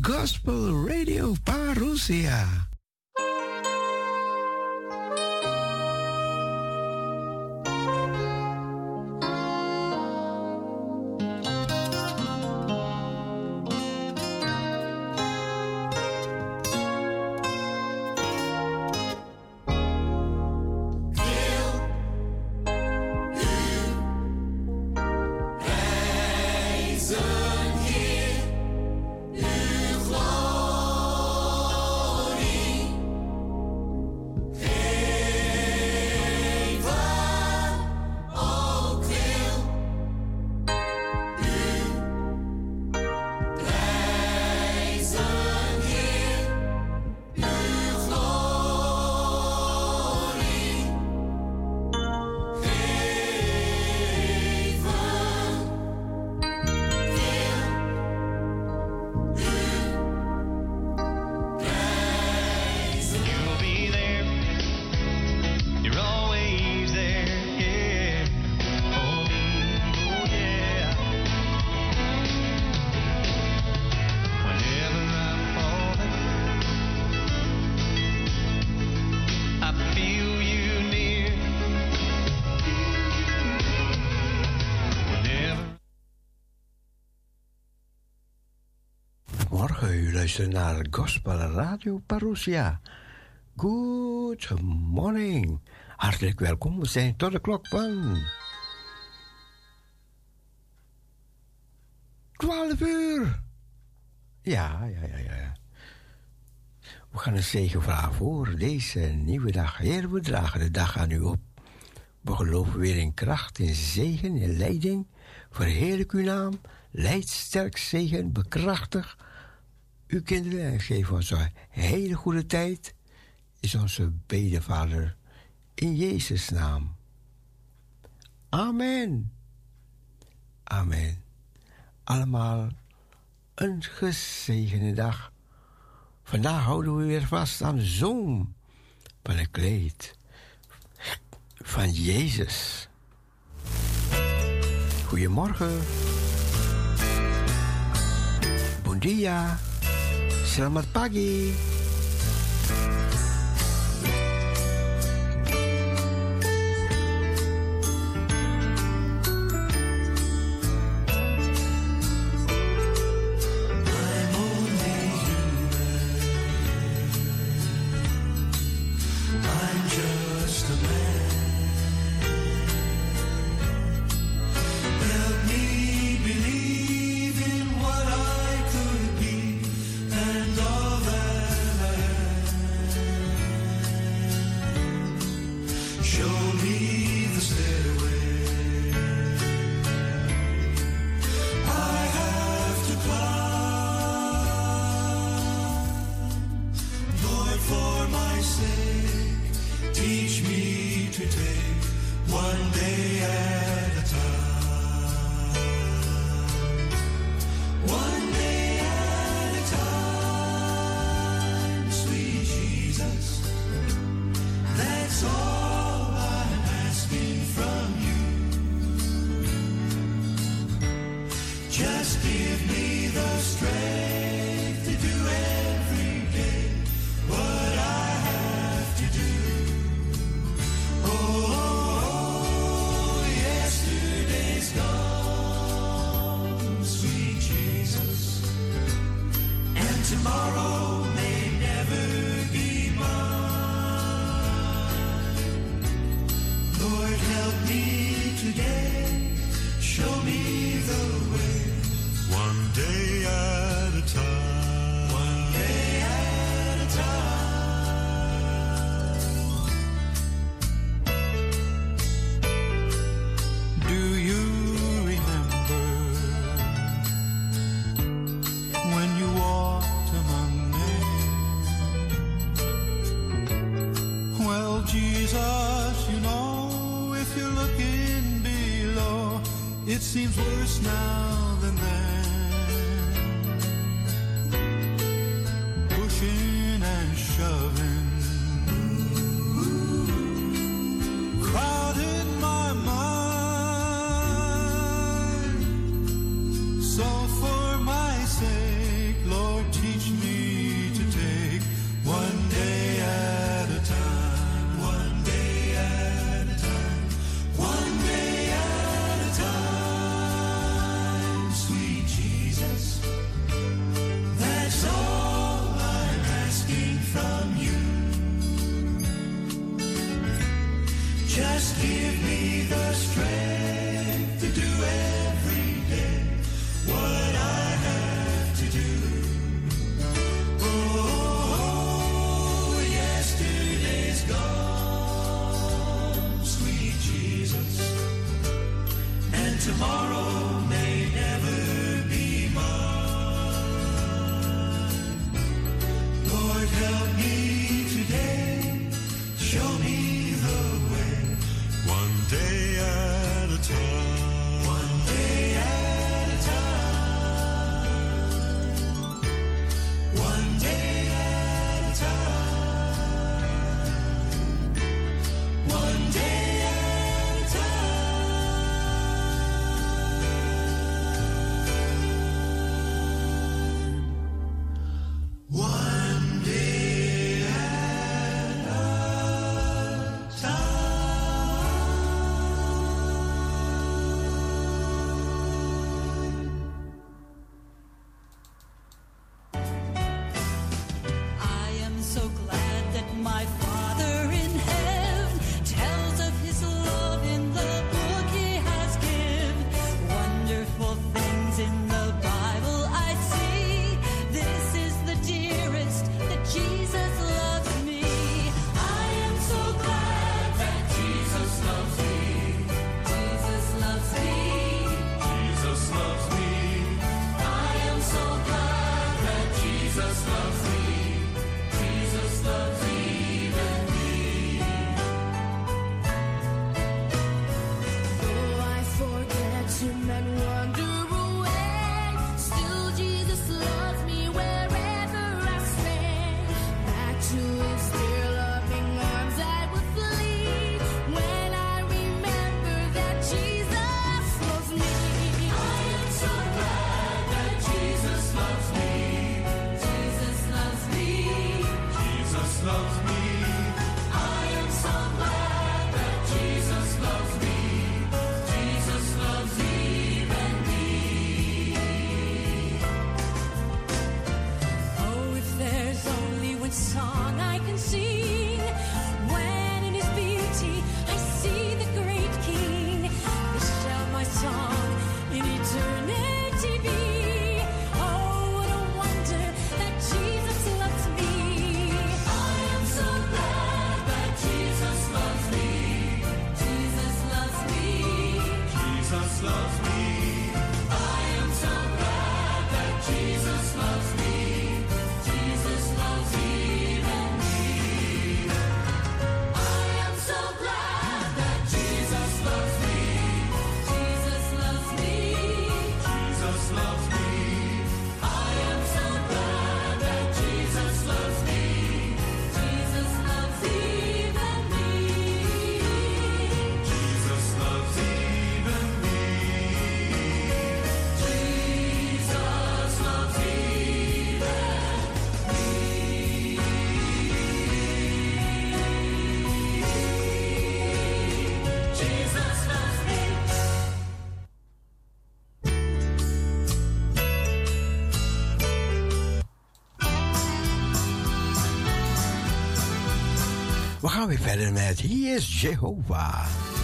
Gospel Radio Parousia. U luistert naar Gospel Radio Parousia. Good morning. Hartelijk welkom. We zijn tot de klok van 12 uur. Ja. We gaan een zegen vragen voor deze nieuwe dag. Heer, we dragen de dag aan u op. We geloven weer in kracht, in zegen, in leiding. Verheerlijk uw naam. Leid, sterk, zegen, bekrachtig uw kinderen en geef ons een hele goede tijd, is onze bedevader in Jezus' naam. Amen. Amen. Allemaal een gezegende dag. Vandaag houden we weer vast aan de zoom van het kleed van Jezus. Goedemorgen. Bon dia. Selamat pagi. Seems worse now than then. Pushing and shoving crowded my mind. So for my sake, Lord, teach We gaan weer verder met He is Jehovah.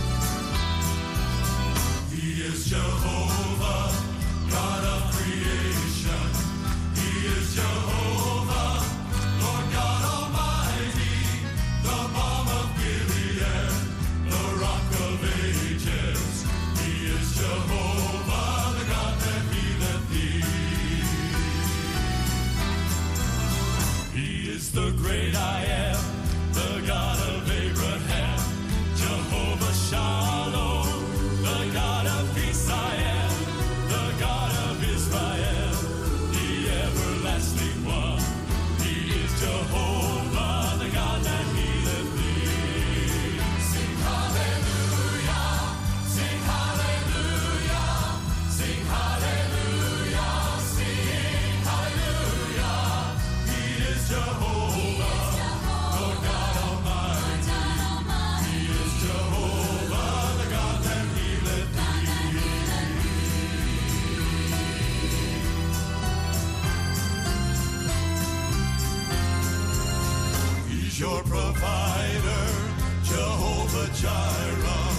He is Jehovah, God of creation. He is Jehovah, Lord God Almighty, the balm of Gilead, the rock of ages. He is Jehovah, the God that healeth thee. He is the great I am, the God of Abraham, Jehovah Shalom, the God of peace I am, the God of Israel, the everlasting one. He is Jehovah, the God that healeth thee. Sing hallelujah, sing hallelujah, sing hallelujah, sing hallelujah. He is Jehovah. Your provider, Jehovah Jireh.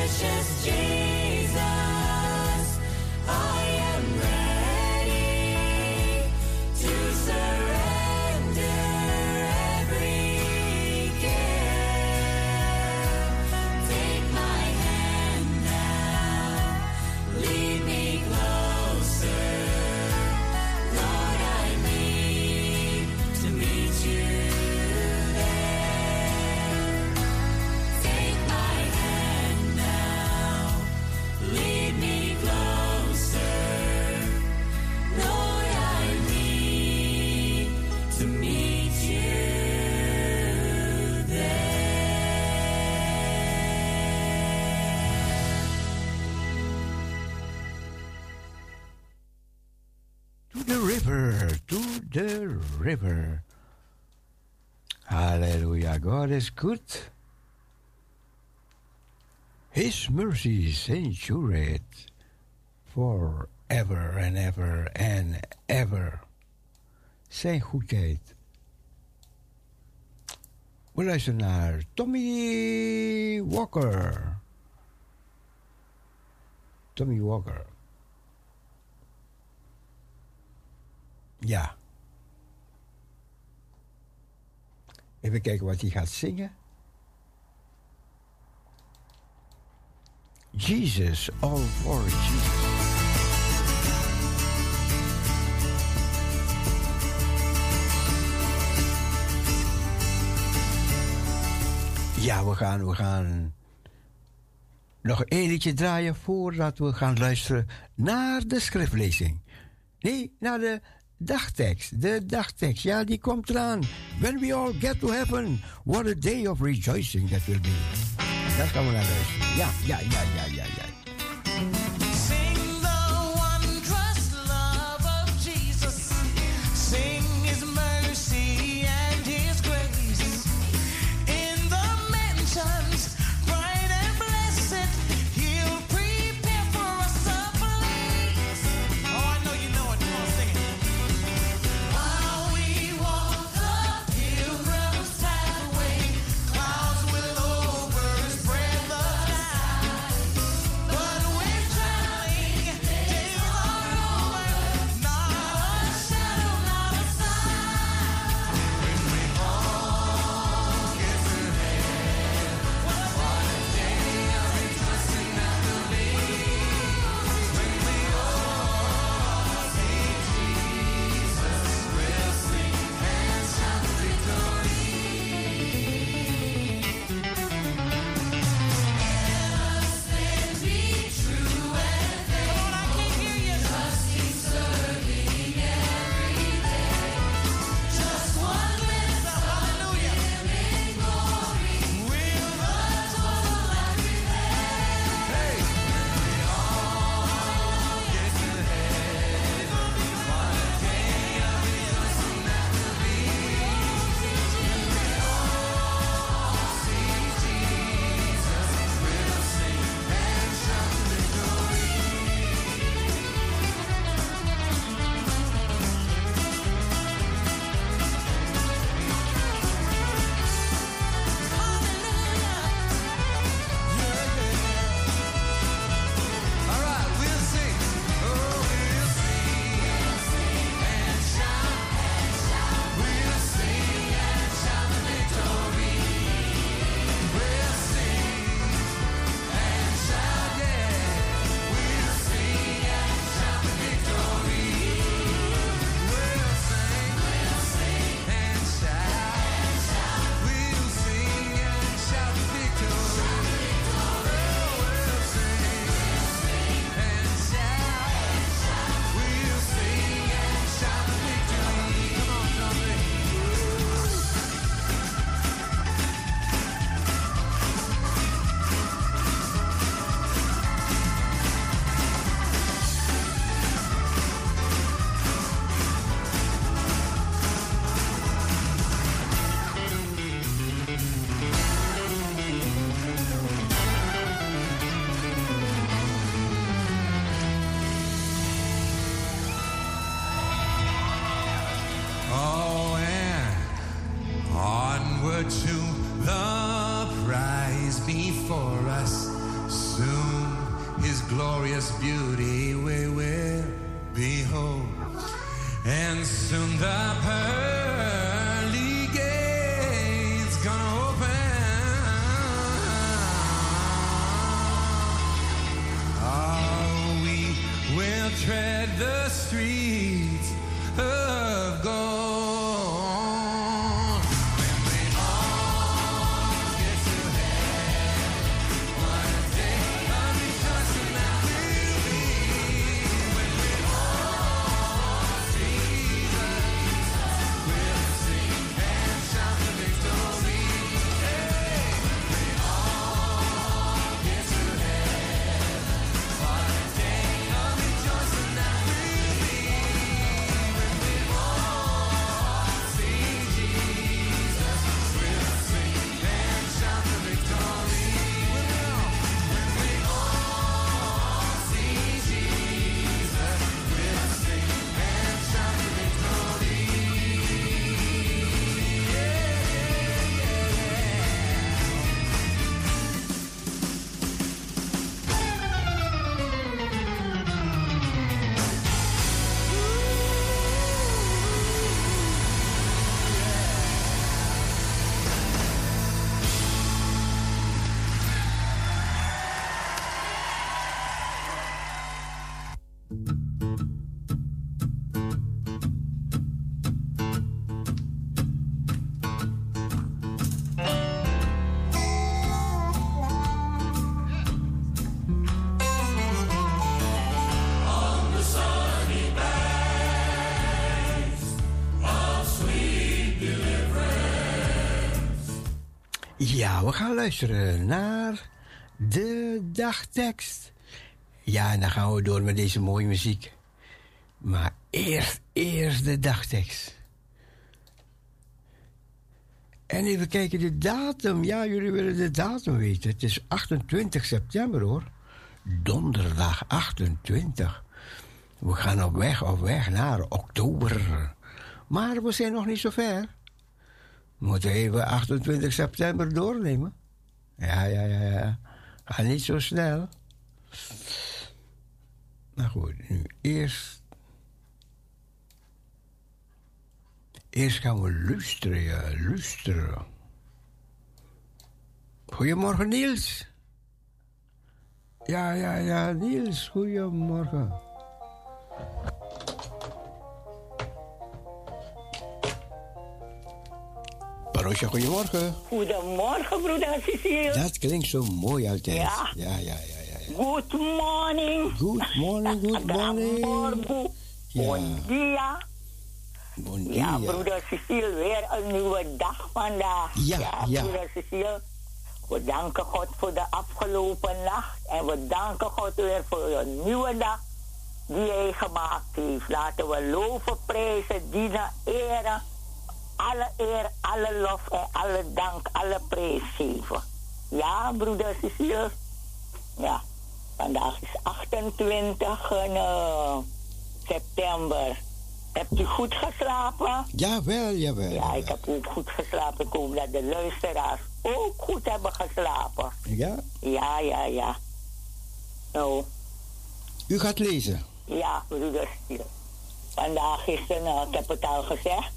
The river. Hallelujah. God is good. His mercies endure it forever and ever and ever. Zijn goedheid. We luisteren naar Tommy Walker. Tommy Walker. Ja. Even kijken wat hij gaat zingen. Jesus, all for Jesus. Ja, we gaan nog een liedje draaien voordat we gaan luisteren naar de schriftlezing. Nee, naar de dagtekst. De dagtekst, ja, die komt eraan. When we all get to heaven, what a day of rejoicing that will be. Daar gaan we naar luisteren. Ja. Sing the wondrous love of Jesus. Sing his mercy and his grace. In the mansions, bright and blessed, he'll prepare for us a place. Oh, I know you know it. Come on, sing it. While we walk the pilgrim's pathway, clouds will overspread the sky. But we're traveling, days are over, not a shadow, not a sign. When we all get to heaven, what a day of rejoicing that will be. When we all see Jesus, we'll sing and shout victory. Let us then be true and faithful. Lord, I can't hear you. Trusting, serving every day. Just one glimpse of hallelujah. Living glory. Will the total life repay? Hey, when we all get to heaven, what a day of rejoicing that will be. When we all see Jesus, we'll sing and shout victory. All right, we'll sing. Oh, we'll sing and shout. We'll sing and shout the victory. We'll sing and shout, yeah. We'll sing and shout the victory. We'll sing and shout. We'll sing and shout the victory. We'll sing and shout. We'll sing and shout the victory. Come on, trumpet. Oh, and onward to the prize before us. Soon his glorious beauty we will behold, and soon the pearly gates gonna open. Oh, we will tread the streets of gold. Ja, we gaan luisteren naar de dagtekst. Ja, en dan gaan we door met deze mooie muziek. Maar eerst de dagtekst. En even kijken, de datum. Ja, jullie willen de datum weten. Het is 28 september, hoor. Donderdag 28. We gaan op weg naar oktober. Maar we zijn nog niet zo ver. We moeten even 28 september doornemen. Ja. Ga niet zo snel. Nou goed, nu eerst gaan we luisteren. Goedemorgen, Niels. Ja, Niels, goedemorgen. Parosja, goedemorgen. Goedemorgen, broeder Cecile. Dat klinkt zo mooi altijd. Ja. Good morning. Good morning. Ja. Bon dia. Ja, broeder Cecile, weer een nieuwe dag vandaag. Ja, broeder Cecile. We danken God voor de afgelopen nacht. En we danken God weer voor een nieuwe dag die hij gemaakt heeft. Laten we loven, prijzen, dienen, eren. Alle eer, alle lof en alle dank, alle prijs geven. Ja, broeder Cecile. Ja, vandaag is 28 september. Hebt u goed geslapen? Jawel. Ja, ik heb ook goed geslapen. Ik hoop dat de luisteraars ook goed hebben geslapen. Ja? Ja. Nou. U gaat lezen? Ja, broeder Cecile. Vandaag is ik heb het al gezegd,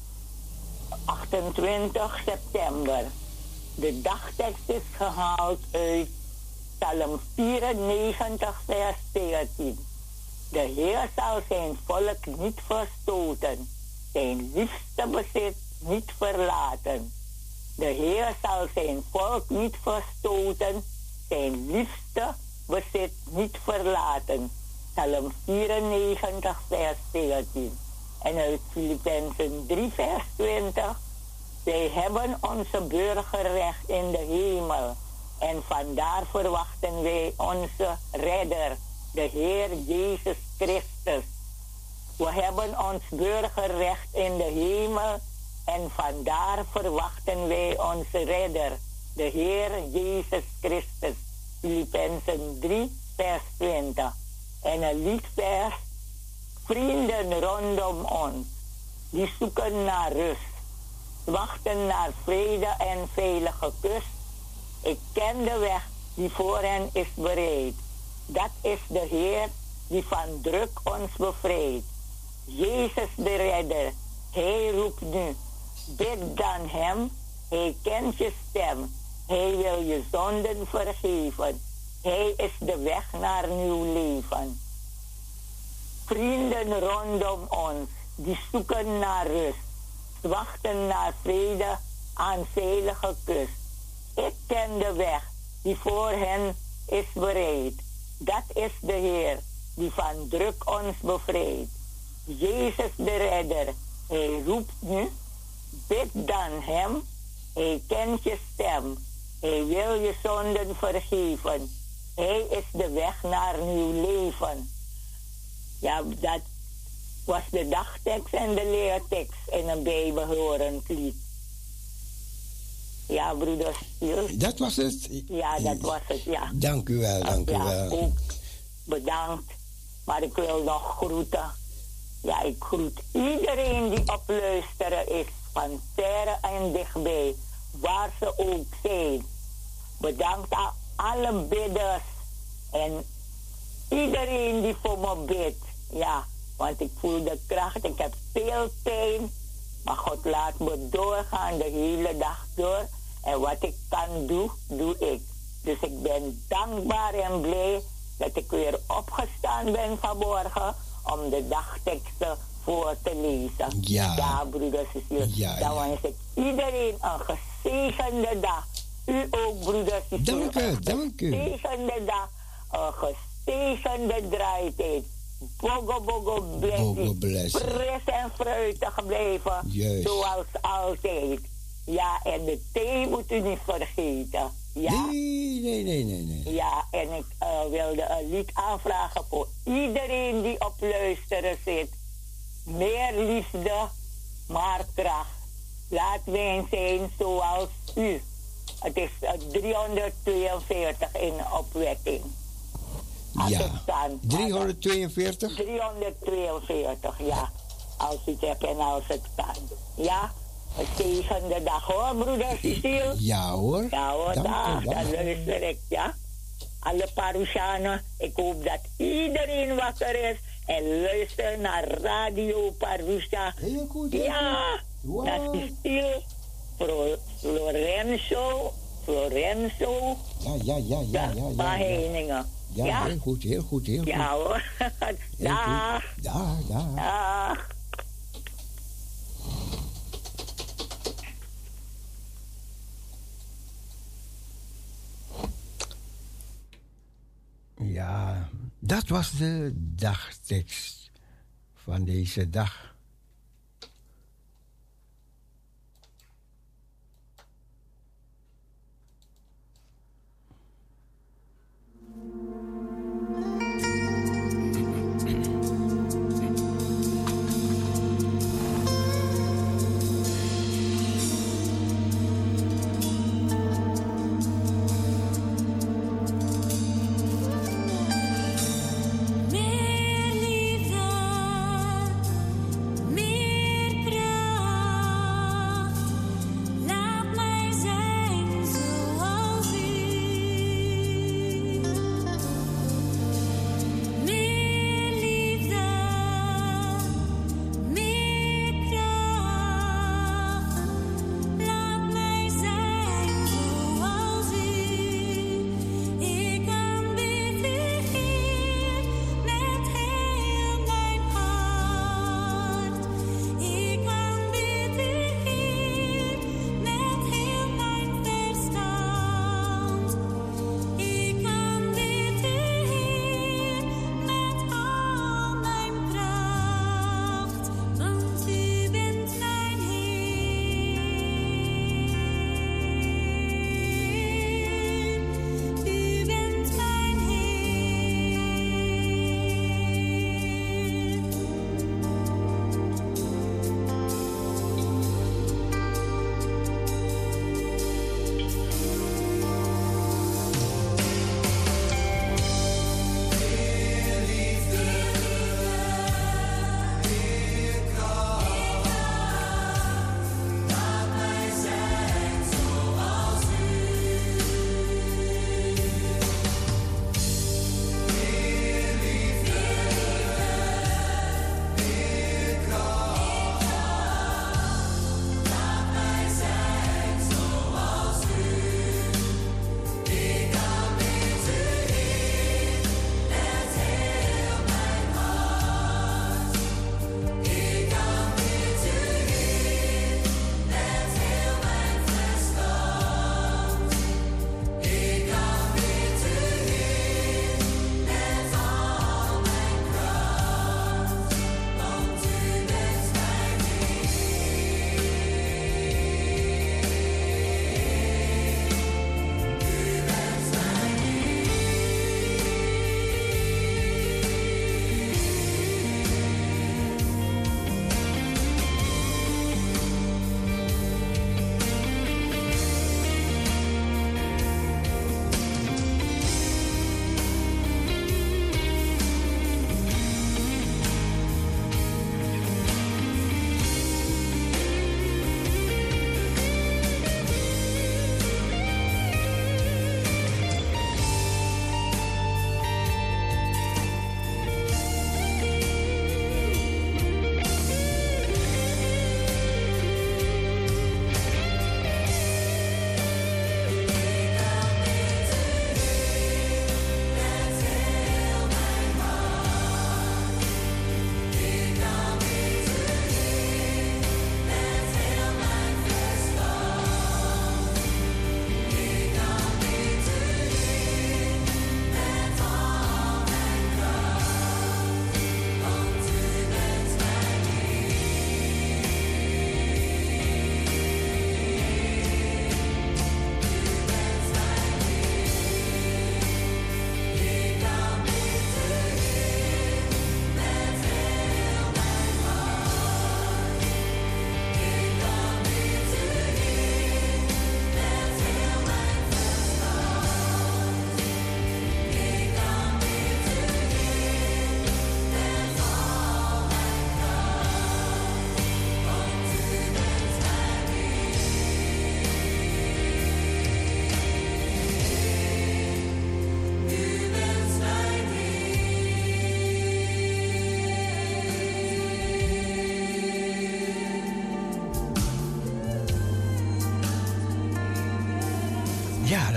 28 september. De dagtekst is gehaald uit Psalm 94, vers 14. De Heer zal zijn volk niet verstoten, zijn liefste bezit niet verlaten. De Heer zal zijn volk niet verstoten, zijn liefste bezit niet verlaten. Psalm 94, vers 14. En uit Filippenzen 3, vers 20. Wij hebben onze burgerrecht in de hemel. En vandaar verwachten wij onze redder, de Heer Jezus Christus. We hebben ons burgerrecht in de hemel. En vandaar verwachten wij onze redder, de Heer Jezus Christus. Filippenzen 3, vers 20. En een liedvers. Vrienden rondom ons, die zoeken naar rust, wachten naar vrede en veilige kust. Ik ken de weg die voor hen is bereid. Dat is de Heer die van druk ons bevrijdt. Jezus de Redder, Hij roept nu. Bid dan Hem, Hij kent je stem. Hij wil je zonden vergeven. Hij is de weg naar nieuw leven. Vrienden rondom ons, die zoeken naar rust. Wachten naar vrede aan veilige kust. Ik ken de weg die voor hen is bereid. Dat is de Heer die van druk ons bevrijdt. Jezus de Redder, Hij roept nu. Bid dan Hem, Hij kent je stem. Hij wil je zonden vergeven. Hij is de weg naar nieuw leven. Ja, dat was de dagtekst en de leertekst in een bijbehorend lied. Ja, broeder Stiel. Dat was het? Ja, dat was het, ja. Dank u wel, dank u wel. Ook bedankt. Maar ik wil nog groeten. Ja, ik groet iedereen die op luisteren is. Van verre en dichtbij. Waar ze ook zijn. Bedankt aan alle bidders. En iedereen die voor me bidt. Ja, want ik voel de kracht. Ik heb veel pijn. Maar God laat me doorgaan de hele dag door. En wat ik kan doen, doe ik. Dus ik ben dankbaar en blij dat ik weer opgestaan ben vanmorgen om de dagteksten voor te lezen. Ja, broeder Cecile. Ja, dan wens ik iedereen een gezegende dag. U ook, broeder Cecile. Dank u. Een gezegende dag. Een gezegende draaitijd. Bogo blessie. Fris en fruitig blijven. Juist. Zoals altijd. Ja, en de thee moet u niet vergeten. Ja? Nee. Ja, en ik wilde een lied aanvragen voor iedereen die op luisteren zit. Meer liefde, maar kracht. Laat wij zijn zoals u. Het is 342 in opwekking. Ja, 342? 342, ja. Als u het hebt en als het kan. Ja, een zegende dag hoor, broeder Cecile. Ja hoor. Ja hoor, Dank u. dan luister ik, ja. Alle Parousianen, ik hoop dat iedereen wakker is en luistert naar Radio Parousia. Heel goed. Ja, wow. Dat is Cecile, Lorenzo. Ja. Van Heiningen. Ja, heel goed. Ja hoor. Dag. Dag. Ja, dat was de dagtekst van deze dag. Meer liefde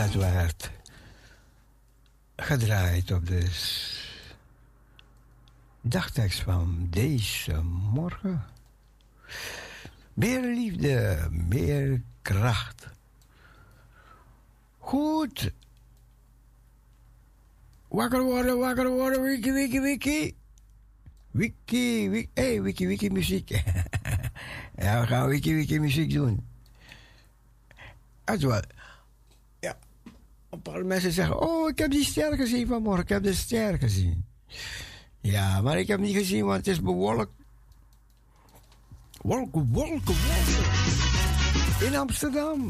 dat werd gedraaid op de dagtekst van deze morgen. Meer liefde, meer kracht. Goed. Wakker worden, wiki. Wiki muziek. Ja, we gaan wiki muziek doen. Dat is wel. Ja, een paar mensen zeggen, oh, ik heb die ster gezien vanmorgen, ik heb de ster gezien. Ja, maar ik heb niet gezien, want het is bewolkt. Wolken. In Amsterdam.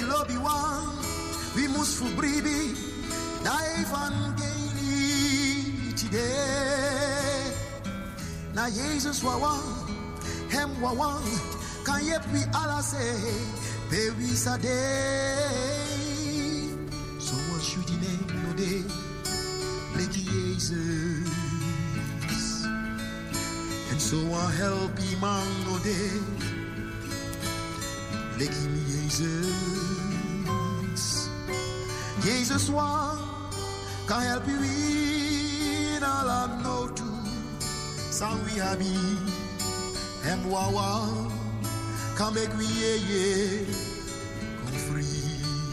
lobby one, we must for bribi, die evangelie today. Na Jesus wawan, hem wawan, kan je pi ala say, baby sa day. So what should you name no day, like Jesus? And so I help him man no day, like me Jesus. Jesus one can help you in all I know too. Sang we happy, and wawa can make we come free.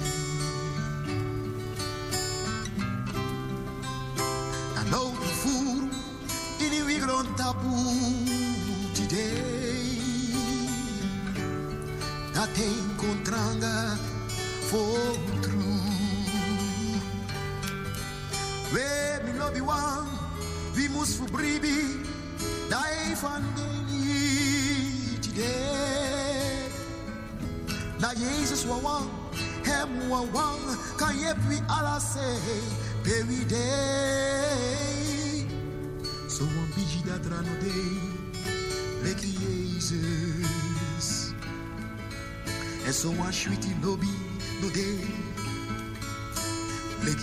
I know the food in the we don't taboo today. Dat encontranga for true. We me lobby one, we must for bribi. Die van de today. Na Jezus wawan, hem wawan, kan je pi ala say, baby day. So one biji dat rano day, like Jesus. En so one sweetie lobby no day, like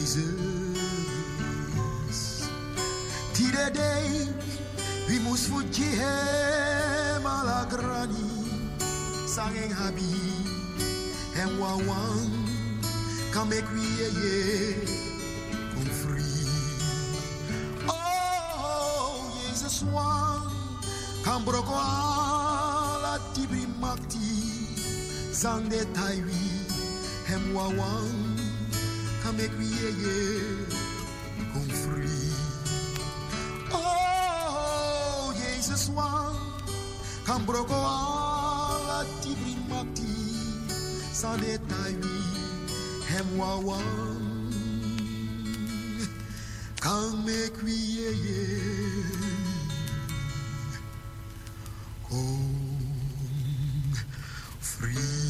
Jesus. Tide day. We must forgive him ala granny, sanging happy, and wawan can make we come free. Oh, Jesus one can broke ala tibri makti, sang de taiwi, and wawan can make we come free. Jesus one can broke all tibri mati sans détail hem wawan can make we come free.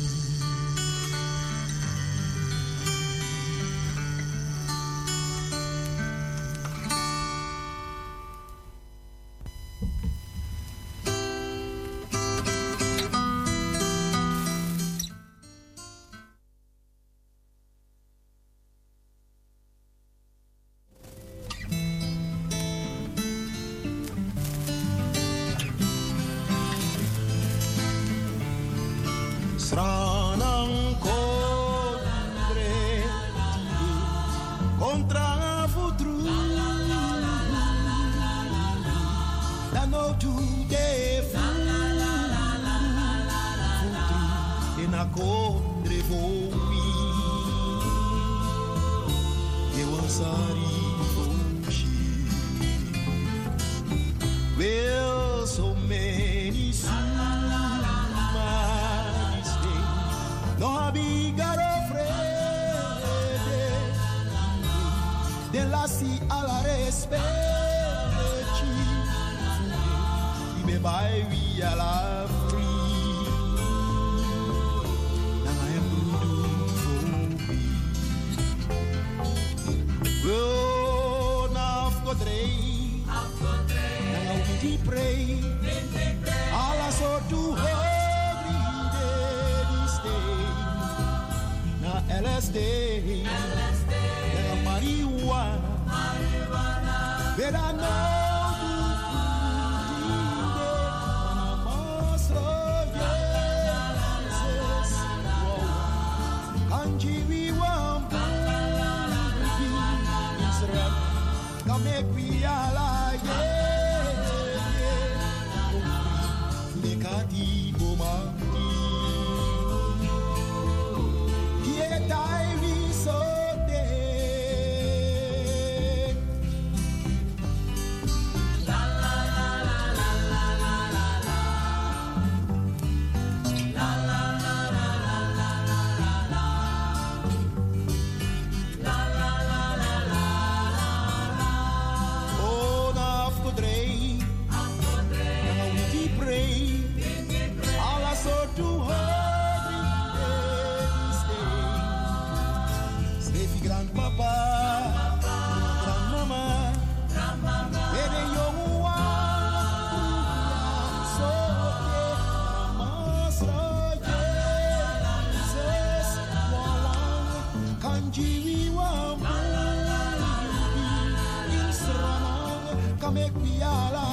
piala,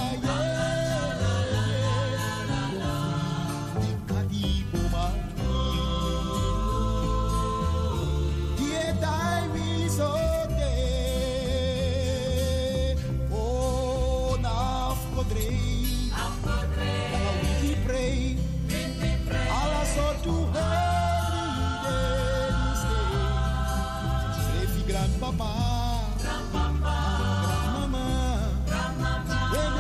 Grandmama, grandmama, when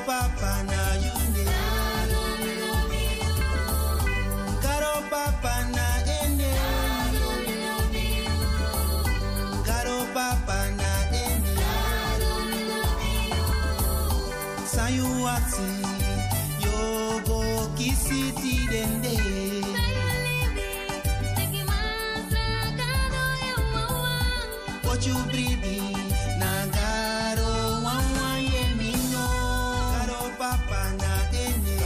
papa na yune. Garo papa na ene. Garo papa na ene. Sayuati yogo kisiti dende. What you bribi na garo wawa ye mino. Garo papa na ene.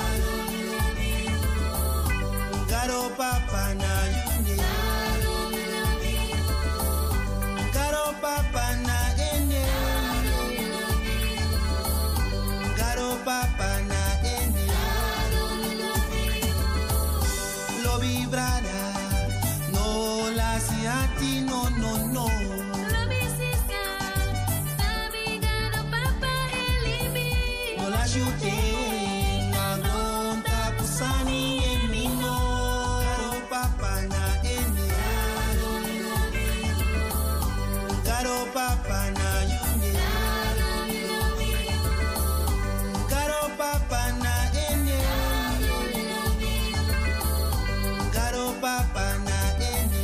Garo papa na yune. Garo papa na ene. Garo papa na ene. Lobby brada, no la siati no no no. Chute na gonta pusani emino. Garo papa na ene. Garo papa na yune. Garo papa na ene. Garo papa na ene.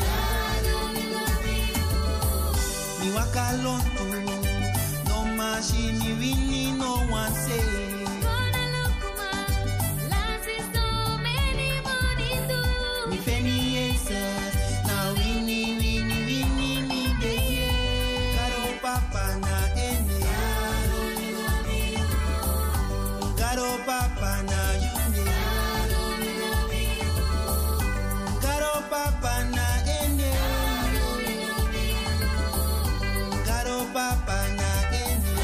Mi wakalontu no machine wini no one say. Papa na yune. Garo papa na ene. Garo papa na ene.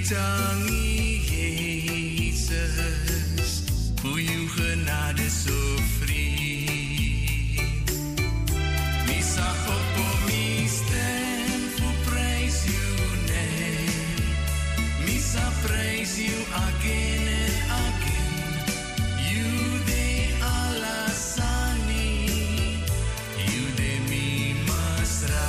tangi Jezus, voor uw genade zo vriend. Mi zag op mi stem, voor prijs uw naam. Mi zag prijs uw again and again. You de alasani, you de mi masra.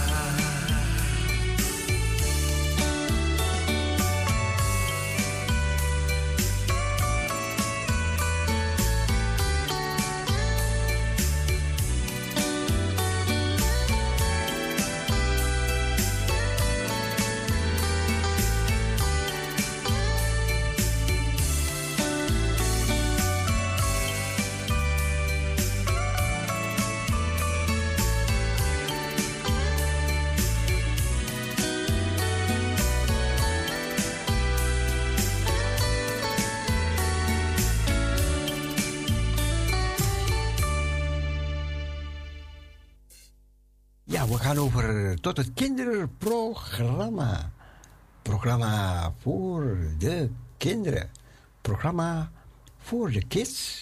Ja, we gaan over tot het kinderprogramma. Programma voor de kinderen. Programma voor de kids.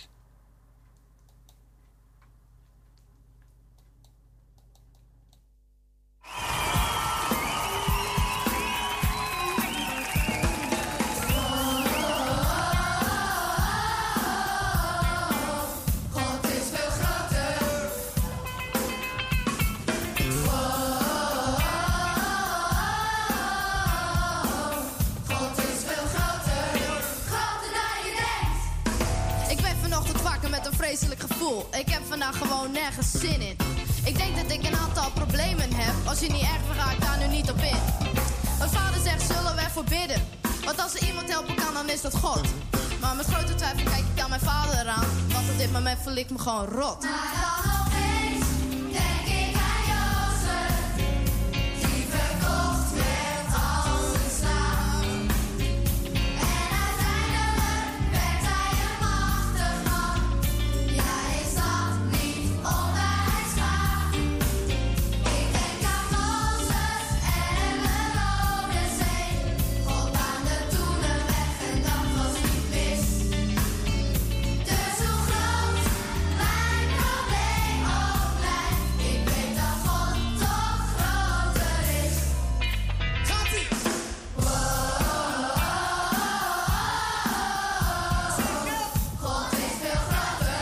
Vreselijk gevoel. Ik heb vandaag gewoon nergens zin in. Ik denk dat ik een aantal problemen heb. Als je niet erg wil, ga ik daar nu niet op in. Mijn vader zegt, zullen we ervoor bidden? Want als er iemand helpen kan, dan is dat God. Maar met grote twijfel kijk ik dan mijn vader aan. Want op dit moment voel ik me gewoon rot. Maar dan opeens denk ik aan Jozef. Die verkocht werd als een slaaf. En uiteindelijk werd hij een machtig man. Ja, is dat niet onwijsbaar? Ik denk aan Mozes en de Rode Zee. God baande toen een weg en dat was niet mis. Dus hoe groot mijn probleem ook blijft, ik weet dat God toch groter is. Gaat-ie! God is veel groter.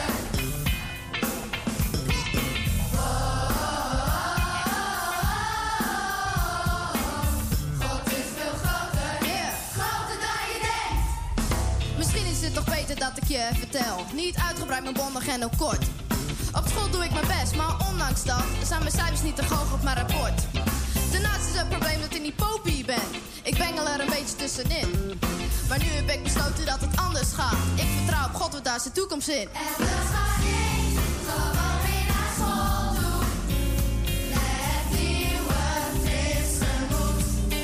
God is veel groter. Groter dan je denkt. Misschien is het toch beter dat ik je vertel. Niet uitgebreid, maar bondig en ook kort. Op school doe ik mijn best, maar ondanks dat zijn mijn cijfers niet te hoog op mijn rapport. Daarnaast is het probleem dat ik niet popie ben. Ik bengel er een beetje tussenin. Maar nu heb ik besloten dat het anders gaat. Ik vertrouw op God, want daar is de toekomst in. En dus ga ik gewoon weer naar school toe. Met nieuwe frisse moed.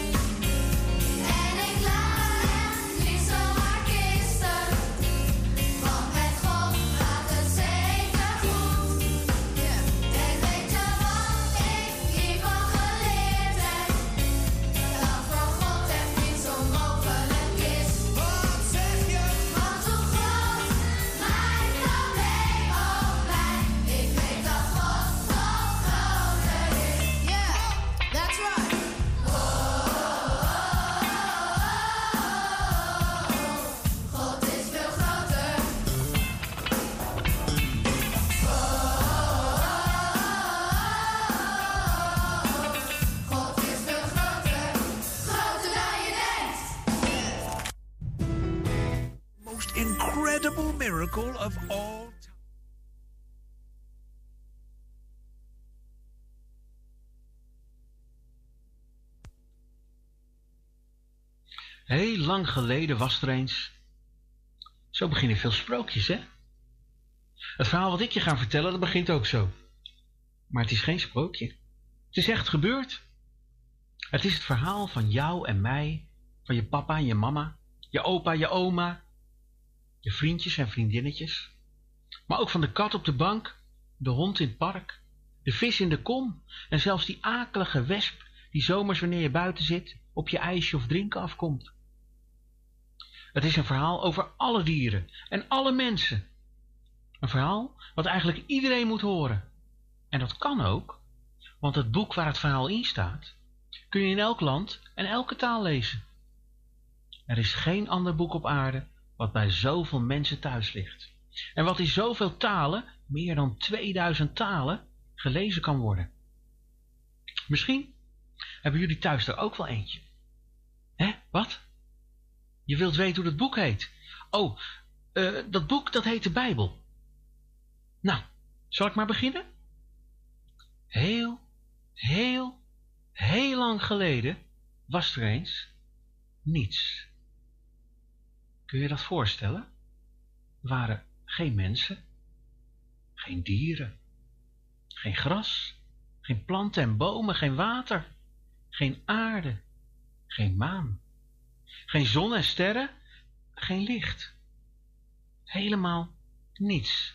En ik laat hem niet zomaar kisten. Want met God gaat het zeker goed. En weet je wat ik hiervan geleerd heb? Dat voor God echt niets onmogelijk is. Wat zeg je? Want hoe groot mijn probleem ook blijft, ik weet dat God nog groter is. Yeah, that's right. God is veel groter. God is veel groter. Groter dan je denkt. Most incredible miracle of all time. Heel lang geleden was er eens. Zo beginnen veel sprookjes, hè? Het verhaal wat ik je ga vertellen, dat begint ook zo. Maar het is geen sprookje. Het is echt gebeurd. Het is het verhaal van jou en mij, van je papa en je mama, je opa, je oma, je vriendjes en vriendinnetjes. Maar ook van de kat op de bank, de hond in het park, de vis in de kom en zelfs die akelige wesp die zomers wanneer je buiten zit op je ijsje of drinken afkomt. Het is een verhaal over alle dieren en alle mensen. Een verhaal wat eigenlijk iedereen moet horen. En dat kan ook, want het boek waar het verhaal in staat, kun je in elk land en elke taal lezen. Er is geen ander boek op aarde wat bij zoveel mensen thuis ligt. En wat in zoveel talen, meer dan 2000 talen, gelezen kan worden. Misschien hebben jullie thuis er ook wel eentje. Hè, wat? Je wilt weten hoe dat boek heet? Oh, dat boek dat heet de Bijbel. Nou, zal ik maar beginnen? Heel lang geleden was er eens niets. Kun je dat voorstellen? Er waren geen mensen, geen dieren, geen gras, geen planten en bomen, geen water, geen aarde, geen maan, geen zon en sterren, geen licht. Helemaal niets.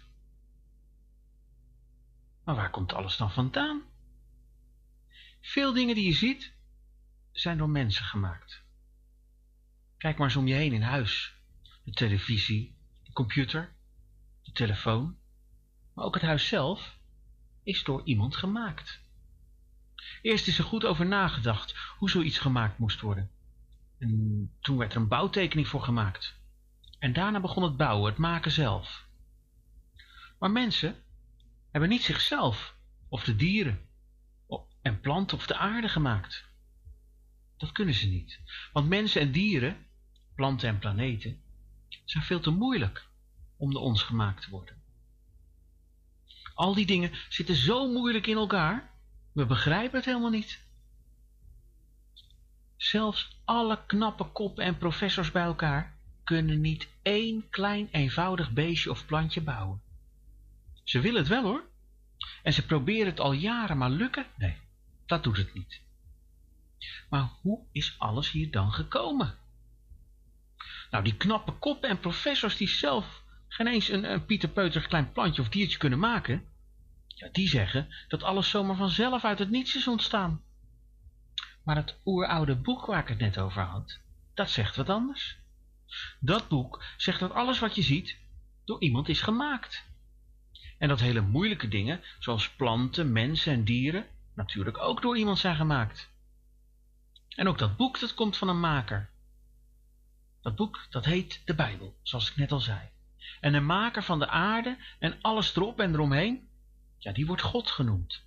Maar waar komt alles dan vandaan? Veel dingen die je ziet, zijn door mensen gemaakt. Kijk maar eens om je heen in huis. De televisie, de computer, de telefoon. Maar ook het huis zelf is door iemand gemaakt. Eerst is er goed over nagedacht hoe zoiets gemaakt moest worden. En toen werd er een bouwtekening voor gemaakt. En daarna begon het bouwen, het maken zelf. Maar mensen hebben niet zichzelf of de dieren en planten of de aarde gemaakt. Dat kunnen ze niet. Want mensen en dieren, planten en planeten, zijn veel te moeilijk om door ons gemaakt te worden. Al die dingen zitten zo moeilijk in elkaar, we begrijpen het helemaal niet. Zelfs alle knappe koppen en professors bij elkaar kunnen niet één klein eenvoudig beestje of plantje bouwen. Ze willen het wel hoor. En ze proberen het al jaren, maar lukken? Nee, dat doet het niet. Maar hoe is alles hier dan gekomen? Nou, die knappe koppen en professors die zelf geen eens een pieterpeuterig klein plantje of diertje kunnen maken, ja, die zeggen dat alles zomaar vanzelf uit het niets is ontstaan. Maar het oeroude boek waar ik het net over had, dat zegt wat anders. Dat boek zegt dat alles wat je ziet door iemand is gemaakt. En dat hele moeilijke dingen, zoals planten, mensen en dieren, natuurlijk ook door iemand zijn gemaakt. En ook dat boek, dat komt van een maker. Dat boek, dat heet de Bijbel, zoals ik net al zei. En de maker van de aarde en alles erop en eromheen, ja, die wordt God genoemd.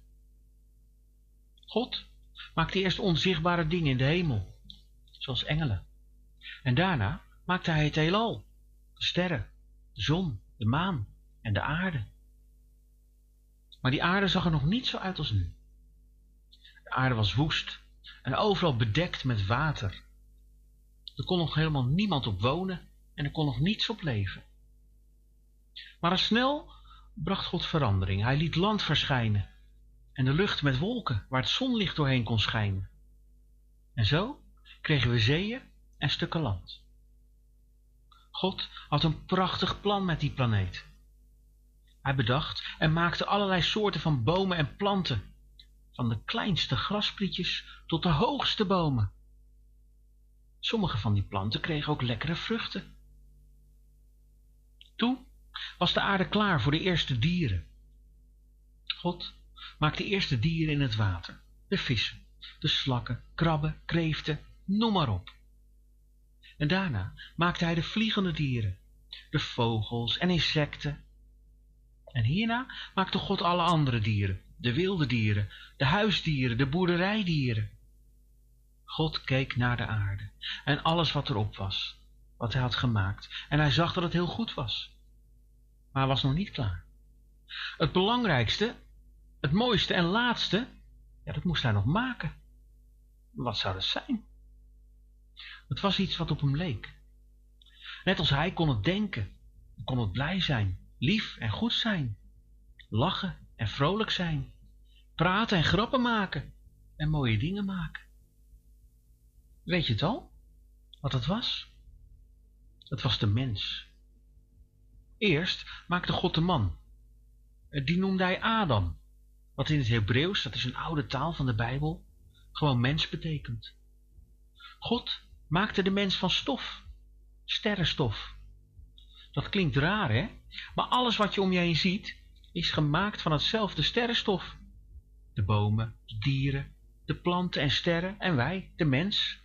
God maakte eerst onzichtbare dingen in de hemel, zoals engelen. En daarna maakte hij het heelal, de sterren, de zon, de maan en de aarde. Maar die aarde zag er nog niet zo uit als nu. De aarde was woest en overal bedekt met water. Er kon nog helemaal niemand op wonen en er kon nog niets op leven. Maar al snel bracht God verandering. Hij liet land verschijnen en de lucht met wolken waar het zonlicht doorheen kon schijnen. En zo kregen we zeeën en stukken land. God had een prachtig plan met die planeet. Hij bedacht en maakte allerlei soorten van bomen en planten, van de kleinste grasprietjes tot de hoogste bomen. Sommige van die planten kregen ook lekkere vruchten. Toen was de aarde klaar voor de eerste dieren. God maakte eerst de dieren in het water, de vissen, de slakken, krabben, kreeften, noem maar op. En daarna maakte hij de vliegende dieren, de vogels en insecten. En hierna maakte God alle andere dieren, de wilde dieren, de huisdieren, de boerderijdieren. God keek naar de aarde en alles wat erop was, wat hij had gemaakt. En hij zag dat het heel goed was. Maar hij was nog niet klaar. Het belangrijkste, het mooiste en laatste, ja, dat moest hij nog maken. Wat zou dat zijn? Het was iets wat op hem leek. Net als hij kon het denken, kon het blij zijn, lief en goed zijn, lachen en vrolijk zijn, praten en grappen maken en mooie dingen maken. Weet je het al? Wat het was? Het was de mens. Eerst maakte God de man. Die noemde hij Adam, wat in het Hebreeuws, dat is een oude taal van de Bijbel, gewoon mens betekent. God maakte de mens van stof. sterrenstof. Dat klinkt raar, hè? Maar alles wat je om je heen ziet, is gemaakt van hetzelfde sterrenstof. De bomen, de dieren, de planten en sterren en wij, de mens.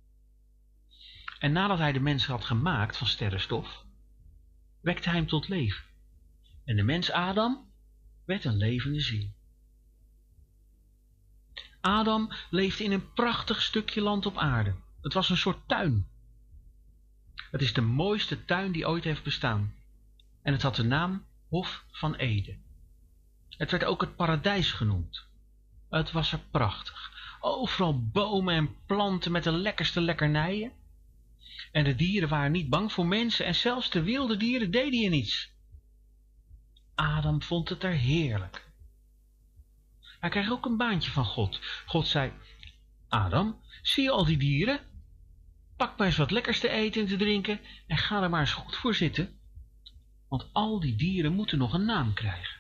En nadat hij de mens had gemaakt van sterrenstof, wekte hij hem tot leven. En de mens Adam werd een levende ziel. Adam leefde in een prachtig stukje land op aarde. Het was een soort tuin. Het is de mooiste tuin die ooit heeft bestaan. En het had de naam Hof van Eden. Het werd ook het paradijs genoemd. Het was er prachtig. Overal bomen en planten met de lekkerste lekkernijen. En de dieren waren niet bang voor mensen en zelfs de wilde dieren deden je niets. Adam vond het er heerlijk. Hij kreeg ook een baantje van God. God zei, Adam, zie je al die dieren? Pak maar eens wat lekkers te eten en te drinken en ga er maar eens goed voor zitten. Want al die dieren moeten nog een naam krijgen.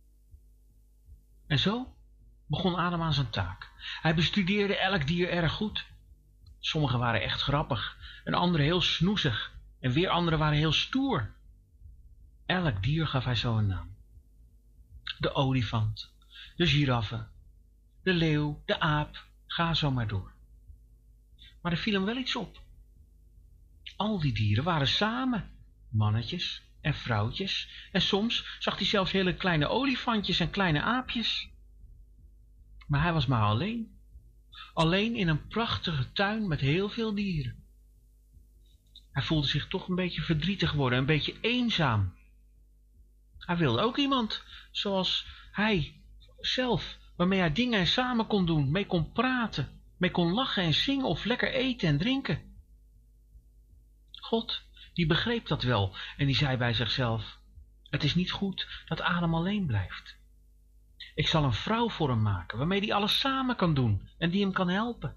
En zo begon Adam aan zijn taak. Hij bestudeerde elk dier erg goed. Sommige waren echt grappig en andere heel snoezig en weer andere waren heel stoer. Elk dier gaf hij zo een naam. De olifant, de giraffe, de leeuw, de aap, ga zo maar door. Maar er viel hem wel iets op. Al die dieren waren samen, mannetjes en vrouwtjes, en soms zag hij zelfs hele kleine olifantjes en kleine aapjes. Maar hij was maar alleen. Alleen in een prachtige tuin met heel veel dieren. Hij voelde zich toch een beetje verdrietig worden, een beetje eenzaam. Hij wilde ook iemand zoals hij zelf, waarmee hij dingen samen kon doen, mee kon praten, mee kon lachen en zingen of lekker eten en drinken. God, die begreep dat wel en die zei bij zichzelf, het is niet goed dat Adam alleen blijft. Ik zal een vrouw voor hem maken, waarmee hij alles samen kan doen en die hem kan helpen.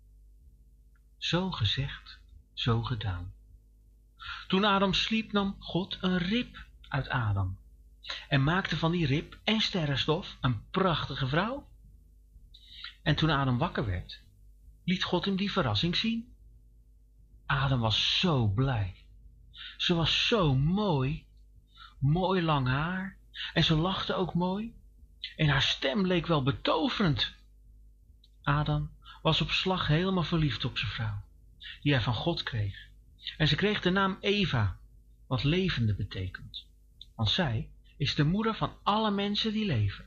Zo gezegd, zo gedaan. Toen Adam sliep, nam God een rib uit Adam en maakte van die rib en sterrenstof een prachtige vrouw. En toen Adam wakker werd, liet God hem die verrassing zien. Adam was zo blij. Ze was zo mooi, mooi lang haar en ze lachte ook mooi. En haar stem leek wel betoverend. Adam was op slag helemaal verliefd op zijn vrouw, die hij van God kreeg. En ze kreeg de naam Eva, wat levende betekent. Want zij is de moeder van alle mensen die leven.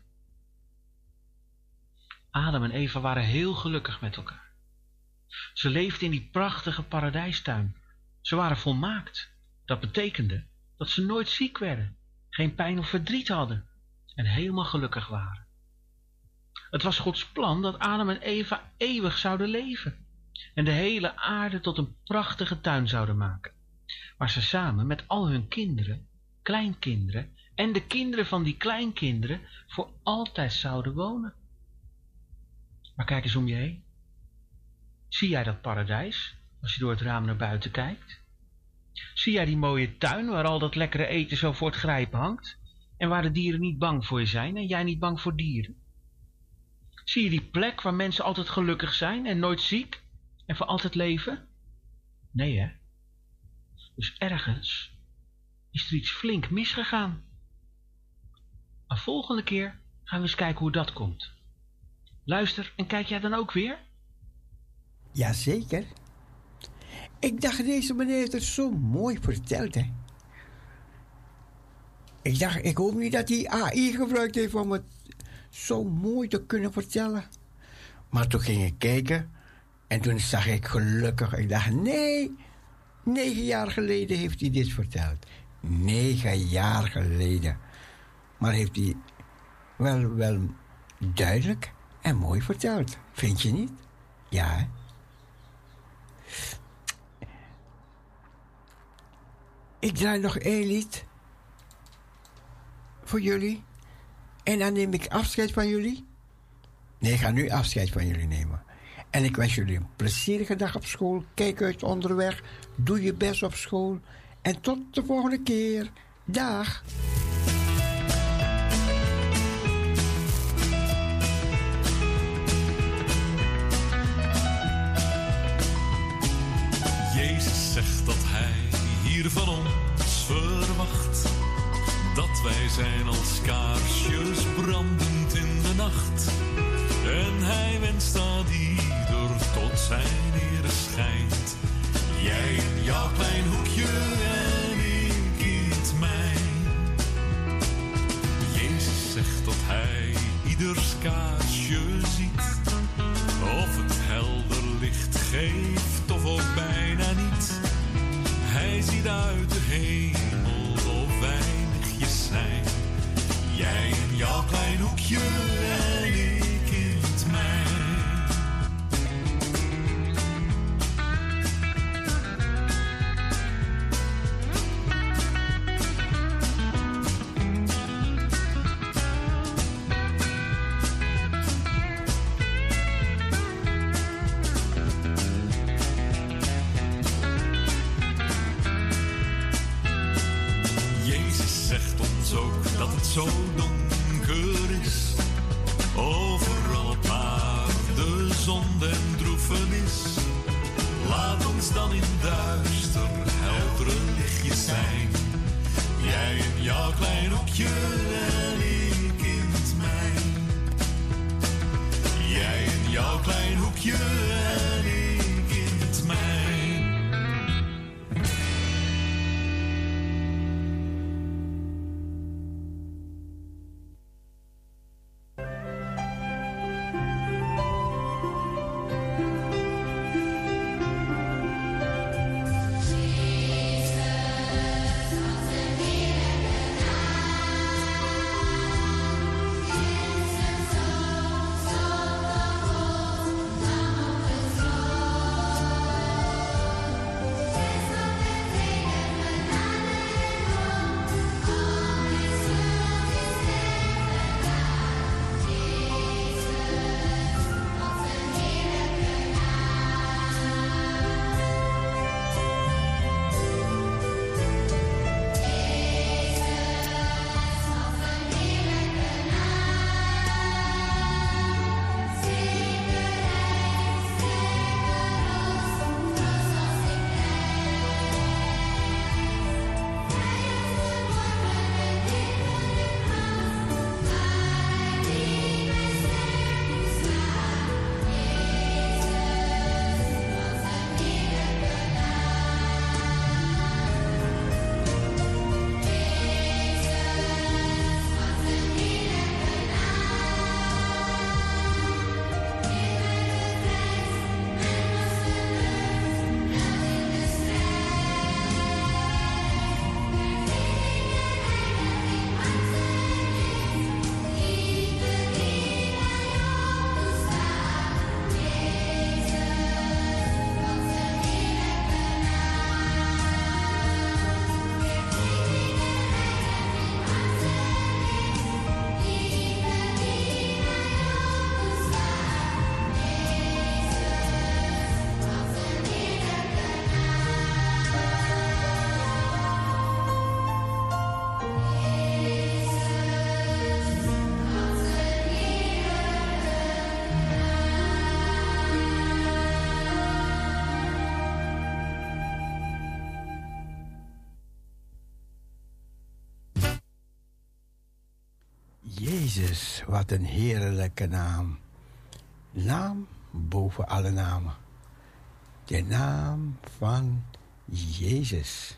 Adam en Eva waren heel gelukkig met elkaar. Ze leefden in die prachtige paradijstuin. Ze waren volmaakt. Dat betekende dat ze nooit ziek werden, geen pijn of verdriet hadden en helemaal gelukkig waren. Het was Gods plan dat Adam en Eva eeuwig zouden leven en de hele aarde tot een prachtige tuin zouden maken, waar ze samen met al hun kinderen, kleinkinderen en de kinderen van die kleinkinderen voor altijd zouden wonen. Maar kijk eens om je heen. Zie jij dat paradijs als je door het raam naar buiten kijkt? Zie jij die mooie tuin waar al dat lekkere eten zo voor het grijpen hangt en waar de dieren niet bang voor je zijn en jij niet bang voor dieren? Zie je die plek waar mensen altijd gelukkig zijn en nooit ziek en voor altijd leven? Nee, hè? Dus ergens is er iets flink misgegaan. Een volgende keer gaan we eens kijken hoe dat komt. Luister en kijk jij dan ook weer? Jazeker. Ik dacht, deze meneer heeft het zo mooi verteld, hè. Ik dacht, ik hoop niet dat hij AI gebruikt heeft om het zo mooi te kunnen vertellen. Maar toen ging ik kijken en toen zag ik gelukkig, ik dacht, nee, 9 jaar geleden heeft hij dit verteld. 9 jaar geleden. Maar heeft hij wel duidelijk en mooi verteld. Vind je niet? Ja, hè? Ik draai nog 1 lied voor jullie. En dan neem ik afscheid van jullie. Nee, ik ga nu afscheid van jullie nemen. En ik wens jullie een plezierige dag op school. Kijk uit onderweg. Doe je best op school. En tot de volgende keer. Dag. Jezus zegt dat hij hier van ons verwacht dat wij zijn als kaarsjes brandend in de nacht. En hij wenst dat ieder tot zijn ere schijnt. Jij in jouw klein hoekje en ik in het mijn. Jezus zegt dat hij ieders kaarsje ziet. Of het helder licht geeft of ook bijna niet. Hij ziet uit de hemel of wij lichtjes zijn. Jij in jouw klein hoekje en ik in het mijn. Zo donker is, overal op aarde zonde en droefenis. Laat ons dan in duister, heldere lichtjes zijn. Jij in jouw klein hoekje en ik in het mijn. Jij in jouw klein hoekje en ik in het mijn. Jezus, wat een heerlijke naam. Naam boven alle namen. De naam van Jezus.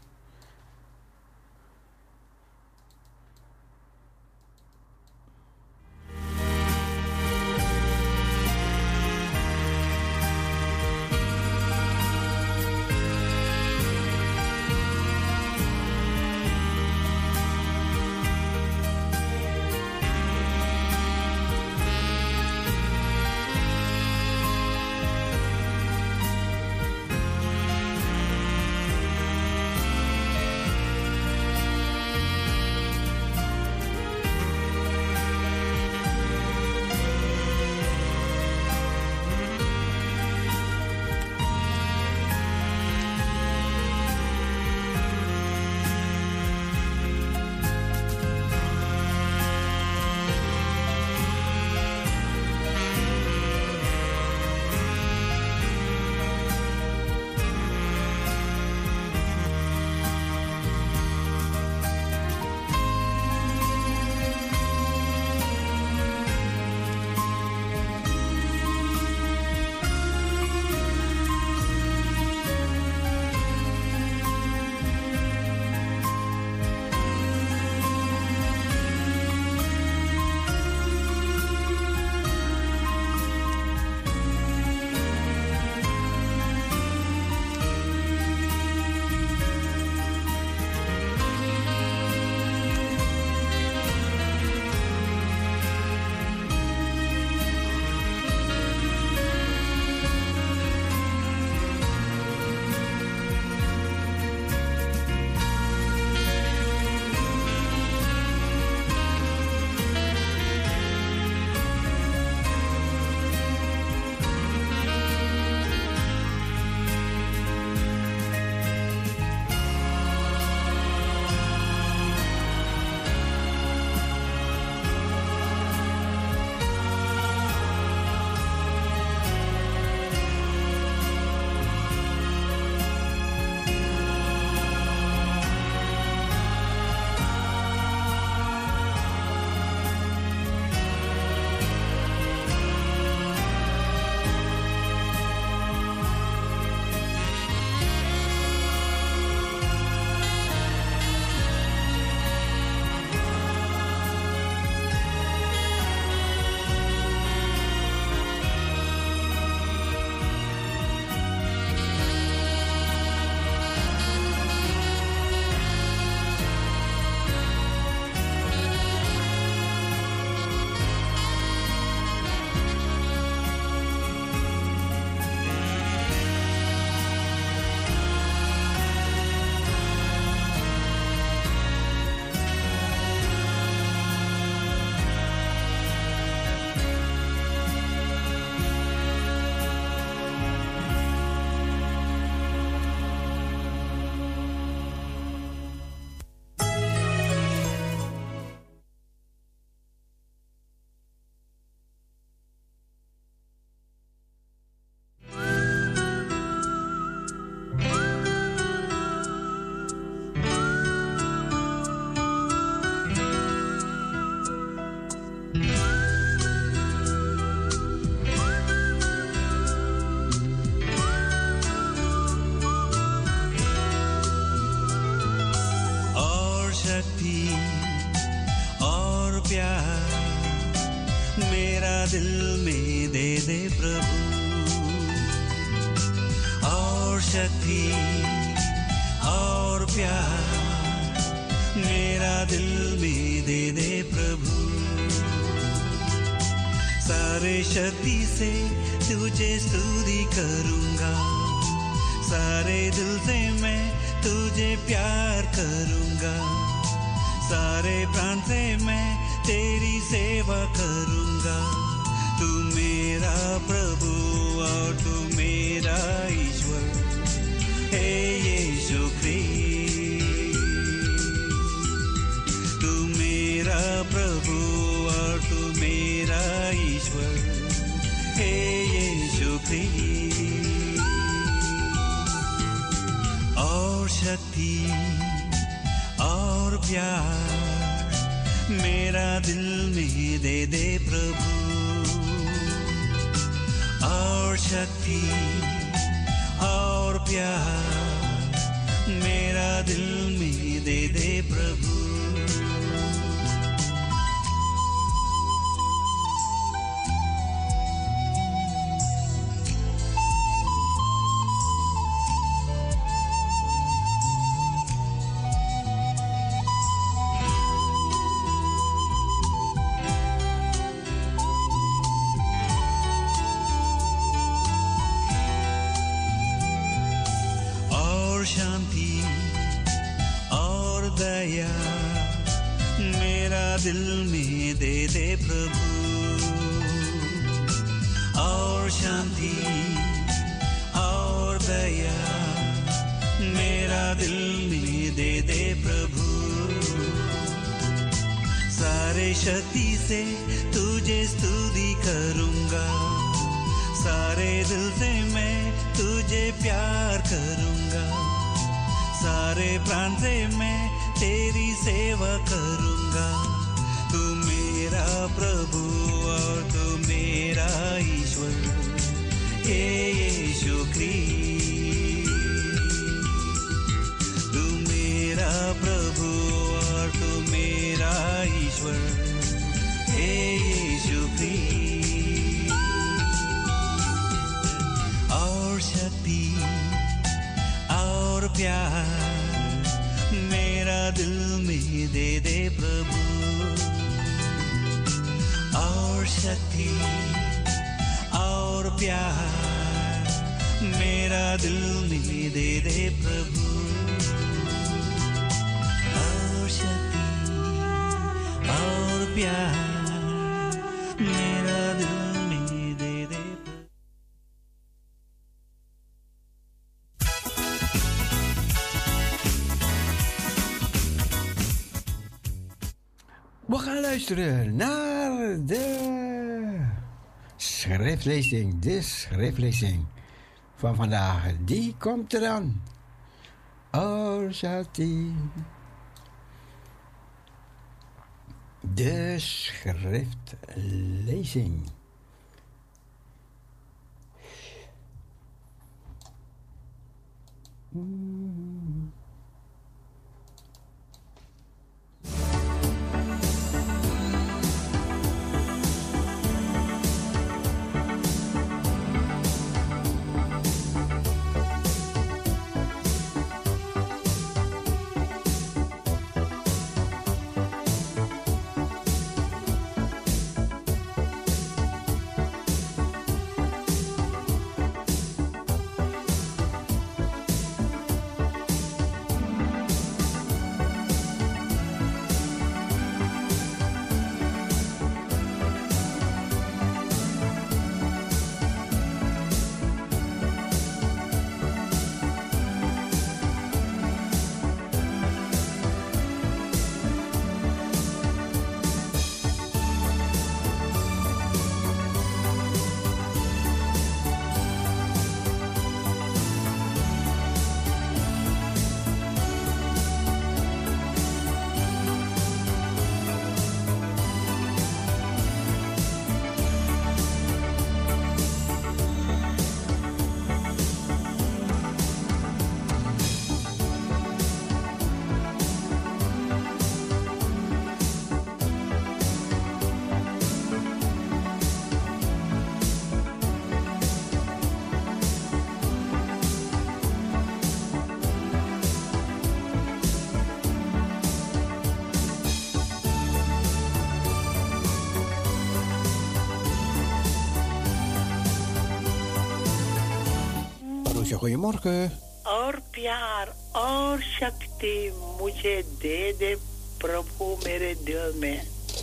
दिल में दे दे प्रभु और शक्ति और प्यार मेरा दिल में दे दे प्रभु सारे शक्ति से तुझे स्तुति करूंगा सारे दिल से मैं तुझे प्यार करूंगा सारे प्राण से मैं तेरी सेवा करूंगा तू मेरा प्रभु और तू मेरा ईश्वर हे यीशु ख्रीस्त तू मेरा प्रभु और तू मेरा ईश्वर हे यीशु ख्रीस्त और शक्ति और प्यार मेरा दिल में दे दे प्रभु और शक्ति और प्यार मेरा दिल में दे दे प्रभु दिल में दे दे प्रभु और शांति और दया मेरा दिल में दे दे प्रभु सारे शक्ति से तुझे स्तुति करूंगा सारे दिल से मैं तुझे प्यार करूंगा सारे प्राण से मैं तेरी सेवा करूंगा तू मेरा प्रभु और तू मेरा ईश्वर हे यीशु ख्रीस्त तू मेरा प्रभु और तू मेरा ईश्वर हे यीशु ख्रीस्त और शक्ति और प्यार मेरा दिल में दे दे प्रभु और शक्ति और प्यार मेरा दिल में दे दे प्रभु और शक्ति और प्यार मेरा दिल में दे दे We gaan luisteren naar de schriftlezing. De schriftlezing van vandaag. Die komt eraan. Orsati. De schriftlezing. Goedemorgen. और प्यार और शक्ति मुझे दे दे प्रभु मेरे दिल में.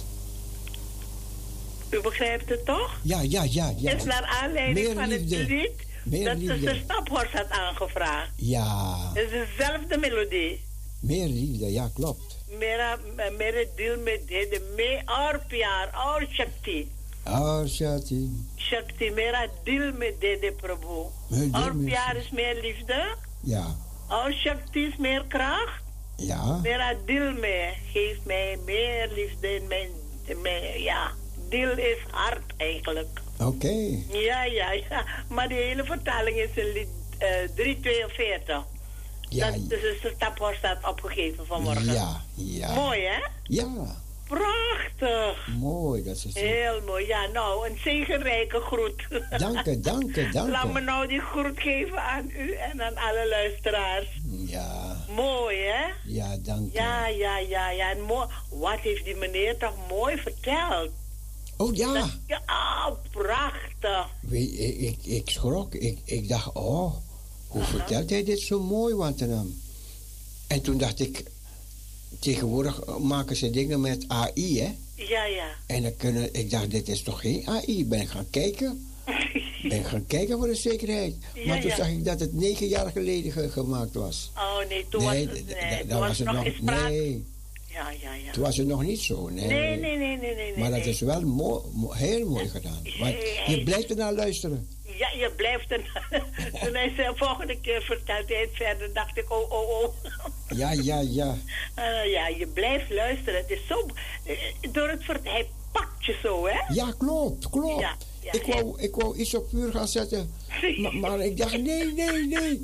U begrijpt het toch? Ja. Het is naar aanleiding Meer van liefde. het lied Meer dat liefde. de Staphorst had aangevraagd. Ja. Het is dezelfde melodie. Meer liefde, ja, klopt. मेरे दिल में दे दे मैं और प्यार और शक्ति. Oh, Shati. शक्ति मेरा दिल में दे दे प्रभु. Mijn और dier प्यार is meer liefde. Ja. और शक्ति is meer kracht. Ja. मेरा दिल में geef mij meer liefde in mijn ja. Dil is hart eigenlijk. Oké. Ja. Maar die hele vertaling is in lied 342. Ja. Dat dus de Staphorst staat opgegeven vanmorgen. Ja. Mooi, hè? Ja. Prachtig. Mooi, dat is het. Heel mooi. Ja, nou, een zegenrijke groet. Dank Laat me je. nou die groet geven aan u en aan alle luisteraars. Ja. Mooi, hè? Ja, dank je. Ja. En wat heeft die meneer toch mooi verteld? Oh ja. Prachtig. Ik schrok. Ik dacht, oh, hoe vertelt hij dit zo mooi? En toen dacht ik, tegenwoordig maken ze dingen met AI, hè? Ja. En ik dacht, dit is toch geen AI? Ben ik gaan kijken. Voor de zekerheid. Maar toen zag ik dat het 9 jaar geleden gemaakt was. Oh nee, toen was het nog Nee. Ja. Toen was het nog niet zo, nee. Nee. Maar dat is wel heel mooi gedaan. Want je blijft ernaar luisteren. Ja, je blijft er. Toen hij de volgende keer vertelt hij het verder, dacht ik, oh. Ja. Ja, je blijft luisteren. Het is zo. Hij pakt je zo, hè? Ja, klopt. Ja, ik wou iets op vuur gaan zetten. Maar ik dacht, nee.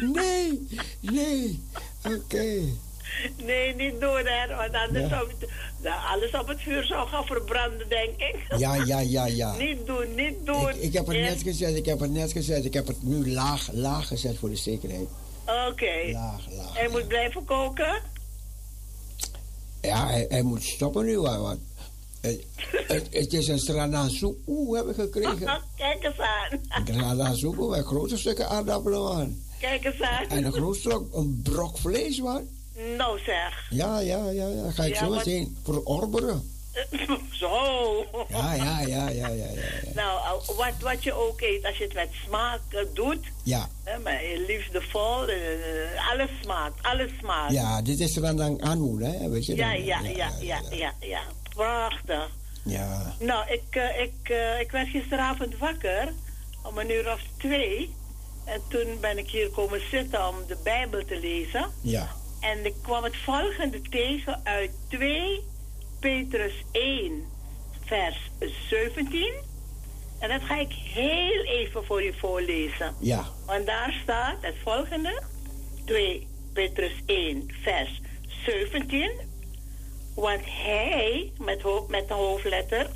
Oké. Nee, niet doen, hè? Want anders zou alles op het vuur zou gaan verbranden, denk ik. Ja. Niet doen. Ik heb het net gezet. Ik heb het nu laag gezet voor de zekerheid. Oké. Laag. Hij moet blijven koken? Ja, hij moet stoppen nu, want het is een stranazoekoe hebben we gekregen. Kijk eens aan. Een stranazoekoe met grote stukken aardappelen, man. Kijk eens aan. En een brok vlees, man. Nou zeg. Ja. Ga ik zo meteen verorberen. Zo. Ja. Nou, wat je ook eet, als je het met smaak doet. Ja. Maar liefdevol, alles smaakt. Ja, dit is er dan aan, hè? Weet je? Ja. Prachtig. Ja. Nou, ik werd gisteravond wakker om 1:02. En toen ben ik hier komen zitten om de Bijbel te lezen. Ja. En ik kwam het volgende tegen uit 2 Petrus 1, vers 17. En dat ga ik heel even voor u voorlezen. Ja. Want daar staat het volgende. 2 Petrus 1, vers 17. Want hij, met de hoofdletter,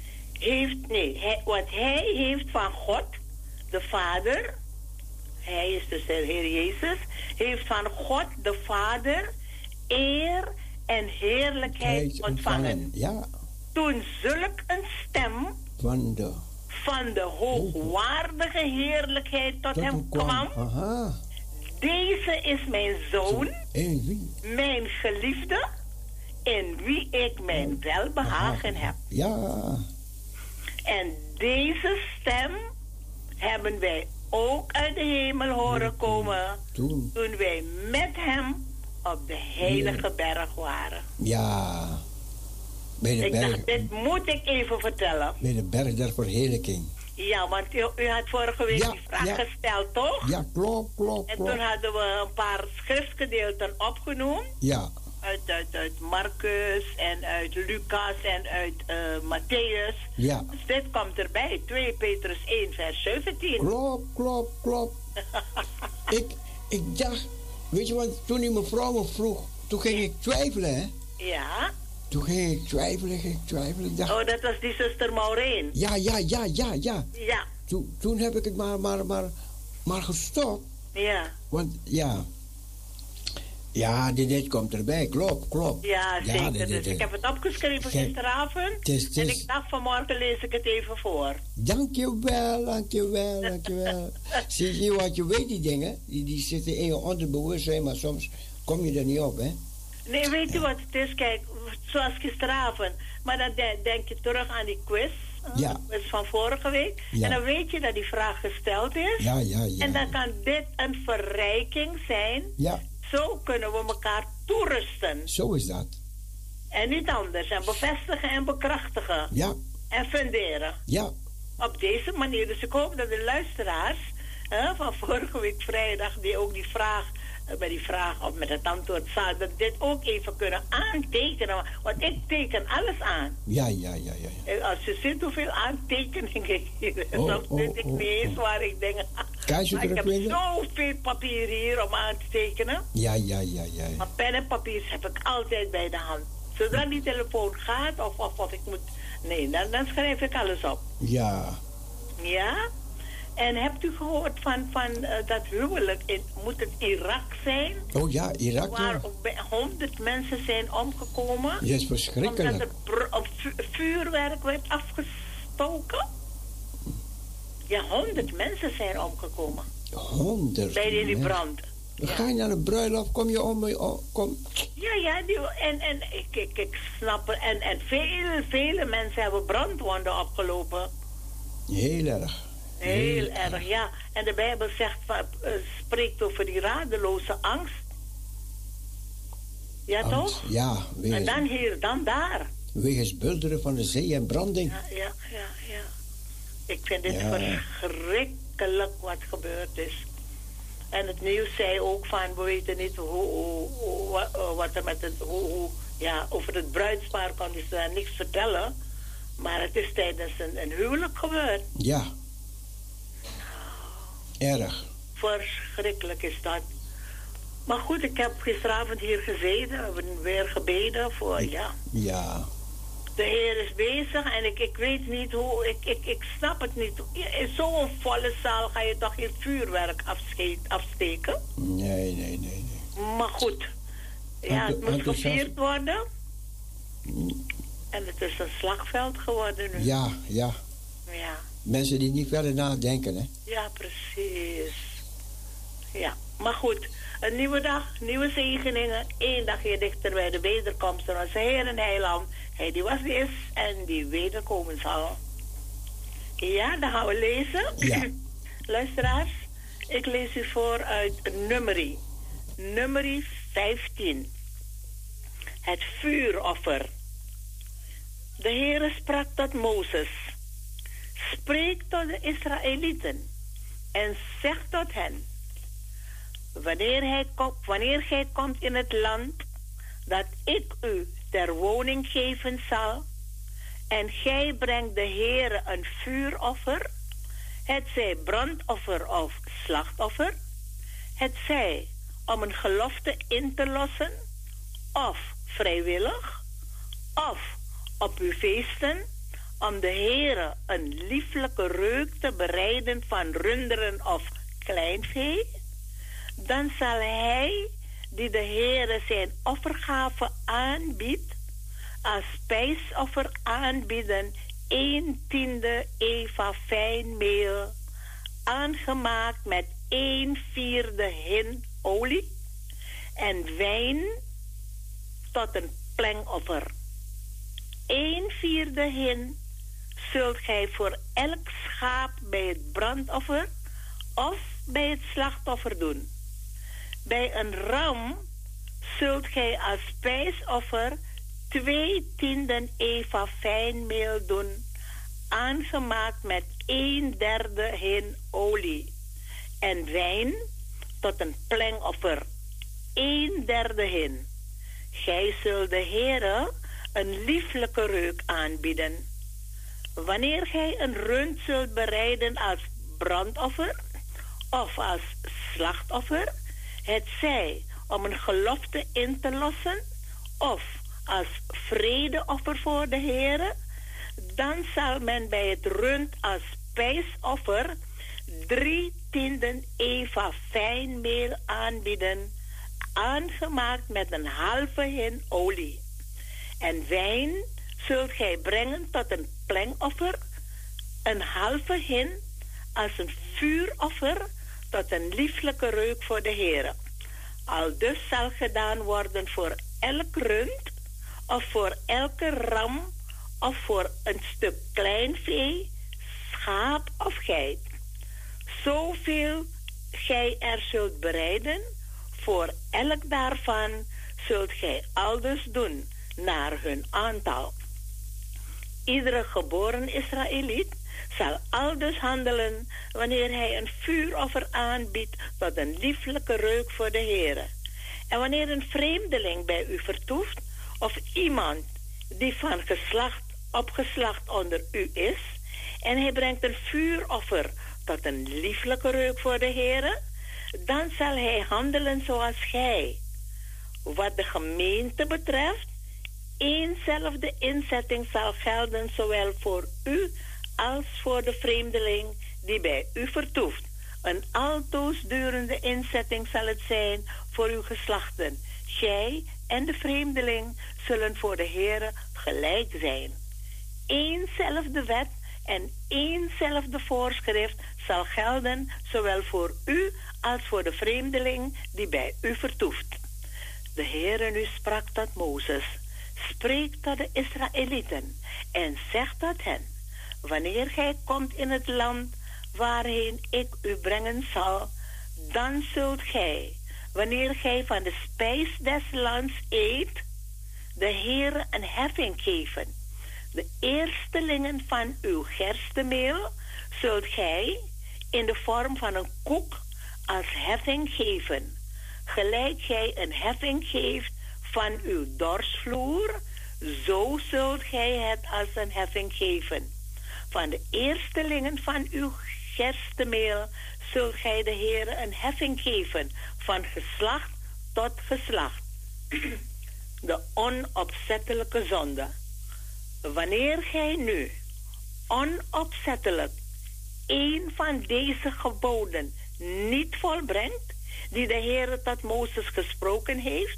want hij heeft van God, de Vader, hij is dus de Heer Jezus, heeft van God, de Vader, eer en heerlijkheid ontvangen. Ja. Toen zulk een stem van de hoogwaardige heerlijkheid tot hem kwam. Aha. Deze is mijn zoon, wie? mijn geliefde, in wie ik mijn welbehagen heb. Ja. En deze stem hebben wij ook uit de hemel horen komen toen wij met hem op de heilige berg waren. Ja. Bij de berg. Dacht, dit moet ik even vertellen. Bij de berg der verheerlijking. Ja, want u had vorige week die vraag gesteld, toch? Ja, klopt. En toen hadden we een paar schriftgedeelten opgenoemd. Ja. Uit Marcus en uit Lucas en uit Matthäus. Ja. Dus dit komt erbij. 2 Petrus 1 vers 17. Klopt. ik dacht, weet je wat, toen die mevrouw me vroeg, toen ging ik twijfelen, hè? Ja. Toen ging ik twijfelen. Ik dacht, oh, dat was die zuster Maureen. Ja. Ja. Toen heb ik het maar gestopt. Ja. Want ja, Ja, dit komt erbij. Klopt. Ja, zeker. Dus ik heb het opgeschreven gisteravond. En ik dacht vanmorgen lees ik het even voor. Dankjewel. Zie je wat je weet, die dingen, die zitten in je onderbewustzijn, maar soms kom je er niet op, hè? Nee, weet u wat het is? Kijk, zoals gisteravond. Maar dan denk je terug aan die quiz. Ja. Quiz van vorige week. Ja. En dan weet je dat die vraag gesteld is. Ja. En dan kan dit een verrijking zijn. Ja. Zo kunnen we elkaar toerusten. Zo is dat. En niet anders. En bevestigen en bekrachtigen. Ja. En funderen. Ja. Op deze manier. Dus ik hoop dat de luisteraars van vorige week vrijdag, die ook die vraag, bij die vraag of met het antwoord zaten, dat dit ook even kunnen aantekenen. Want ik teken alles aan. Ja. Als je ziet hoeveel aantekeningen hier is, dan weet ik niet eens waar ik denk. Maar ik heb zoveel papier hier om aan te tekenen. Ja. Maar pen en papier heb ik altijd bij de hand. Zodra die telefoon gaat of ik moet... Nee, dan schrijf ik alles op. Ja. Ja? En hebt u gehoord van dat huwelijk, moet het Irak zijn? Oh ja, Irak, waar 100 mensen zijn omgekomen. Dat is verschrikkelijk. Omdat er vuurwerk werd afgestoken. Ja, 100 mensen zijn omgekomen. 100? Bij die brand. Ga je naar een bruiloft, kom je om... Ja, en ik snap het. En vele mensen hebben brandwonden opgelopen. Heel erg. Heel erg, ja. En de Bijbel spreekt over die radeloze angst. Ja, angst, toch? Ja. En dan hier, dan daar. Wegens bulderen van de zee en branding. Ja. Ik vind dit verschrikkelijk wat gebeurd is. En het nieuws zei ook van, we weten niet wat er met het... over het bruidspaar kan ze daar niks vertellen. Maar het is tijdens een huwelijk gebeurd. Ja. Erg. Verschrikkelijk is dat. Maar goed, ik heb gisteravond hier gezeten. We hebben weer gebeden voor, Ja. De Heer is bezig en ik weet niet hoe... Ik snap het niet. In zo'n volle zaal ga je toch geen vuurwerk afsteken? Nee. Maar goed. Ja, het moet gevierd worden. En het is een slagveld geworden nu. Ja. Mensen die niet verder nadenken, hè? Ja, precies. Ja, maar goed. Een nieuwe dag, nieuwe zegeningen. 1 dagje dichter bij de wederkomst van onze Heer en Heiland. Hij die was, die is en die wederkomen zal. Ja, dan gaan we lezen. Ja. Luisteraars, ik lees u voor uit Numeri. Numeri 15. Het vuuroffer. De Heere sprak tot Mozes. Spreek tot de Israëlieten en zeg tot hen: wanneer gij komt in het land dat ik u ter woning geven zal, en gij brengt de Heere een vuuroffer, het zij brandoffer of slachtoffer, het zij om een gelofte in te lossen, of vrijwillig, of op uw feesten, om de Heere een lieflijke reuk te bereiden van runderen of kleinvee, dan zal hij, die de Heere zijn offergave aanbiedt, als spijsoffer aanbieden 1/10 eva fijn meel, aangemaakt met 1/4 hin olie, en wijn tot een plengoffer. 1/4 hin zult gij voor elk schaap bij het brandoffer of bij het slachtoffer doen. Bij een ram zult gij als spijsoffer 2/10 eva fijn meel doen, aangemaakt met 1/3 hin olie, en wijn tot een plengoffer 1/3 hin. Gij zult de Heere een lieflijke reuk aanbieden. Wanneer gij een rund zult bereiden als brandoffer of als slachtoffer, het zij om een gelofte in te lossen of als vredeoffer voor de Heere, dan zal men bij het rund als spijsoffer 3/10 eva fijn meel aanbieden, aangemaakt met een halve hin olie. En wijn zult gij brengen tot een plengoffer, een halve hin als een vuuroffer tot een lieflijke reuk voor de Heere. Aldus zal gedaan worden voor elk rund, of voor elke ram, of voor een stuk klein vee, schaap of geit. Zoveel gij er zult bereiden, voor elk daarvan zult gij aldus doen, naar hun aantal. Iedere geboren Israëliet zal aldus handelen wanneer hij een vuuroffer aanbiedt tot een lieflijke reuk voor de Heere. En wanneer een vreemdeling bij u vertoeft, of iemand die van geslacht onder u is, en hij brengt een vuuroffer tot een lieflijke reuk voor de Heere, dan zal hij handelen zoals gij. Wat de gemeente betreft, éénzelfde inzetting zal gelden zowel voor u als voor de vreemdeling die bij u vertoeft. Een altoosdurende inzetting zal het zijn voor uw geslachten. Gij en de vreemdeling zullen voor de Heere gelijk zijn. Éénzelfde wet en éénzelfde voorschrift zal gelden zowel voor u als voor de vreemdeling die bij u vertoeft. De Heere nu sprak tot Mozes: spreek tot de Israëlieten en zeg tot hen: wanneer gij komt in het land waarheen ik u brengen zal, dan zult gij, wanneer gij van de spijs des lands eet, de Heere een heffing geven. De eerstelingen van uw gerstemeel zult gij in de vorm van een koek als heffing geven. Gelijk gij een heffing geeft van uw dorsvloer, zo zult gij het als een heffing geven. Van de eerstelingen van uw gerstemeel zult gij de Heere een heffing geven, van geslacht tot geslacht. De onopzettelijke zonde. Wanneer gij nu onopzettelijk een van deze geboden niet volbrengt, die de Heere tot Mozes gesproken heeft,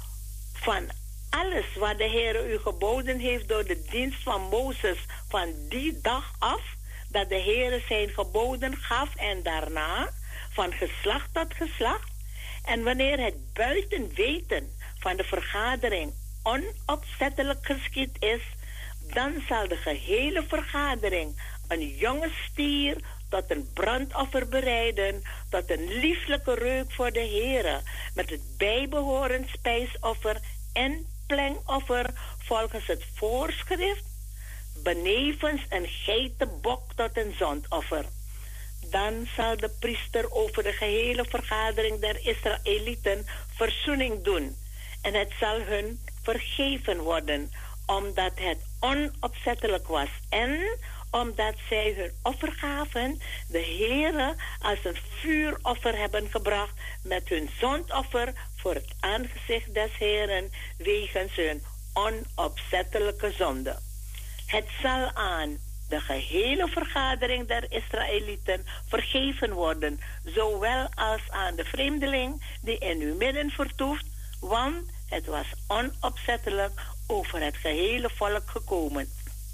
van alles wat de Heere u geboden heeft door de dienst van Mozes van die dag af, dat de Heere zijn geboden gaf en daarna, van geslacht tot geslacht, en wanneer het buiten weten van de vergadering onopzettelijk geschied is, dan zal de gehele vergadering een jonge stier tot een brandoffer bereiden, tot een lieflijke reuk voor de Heere, met het bijbehorend spijsoffer en plengoffer volgens het voorschrift, benevens een geitenbok tot een zondoffer. Dan zal de priester over de gehele vergadering der Israëlieten verzoening doen, en het zal hun vergeven worden, omdat het onopzettelijk was en omdat zij hun offergaven de Heere als een vuuroffer hebben gebracht met hun zondoffer voor het aangezicht des Heeren wegens hun onopzettelijke zonde. Het zal aan de gehele vergadering der Israëlieten vergeven worden, zowel als aan de vreemdeling die in uw midden vertoeft, want het was onopzettelijk over het gehele volk gekomen.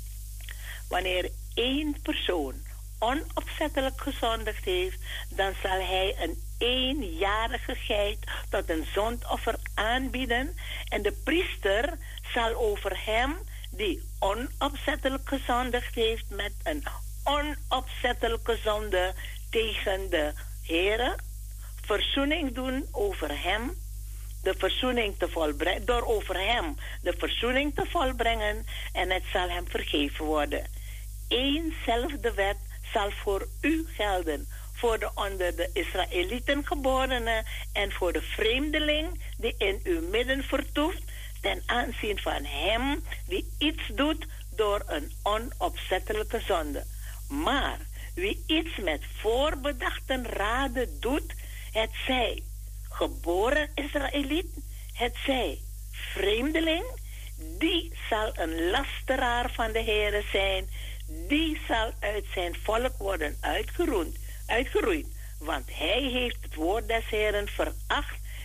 Wanneer één persoon onopzettelijk gezondigd heeft, dan zal hij een eenjarige geit tot een zondoffer aanbieden, en de priester zal over hem die onopzettelijk gezondigd heeft met een onopzettelijke zonde tegen de Heere, verzoening doen over hem, de verzoening te volbrengen, door over hem de verzoening te volbrengen, en het zal hem vergeven worden. Eénzelfde wet zal voor u gelden, voor de onder de Israëlieten geborene en voor de vreemdeling die in uw midden vertoeft, ten aanzien van hem die iets doet door een onopzettelijke zonde. Maar wie iets met voorbedachte raden doet, het zij geboren Israëliet, het zij vreemdeling, die zal een lasteraar van de Heere zijn, die zal uit zijn volk worden uitgeroeid, want hij heeft het woord des Heeren veracht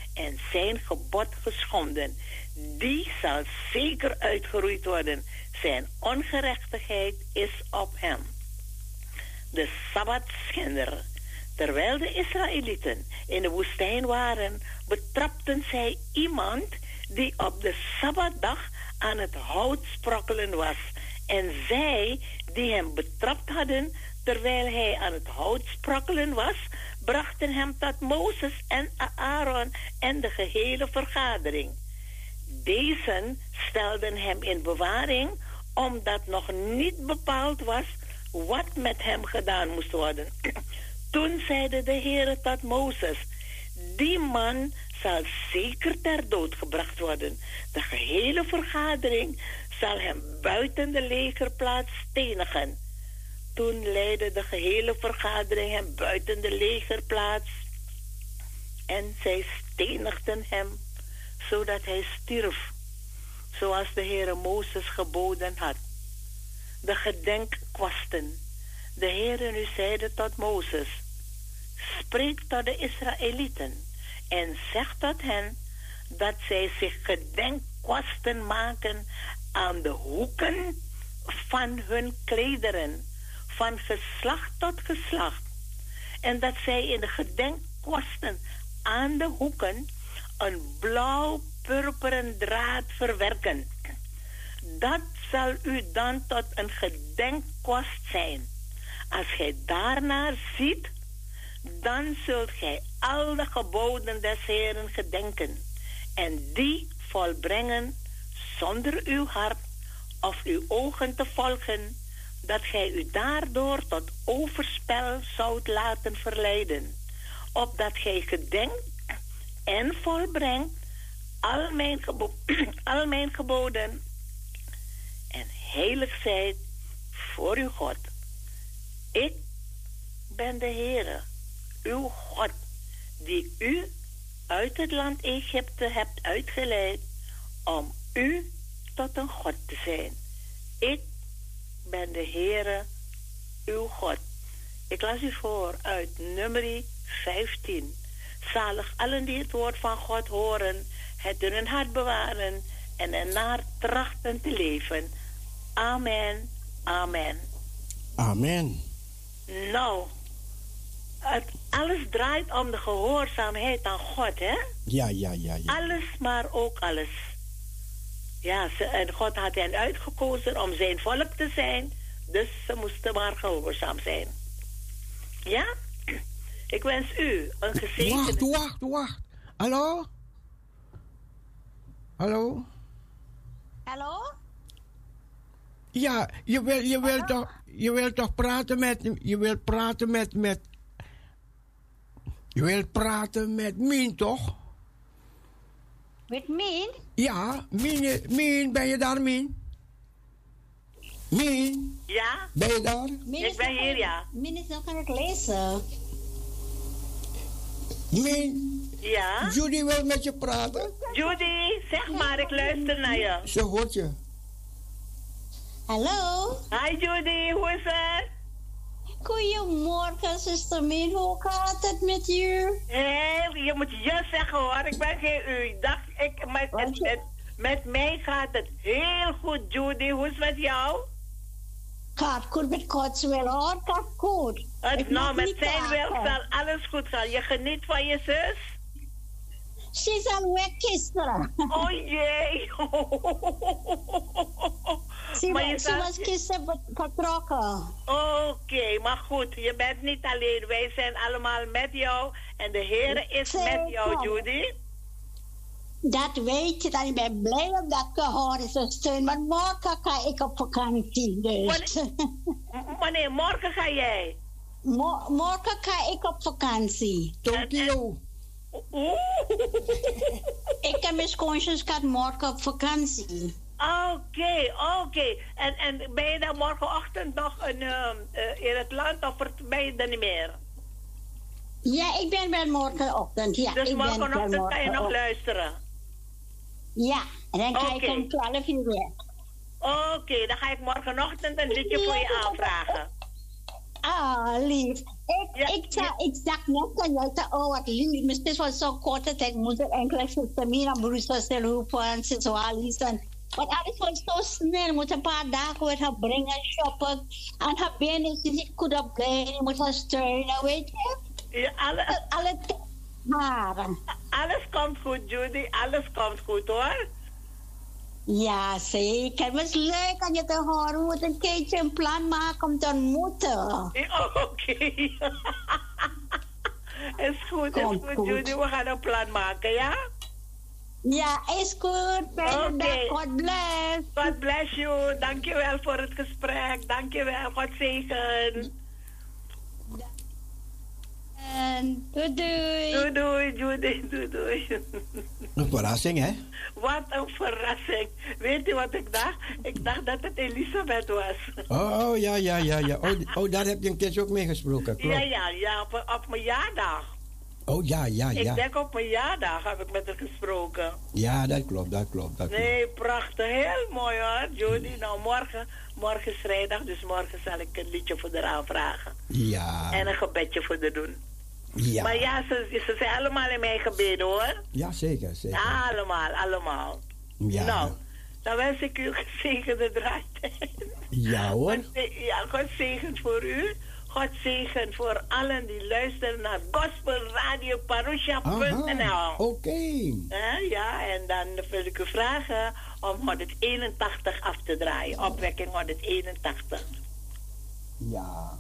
en zijn gebod geschonden. Die zal zeker uitgeroeid worden. Zijn ongerechtigheid is op hem. De Sabbatschender. Terwijl de Israëlieten in de woestijn waren, betrapten zij iemand die op de Sabbatdag aan het hout sprokkelen was. En zij die hem betrapt hadden terwijl hij aan het hout sprokkelen was, brachten hem tot Mozes en Aaron en de gehele vergadering. Deze stelden hem in bewaring, omdat nog niet bepaald was wat met hem gedaan moest worden. Toen zeide de Heere tot Mozes: die man zal zeker ter dood gebracht worden. De gehele vergadering zal hem buiten de legerplaats stenigen. Toen leidde de gehele vergadering hem buiten de legerplaats en zij stenigden hem, zodat hij stierf, zoals de Heere Mozes geboden had. De gedenkkwasten. De Heere nu zeide tot Mozes: spreek tot de Israëlieten en zeg tot hen dat zij zich gedenkkwasten maken aan de hoeken van hun klederen, van geslacht tot geslacht. En dat zij in de gedenkkwasten aan de hoeken een blauw-purperen draad verwerken. Dat zal u dan tot een gedenkkwast zijn. Als gij daarnaar ziet, dan zult gij al de geboden des Heeren gedenken en die volbrengen zonder uw hart of uw ogen te volgen, dat gij u daardoor tot overspel zoudt laten verleiden, opdat gij gedenkt en volbrengt al mijn geboden en heilig zijt voor uw God. Ik ben de Heere, uw God, die u uit het land Egypte hebt uitgeleid om u tot een God te zijn. Ik ben de Heere, uw God. Ik las u voor uit Numeri 15. Zalig allen die het woord van God horen, het in hun hart bewaren en ernaar trachten te leven. Amen, amen. Amen. Nou, alles draait om de gehoorzaamheid aan God, hè? Ja. Alles, maar ook alles. Ja, en God had hen uitgekozen om zijn volk te zijn, dus ze moesten maar gehoorzaam zijn. Ja? Ik wens u een gezegende... Wacht. Hallo? Hallo? Ja, je wilt toch praten met... Je wilt praten met Mien, toch? Met Mien? Ja, Mien, ben je daar, Mien? Mien? Ja? Ben je daar? Ik ben hier, ja. Mien is nog aan het lezen. Mien? Ja? Judy wil met je praten. Judy, zeg maar, ik luister naar je. Ze hoort je. Hallo? Hi Judy, hoe is het? Goedemorgen, zuster Mien. Hoe gaat het met je? Hé, je moet je zeggen hoor, ik ben geen u. Met mij gaat het heel goed, Judy. Hoe is het met jou? Gaat goed met Gods wil hoor, gaat goed. Met zijn wil zal alles goed gaan. Je geniet van je zus? Ze is al weg gisteren. Oh jee. Ze was gisteren vertrokken. Oké, maar goed, je bent niet alleen. Wij zijn allemaal met jou. En de Heer is met jou, Judy. Dat weet je, dan ik ben blij om dat gehoord te steunen. Want morgen ga ik op vakantie. Dus. Wanneer? Morgen ga jij? Morgen ga ik op vakantie. Tokio. Ik en mijn schoonzus gaat morgen op vakantie. Oké. En ben je dan morgenochtend nog in het land of ben je er niet meer? Ja, ik ben wel morgenochtend. Ja, dus morgenochtend kan je nog luisteren? Ja, en dan ga ik om 12 uur weg. Oké, dan ga ik morgenochtend een liedje voor je aanvragen. Ah, lief. Ik dacht net aan jou, wat Lili, misschien was zo korte tijd, moet er enkele Mina, Bruce, Roepen, Sensualis. Want alles was zo snel, moet een paar dagen weer gaan brengen, shoppen. En haar benen is niet goed op blij, moet gaan steunen, weet je? Ja, alles komt goed, Judy, alles komt goed hoor. Ja, zeker. Het was leuk aan je te horen. We moeten een keertje een plan maken om te ontmoeten. Oké. Is goed, Judy. We gaan een plan maken, ja? Ja, is goed. Fijne dag. God bless. God bless you. Dankjewel voor het gesprek. Dankjewel. God zegen. En doei doei. Doei doei, Judy. Doei doei. Een verrassing, hè? Wat een verrassing. Weet je wat ik dacht? Ik dacht dat het Elisabeth was. Oh, ja. Oh, daar heb je een keertje ook mee gesproken, klopt. Ja, op mijn jaardag. Oh, ja. Ik denk op mijn jaardag heb ik met haar gesproken. Ja, dat klopt. Nee, prachtig. Heel mooi hoor, Judy. Nou, morgen is vrijdag, dus morgen zal ik een liedje voor haar aanvragen. Ja. En een gebedje voor haar doen. Ja. Maar ja, ze zijn allemaal in mijn gebeden hoor. Ja, zeker. Ja, allemaal. Ja. Nou, dan wens ik u een gezegende draaitijd. Ja hoor. God zegen voor u. God zegen voor allen die luisteren naar gospelradioparusha.nl. Oké. Ja, en dan wil ik u vragen om 181 af te draaien. Opwekking 181. Ja.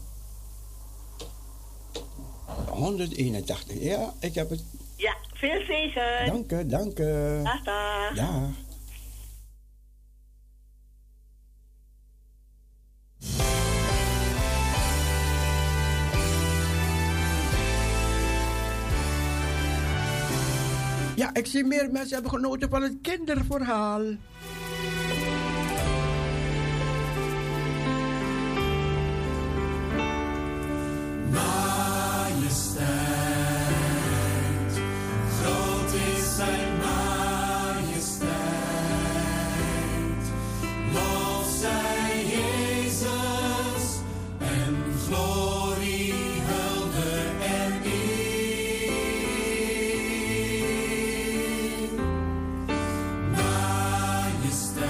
181, ja, ik heb het. Ja, veel zegen. Dank u. Dag. Ja. Ja, ik zie meer mensen hebben genoten van het kinderverhaal. Groot is zijn majesteit. Lof zij Jezus en glorie, hulde en eer. Majesteit.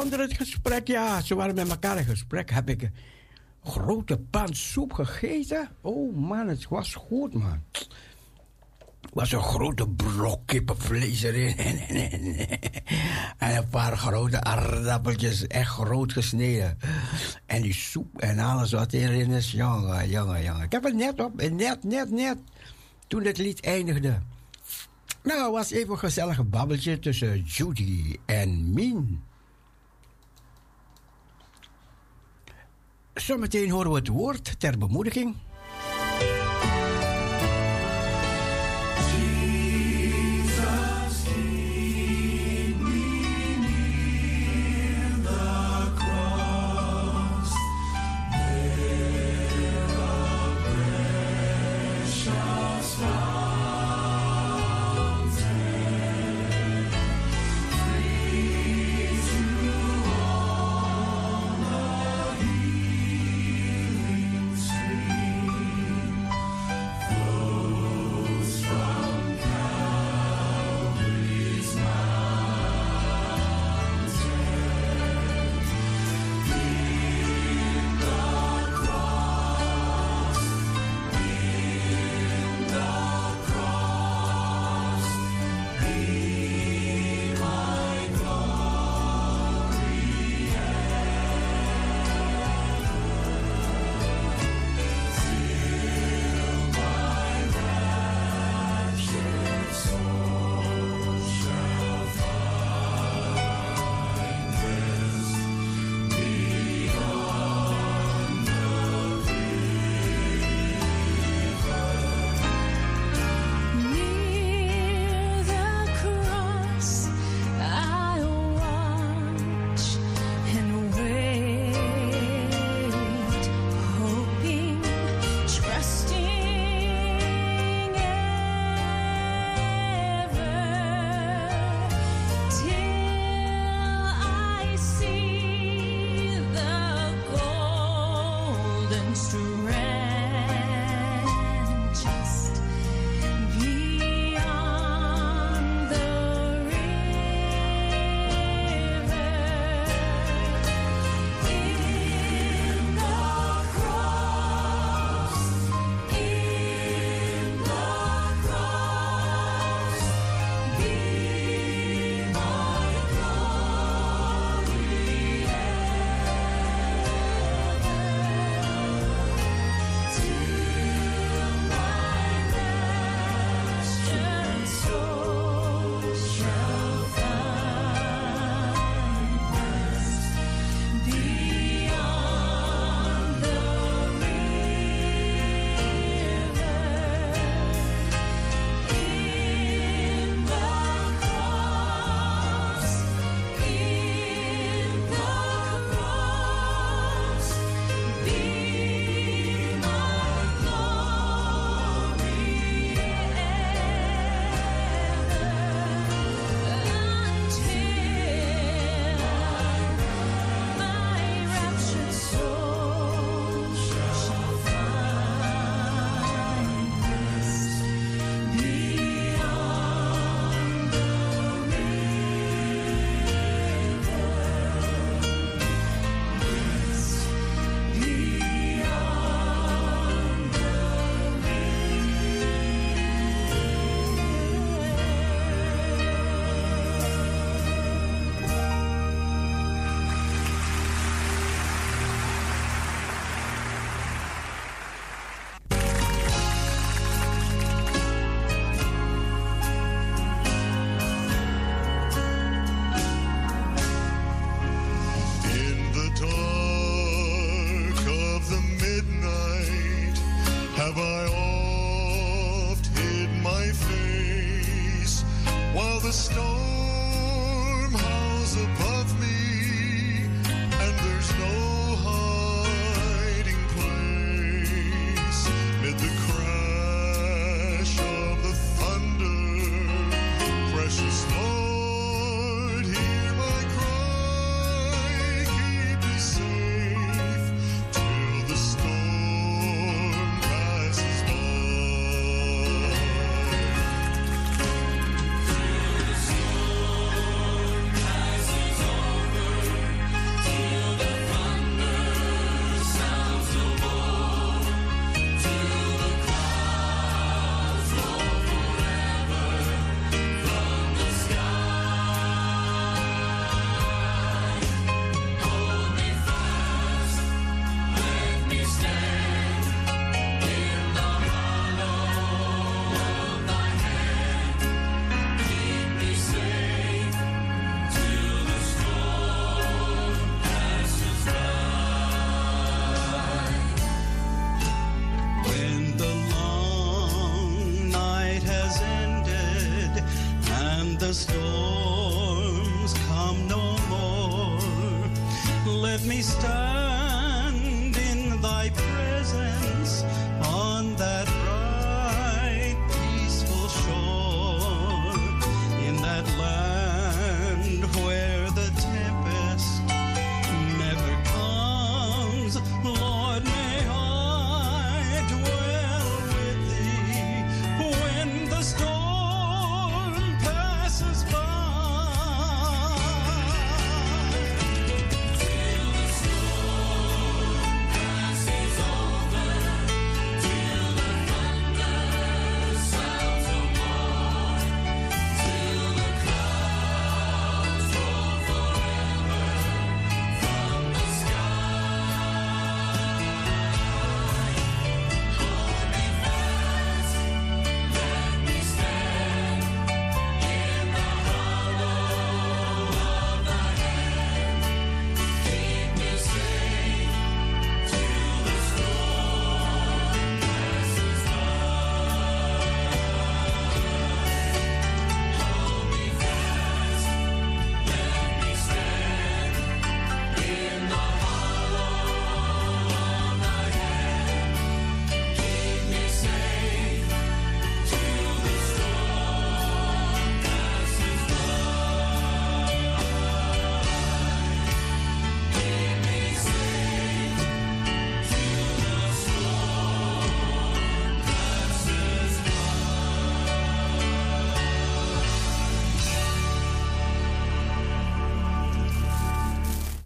onder het gesprek, ja, ze waren met elkaar in gesprek, heb ik een grote pan soep gegeten. Oh man, het was goed, man. Er was een grote brok kippenvlees erin. En een paar grote aardappeltjes, echt groot gesneden. En die soep en alles wat erin is. Jongen. Ik heb het net op, net. Toen het lied eindigde. Nou, het was even een gezellig babbeltje tussen Judy en Mien. Zometeen horen we het woord ter bemoediging.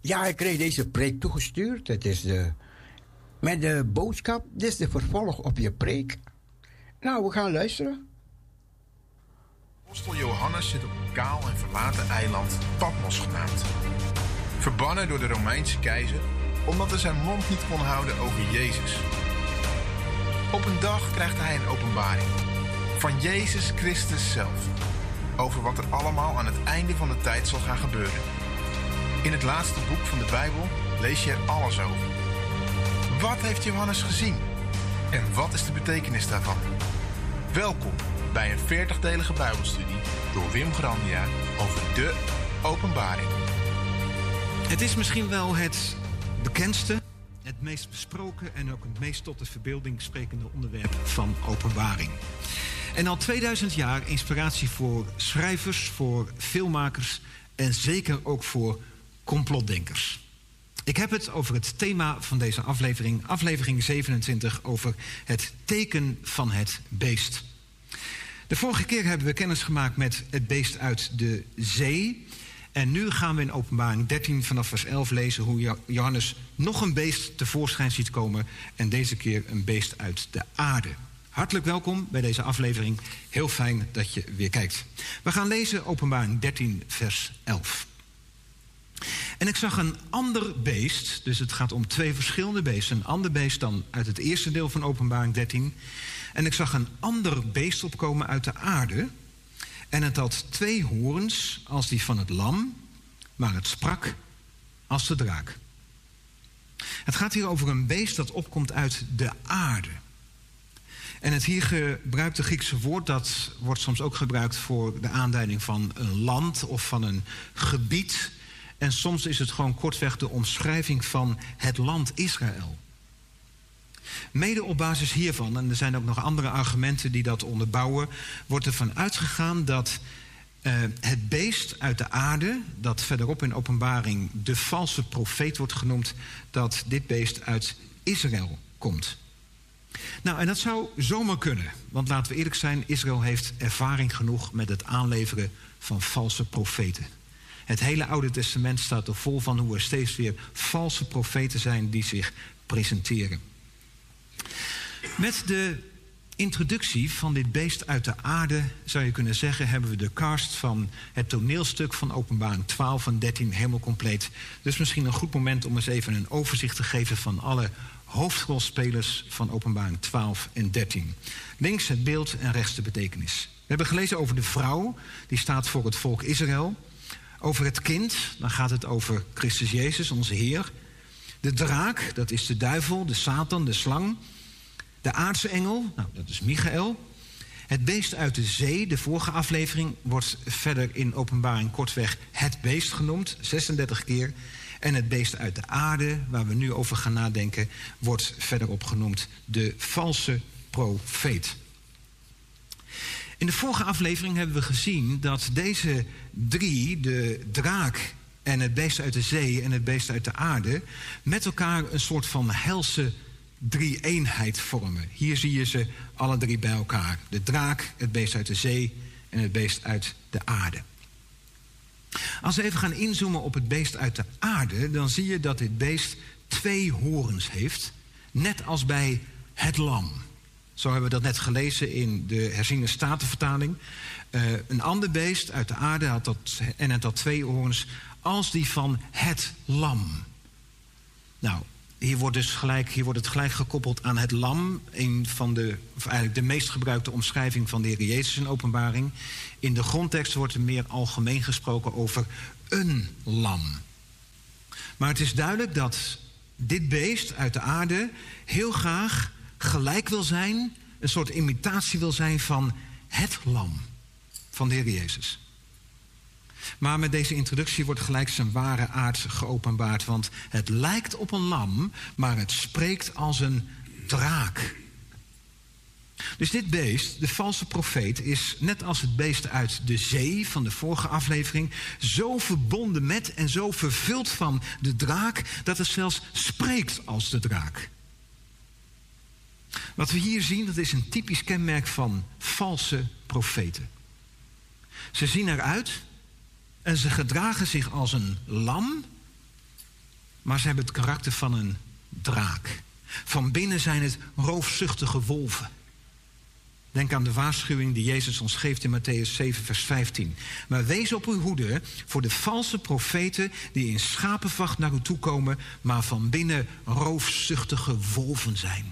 Ja, ik kreeg deze preek toegestuurd. Het is met de boodschap, dit is de vervolg op je preek. Nou, we gaan luisteren. Apostel Johannes zit op een kaal en verlaten eiland, Patmos genaamd. Verbannen door de Romeinse keizer, omdat hij zijn mond niet kon houden over Jezus. Op een dag krijgt hij een openbaring van Jezus Christus zelf, over wat er allemaal aan het einde van de tijd zal gaan gebeuren. In het laatste boek van de Bijbel lees je er alles over. Wat heeft Johannes gezien? En wat is de betekenis daarvan? Welkom bij een 40-delige Bijbelstudie door Wim Grandia over de openbaring. Het is misschien wel het bekendste, het meest besproken en ook het meest tot de verbeelding sprekende onderwerp van openbaring. En al 2000 jaar inspiratie voor schrijvers, voor filmmakers en zeker ook voor complotdenkers. Ik heb het over het thema van deze aflevering, aflevering 27, over het teken van het beest. De vorige keer hebben we kennis gemaakt met het beest uit de zee. En nu gaan we in Openbaring 13 vanaf vers 11 lezen hoe Johannes nog een beest tevoorschijn ziet komen. En deze keer een beest uit de aarde. Hartelijk welkom bij deze aflevering. Heel fijn dat je weer kijkt. We gaan lezen Openbaring 13 vers 11. En ik zag een ander beest, dus het gaat om twee verschillende beesten. Een ander beest dan uit het eerste deel van Openbaring 13. En ik zag een ander beest opkomen uit de aarde. En het had 2 hoorns als die van het lam, maar het sprak als de draak. Het gaat hier over een beest dat opkomt uit de aarde. En het hier gebruikte Griekse woord, dat wordt soms ook gebruikt voor de aanduiding van een land of van een gebied. En soms is het gewoon kortweg de omschrijving van het land Israël. Mede op basis hiervan, en er zijn ook nog andere argumenten die dat onderbouwen, wordt ervan uitgegaan dat het beest uit de aarde, dat verderop in Openbaring de valse profeet wordt genoemd, dat dit beest uit Israël komt. Nou, en dat zou zomaar kunnen, want laten we eerlijk zijn, Israël heeft ervaring genoeg met het aanleveren van valse profeten. Het hele Oude Testament staat er vol van hoe er steeds weer valse profeten zijn die zich presenteren. Met de introductie van dit beest uit de aarde, zou je kunnen zeggen, hebben we de cast van het toneelstuk van Openbaring 12 en 13 helemaal compleet. Dus misschien een goed moment om eens even een overzicht te geven van alle hoofdrolspelers van Openbaring 12 en 13. Links het beeld en rechts de betekenis. We hebben gelezen over de vrouw, die staat voor het volk Israël. Over het kind, dan gaat het over Christus Jezus, onze Heer. De draak, dat is de duivel, de Satan, de slang. De aardse engel, nou, dat is Michael. Het beest uit de zee, de vorige aflevering, wordt verder in Openbaring kortweg het beest genoemd, 36 keer. En het beest uit de aarde, waar we nu over gaan nadenken, wordt verderop genoemd de valse profeet. In de vorige aflevering hebben we gezien dat deze 3, de draak en het beest uit de zee en het beest uit de aarde, met elkaar een soort van helse drie-eenheid vormen. Hier zie je ze alle 3 bij elkaar. De draak, het beest uit de zee en het beest uit de aarde. Als we even gaan inzoomen op het beest uit de aarde, dan zie je dat dit beest 2 horens heeft, net als bij het lam. Zo hebben we dat net gelezen in de herziene statenvertaling. Een ander beest uit de aarde had het had 2 horens als die van het lam. Nou, hier wordt het gelijk gekoppeld aan het lam. Eigenlijk de meest gebruikte omschrijving van de Heer Jezus in Openbaring. In de grondtekst wordt er meer algemeen gesproken over een lam. Maar het is duidelijk dat dit beest uit de aarde heel graag gelijk wil zijn, een soort imitatie wil zijn van het lam van de Heer Jezus. Maar met deze introductie wordt gelijk zijn ware aard geopenbaard, want het lijkt op een lam, maar het spreekt als een draak. Dus dit beest, de valse profeet, is net als het beest uit de zee van de vorige aflevering zo verbonden met en zo vervuld van de draak dat het zelfs spreekt als de draak. Wat we hier zien, dat is een typisch kenmerk van valse profeten. Ze zien eruit en ze gedragen zich als een lam, maar ze hebben het karakter van een draak. Van binnen zijn het roofzuchtige wolven. Denk aan de waarschuwing die Jezus ons geeft in Mattheüs 7, vers 15. Maar wees op uw hoede voor de valse profeten die in schapenvacht naar u toe komen, maar van binnen roofzuchtige wolven zijn.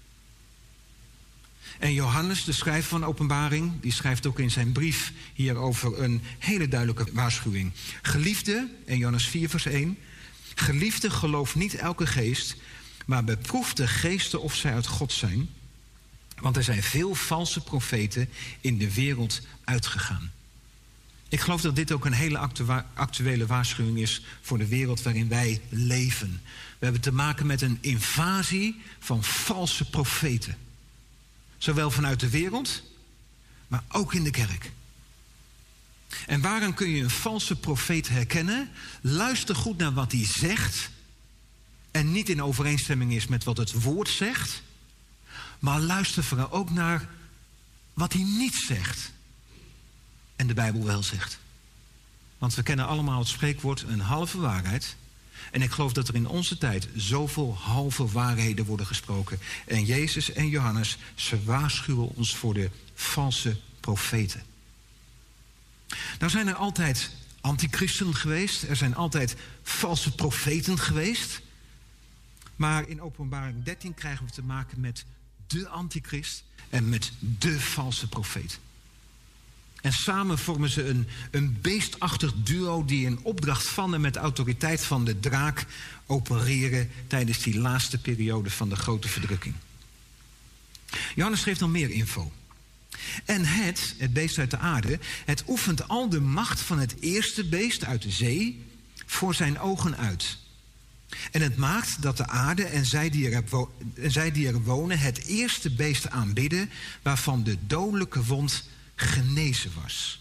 En Johannes, de schrijver van Openbaring, die schrijft ook in zijn brief hierover een hele duidelijke waarschuwing. Geliefde, in Johannes 4, vers 1, geliefde, geloof niet elke geest, maar beproef de geesten of zij uit God zijn. Want er zijn veel valse profeten in de wereld uitgegaan. Ik geloof dat dit ook een hele actuele waarschuwing is voor de wereld waarin wij leven. We hebben te maken met een invasie van valse profeten. Zowel vanuit de wereld, maar ook in de kerk. En waarom kun je een valse profeet herkennen? Luister goed naar wat hij zegt en niet in overeenstemming is met wat het woord zegt. Maar luister vooral ook naar wat hij niet zegt. En de Bijbel wel zegt. Want we kennen allemaal het spreekwoord een halve waarheid. En ik geloof dat er in onze tijd zoveel halve waarheden worden gesproken. En Jezus en Johannes, ze waarschuwen ons voor de valse profeten. Nou zijn er altijd antichristen geweest. Er zijn altijd valse profeten geweest. Maar in Openbaring 13 krijgen we te maken met de antichrist en met de valse profeet. En samen vormen ze een beestachtig duo die in opdracht van en met autoriteit van de draak opereren tijdens die laatste periode van de grote verdrukking. Johannes geeft nog meer info. En het beest uit de aarde, het oefent al de macht van het eerste beest uit de zee voor zijn ogen uit. En het maakt dat de aarde en zij die er wonen het eerste beest aanbidden waarvan de dodelijke wond genezen was.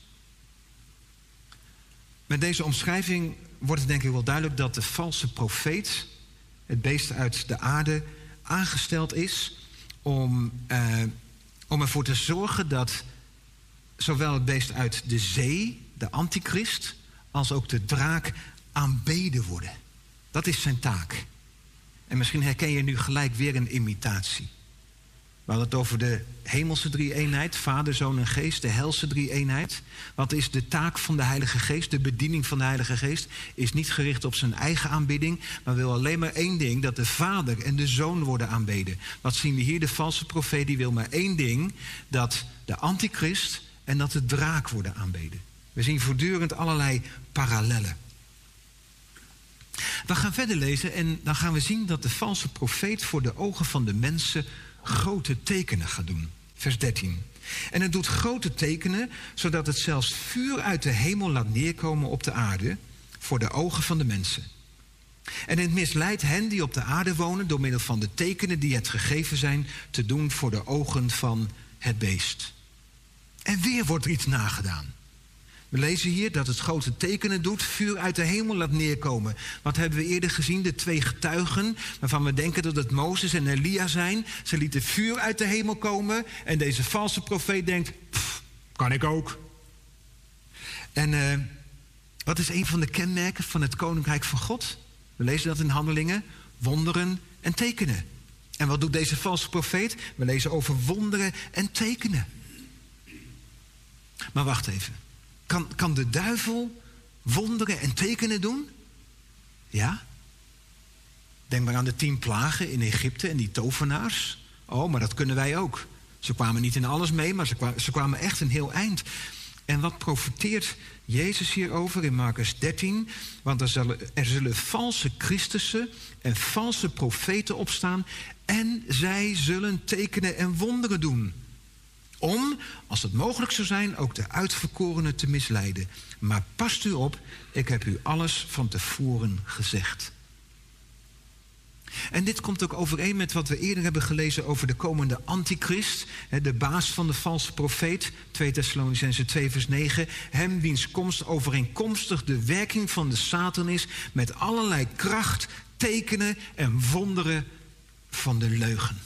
Met deze omschrijving wordt het denk ik wel duidelijk dat de valse profeet, het beest uit de aarde, aangesteld is om ervoor te zorgen dat zowel het beest uit de zee, de antichrist, als ook de draak aanbeden worden. Dat is zijn taak. En misschien herken je nu gelijk weer een imitatie. We hadden het over de hemelse drie-eenheid, Vader, Zoon en Geest, de helse drie-eenheid. Wat is de taak van de Heilige Geest? De bediening van de Heilige Geest is niet gericht op zijn eigen aanbidding, maar wil alleen maar één ding, dat de Vader en de Zoon worden aanbeden. Wat zien we hier? De valse profeet die wil maar één ding, dat de antichrist en dat de draak worden aanbeden. We zien voortdurend allerlei parallellen. We gaan verder lezen en dan gaan we zien dat de valse profeet voor de ogen van de mensen grote tekenen gaat doen. Vers 13. En het doet grote tekenen, zodat het zelfs vuur uit de hemel laat neerkomen op de aarde, voor de ogen van de mensen. En het misleidt hen die op de aarde wonen, door middel van de tekenen die het gegeven zijn, te doen voor de ogen van het beest. En weer wordt er iets nagedaan. We lezen hier dat het grote tekenen doet, vuur uit de hemel laat neerkomen. Wat hebben we eerder gezien? De twee getuigen, waarvan we denken dat het Mozes en Elia zijn. Ze lieten vuur uit de hemel komen en deze valse profeet denkt, kan ik ook. En wat is een van de kenmerken van het koninkrijk van God? We lezen dat in Handelingen, wonderen en tekenen. En wat doet deze valse profeet? We lezen over wonderen en tekenen. Maar wacht even. Kan de duivel wonderen en tekenen doen? Ja. Denk maar aan de 10 plagen in Egypte en die tovenaars. Oh, maar dat kunnen wij ook. Ze kwamen niet in alles mee, maar ze kwamen echt een heel eind. En wat profeteert Jezus hierover in Markus 13? Want er zullen valse Christussen en valse profeten opstaan en zij zullen tekenen en wonderen doen. Om, als het mogelijk zou zijn, ook de uitverkorenen te misleiden. Maar past u op, ik heb u alles van tevoren gezegd. En dit komt ook overeen met wat we eerder hebben gelezen over de komende antichrist, de baas van de valse profeet, 2 Thessalonicenzen 2 vers 9, hem wiens komst overeenkomstig de werking van de Satan is, met allerlei kracht, tekenen en wonderen van de leugen.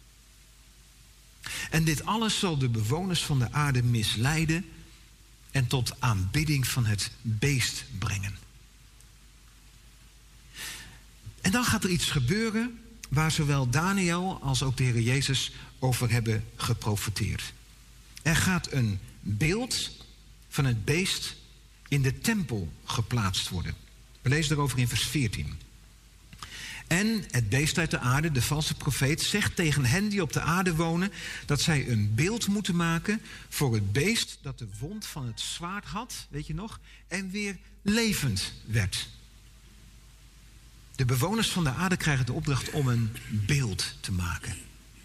En dit alles zal de bewoners van de aarde misleiden en tot aanbidding van het beest brengen. En dan gaat er iets gebeuren waar zowel Daniel als ook de Heer Jezus over hebben geprofeteerd. Er gaat een beeld van het beest in de tempel geplaatst worden. We lezen erover in vers 14. En het beest uit de aarde, de valse profeet, zegt tegen hen die op de aarde wonen dat zij een beeld moeten maken voor het beest dat de wond van het zwaard had, weet je nog, en weer levend werd. De bewoners van de aarde krijgen de opdracht om een beeld te maken.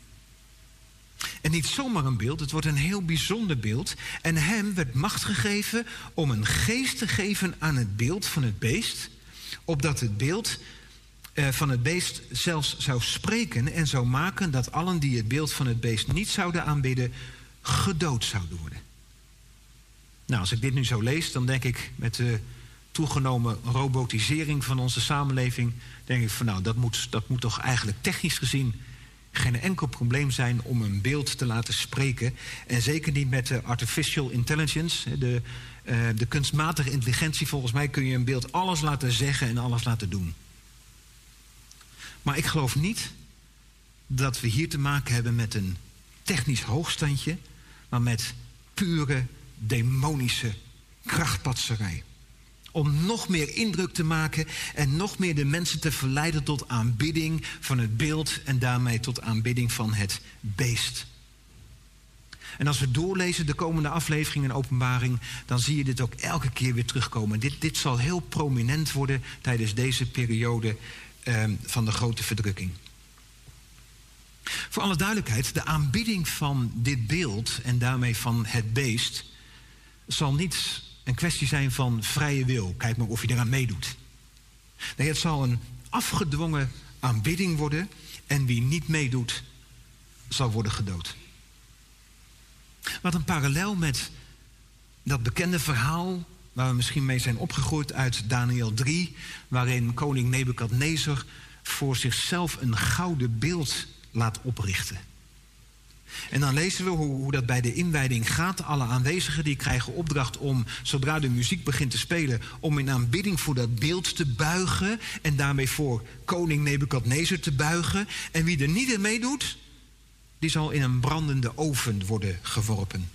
En niet zomaar een beeld, het wordt een heel bijzonder beeld. En hem werd macht gegeven om een geest te geven aan het beeld van het beest, opdat het beeld van het beest zelfs zou spreken en zou maken dat allen die het beeld van het beest niet zouden aanbidden, gedood zouden worden. Nou, als ik dit nu zo lees, dan denk ik met de toegenomen robotisering van onze samenleving, denk ik van nou, dat moet toch eigenlijk technisch gezien geen enkel probleem zijn om een beeld te laten spreken. En zeker niet met de artificial intelligence, de kunstmatige intelligentie. Volgens mij kun je een beeld alles laten zeggen en alles laten doen. Maar ik geloof niet dat we hier te maken hebben met een technisch hoogstandje, maar met pure demonische krachtpatserij. Om nog meer indruk te maken en nog meer de mensen te verleiden tot aanbidding van het beeld en daarmee tot aanbidding van het beest. En als we doorlezen de komende afleveringen in Openbaring, dan zie je dit ook elke keer weer terugkomen. Dit zal heel prominent worden tijdens deze periode van de grote verdrukking. Voor alle duidelijkheid, de aanbidding van dit beeld en daarmee van het beest zal niet een kwestie zijn van vrije wil. Kijk maar of je eraan meedoet. Nee, het zal een afgedwongen aanbidding worden en wie niet meedoet, zal worden gedood. Wat een parallel met dat bekende verhaal waar we misschien mee zijn opgegroeid uit Daniel 3, waarin koning Nebukadnezar voor zichzelf een gouden beeld laat oprichten. En dan lezen we hoe dat bij de inwijding gaat. Alle aanwezigen die krijgen opdracht om, zodra de muziek begint te spelen, om in aanbidding voor dat beeld te buigen en daarmee voor koning Nebukadnezar te buigen. En wie er niet in meedoet, die zal in een brandende oven worden geworpen.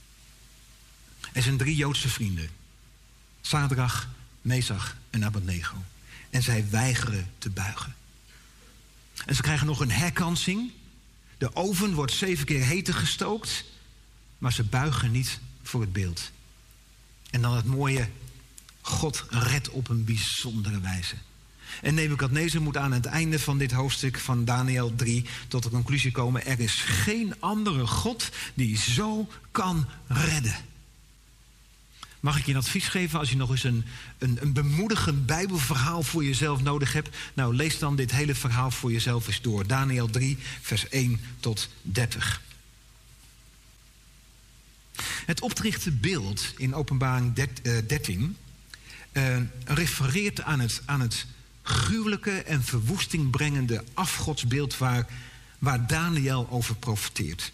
Er zijn 3 Joodse vrienden. Sadrach, Mesach en Abednego. En zij weigeren te buigen. En ze krijgen nog een herkansing. De oven wordt 7 keer heter gestookt, maar ze buigen niet voor het beeld. En dan het mooie, God redt op een bijzondere wijze. En Nebukadnezar moet aan het einde van dit hoofdstuk van Daniel 3 tot de conclusie komen: er is geen andere God die zo kan redden. Mag ik je een advies geven als je nog eens een bemoedigend Bijbelverhaal voor jezelf nodig hebt? Nou, lees dan dit hele verhaal voor jezelf eens door. Daniel 3, vers 1 tot 30. Het opgerichte beeld in Openbaring 13 refereert aan het gruwelijke en verwoesting brengende afgodsbeeld waar Daniel over profeteert.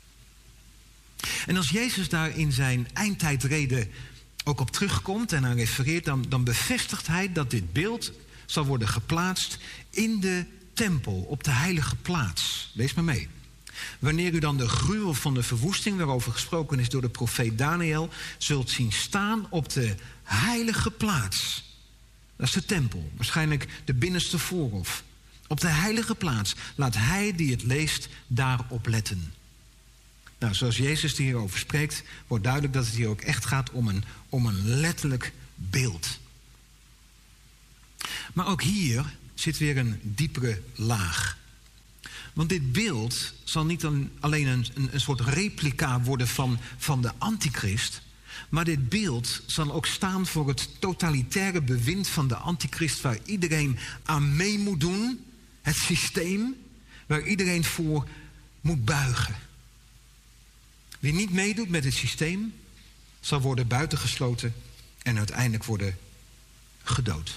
En als Jezus daar in zijn eindtijdrede ook op terugkomt en aan refereert, dan bevestigt hij dat dit beeld zal worden geplaatst in de tempel, op de heilige plaats. Lees maar mee. Wanneer u dan de gruwel van de verwoesting, waarover gesproken is door de profeet Daniel, zult zien staan op de heilige plaats. Dat is de tempel, waarschijnlijk de binnenste voorhof. Op de heilige plaats laat hij die het leest daarop letten. Nou, zoals Jezus hierover spreekt, wordt duidelijk dat het hier ook echt gaat om een letterlijk beeld. Maar ook hier zit weer een diepere laag. Want dit beeld zal niet alleen een soort replica worden van de antichrist, maar dit beeld zal ook staan voor het totalitaire bewind van de antichrist, waar iedereen aan mee moet doen, het systeem waar iedereen voor moet buigen. Wie niet meedoet met het systeem, zal worden buitengesloten en uiteindelijk worden gedood.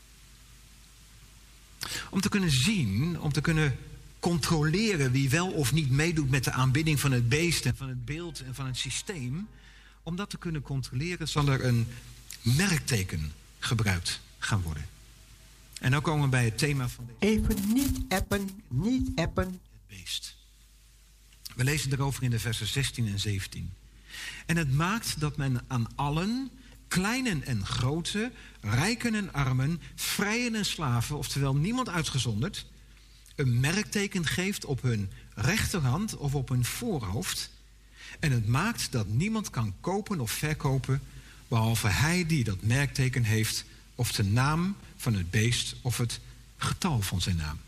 Om te kunnen zien, om te kunnen controleren wie wel of niet meedoet met de aanbidding van het beest en van het beeld en van het systeem, om dat te kunnen controleren zal er een merkteken gebruikt gaan worden. En dan komen we bij het thema van deze... Even niet appen. Het beest. We lezen erover in de versen 16 en 17. En het maakt dat men aan allen, kleinen en groten, rijken en armen, vrijen en slaven, oftewel niemand uitgezonderd, een merkteken geeft op hun rechterhand of op hun voorhoofd. En het maakt dat niemand kan kopen of verkopen, behalve hij die dat merkteken heeft, of de naam van het beest of het getal van zijn naam.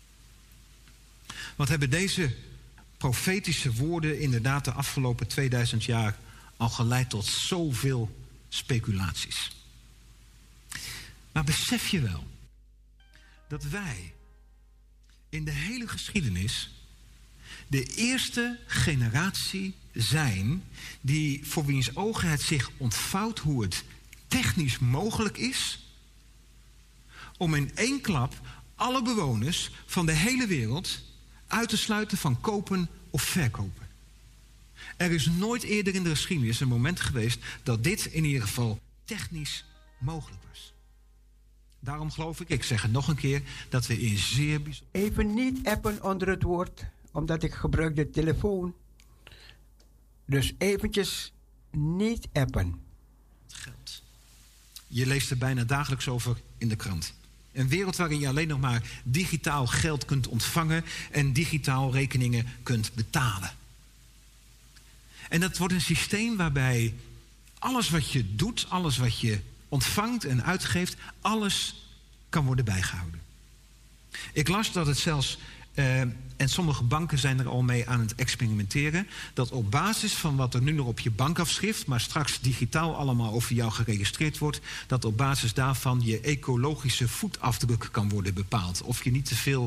Wat hebben deze profetische woorden inderdaad de afgelopen 2000 jaar al geleid tot zoveel speculaties. Maar besef je wel dat wij in de hele geschiedenis de eerste generatie zijn die voor wiens ogen het zich ontvouwt hoe het technisch mogelijk is om in één klap alle bewoners van de hele wereld uit te sluiten van kopen of verkopen. Er is nooit eerder in de geschiedenis een moment geweest dat dit in ieder geval technisch mogelijk was. Daarom geloof ik zeg het nog een keer, dat we in zeer bijzonder... Even niet appen onder het woord, omdat ik gebruik de telefoon. Dus eventjes niet appen. Geld. Je leest er bijna dagelijks over in de krant. Een wereld waarin je alleen nog maar digitaal geld kunt ontvangen en digitaal rekeningen kunt betalen. En dat wordt een systeem waarbij alles wat je doet, alles wat je ontvangt en uitgeeft, alles kan worden bijgehouden. Ik las dat het zelfs, en sommige banken zijn er al mee aan het experimenteren, dat op basis van wat er nu nog op je bankafschrift, maar straks digitaal allemaal over jou geregistreerd wordt, dat op basis daarvan je ecologische voetafdruk kan worden bepaald. Of je niet te veel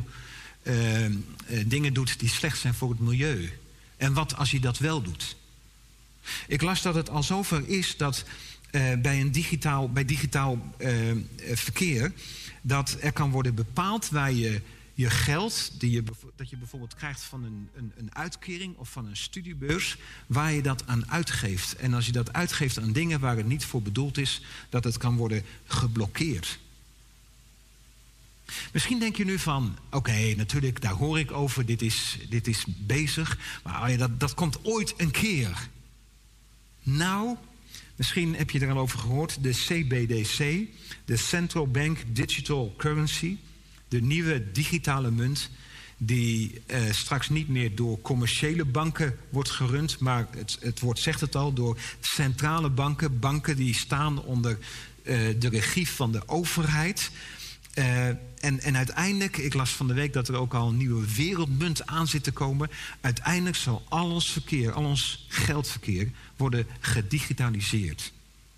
dingen doet die slecht zijn voor het milieu. En wat als je dat wel doet? Ik las dat het al zover is dat bij digitaal verkeer, dat er kan worden bepaald waar je geld, dat je bijvoorbeeld krijgt van een uitkering of van een studiebeurs, waar je dat aan uitgeeft. En als je dat uitgeeft aan dingen waar het niet voor bedoeld is, dat het kan worden geblokkeerd. Misschien denk je nu van, oké, natuurlijk, daar hoor ik over, dit is bezig, maar dat komt ooit een keer. Nou, misschien heb je er al over gehoord, de CBDC, de Central Bank Digital Currency, de nieuwe digitale munt, die straks niet meer door commerciële banken wordt gerund, maar het woord zegt het al, door centrale banken, banken die staan onder de regie van de overheid. En uiteindelijk, ik las van de week dat er ook al een nieuwe wereldmunt aan zit te komen. Uiteindelijk zal al ons verkeer, al ons geldverkeer worden gedigitaliseerd.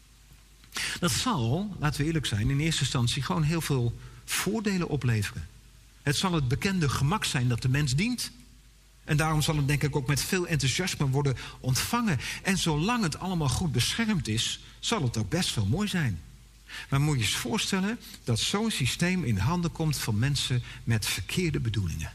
Dat zal, laten we eerlijk zijn, in eerste instantie gewoon heel veel voordelen opleveren. Het zal het bekende gemak zijn dat de mens dient. En daarom zal het denk ik ook met veel enthousiasme worden ontvangen. En zolang het allemaal goed beschermd is, zal het ook best wel mooi zijn. Maar moet je eens voorstellen dat zo'n systeem in handen komt van mensen met verkeerde bedoelingen.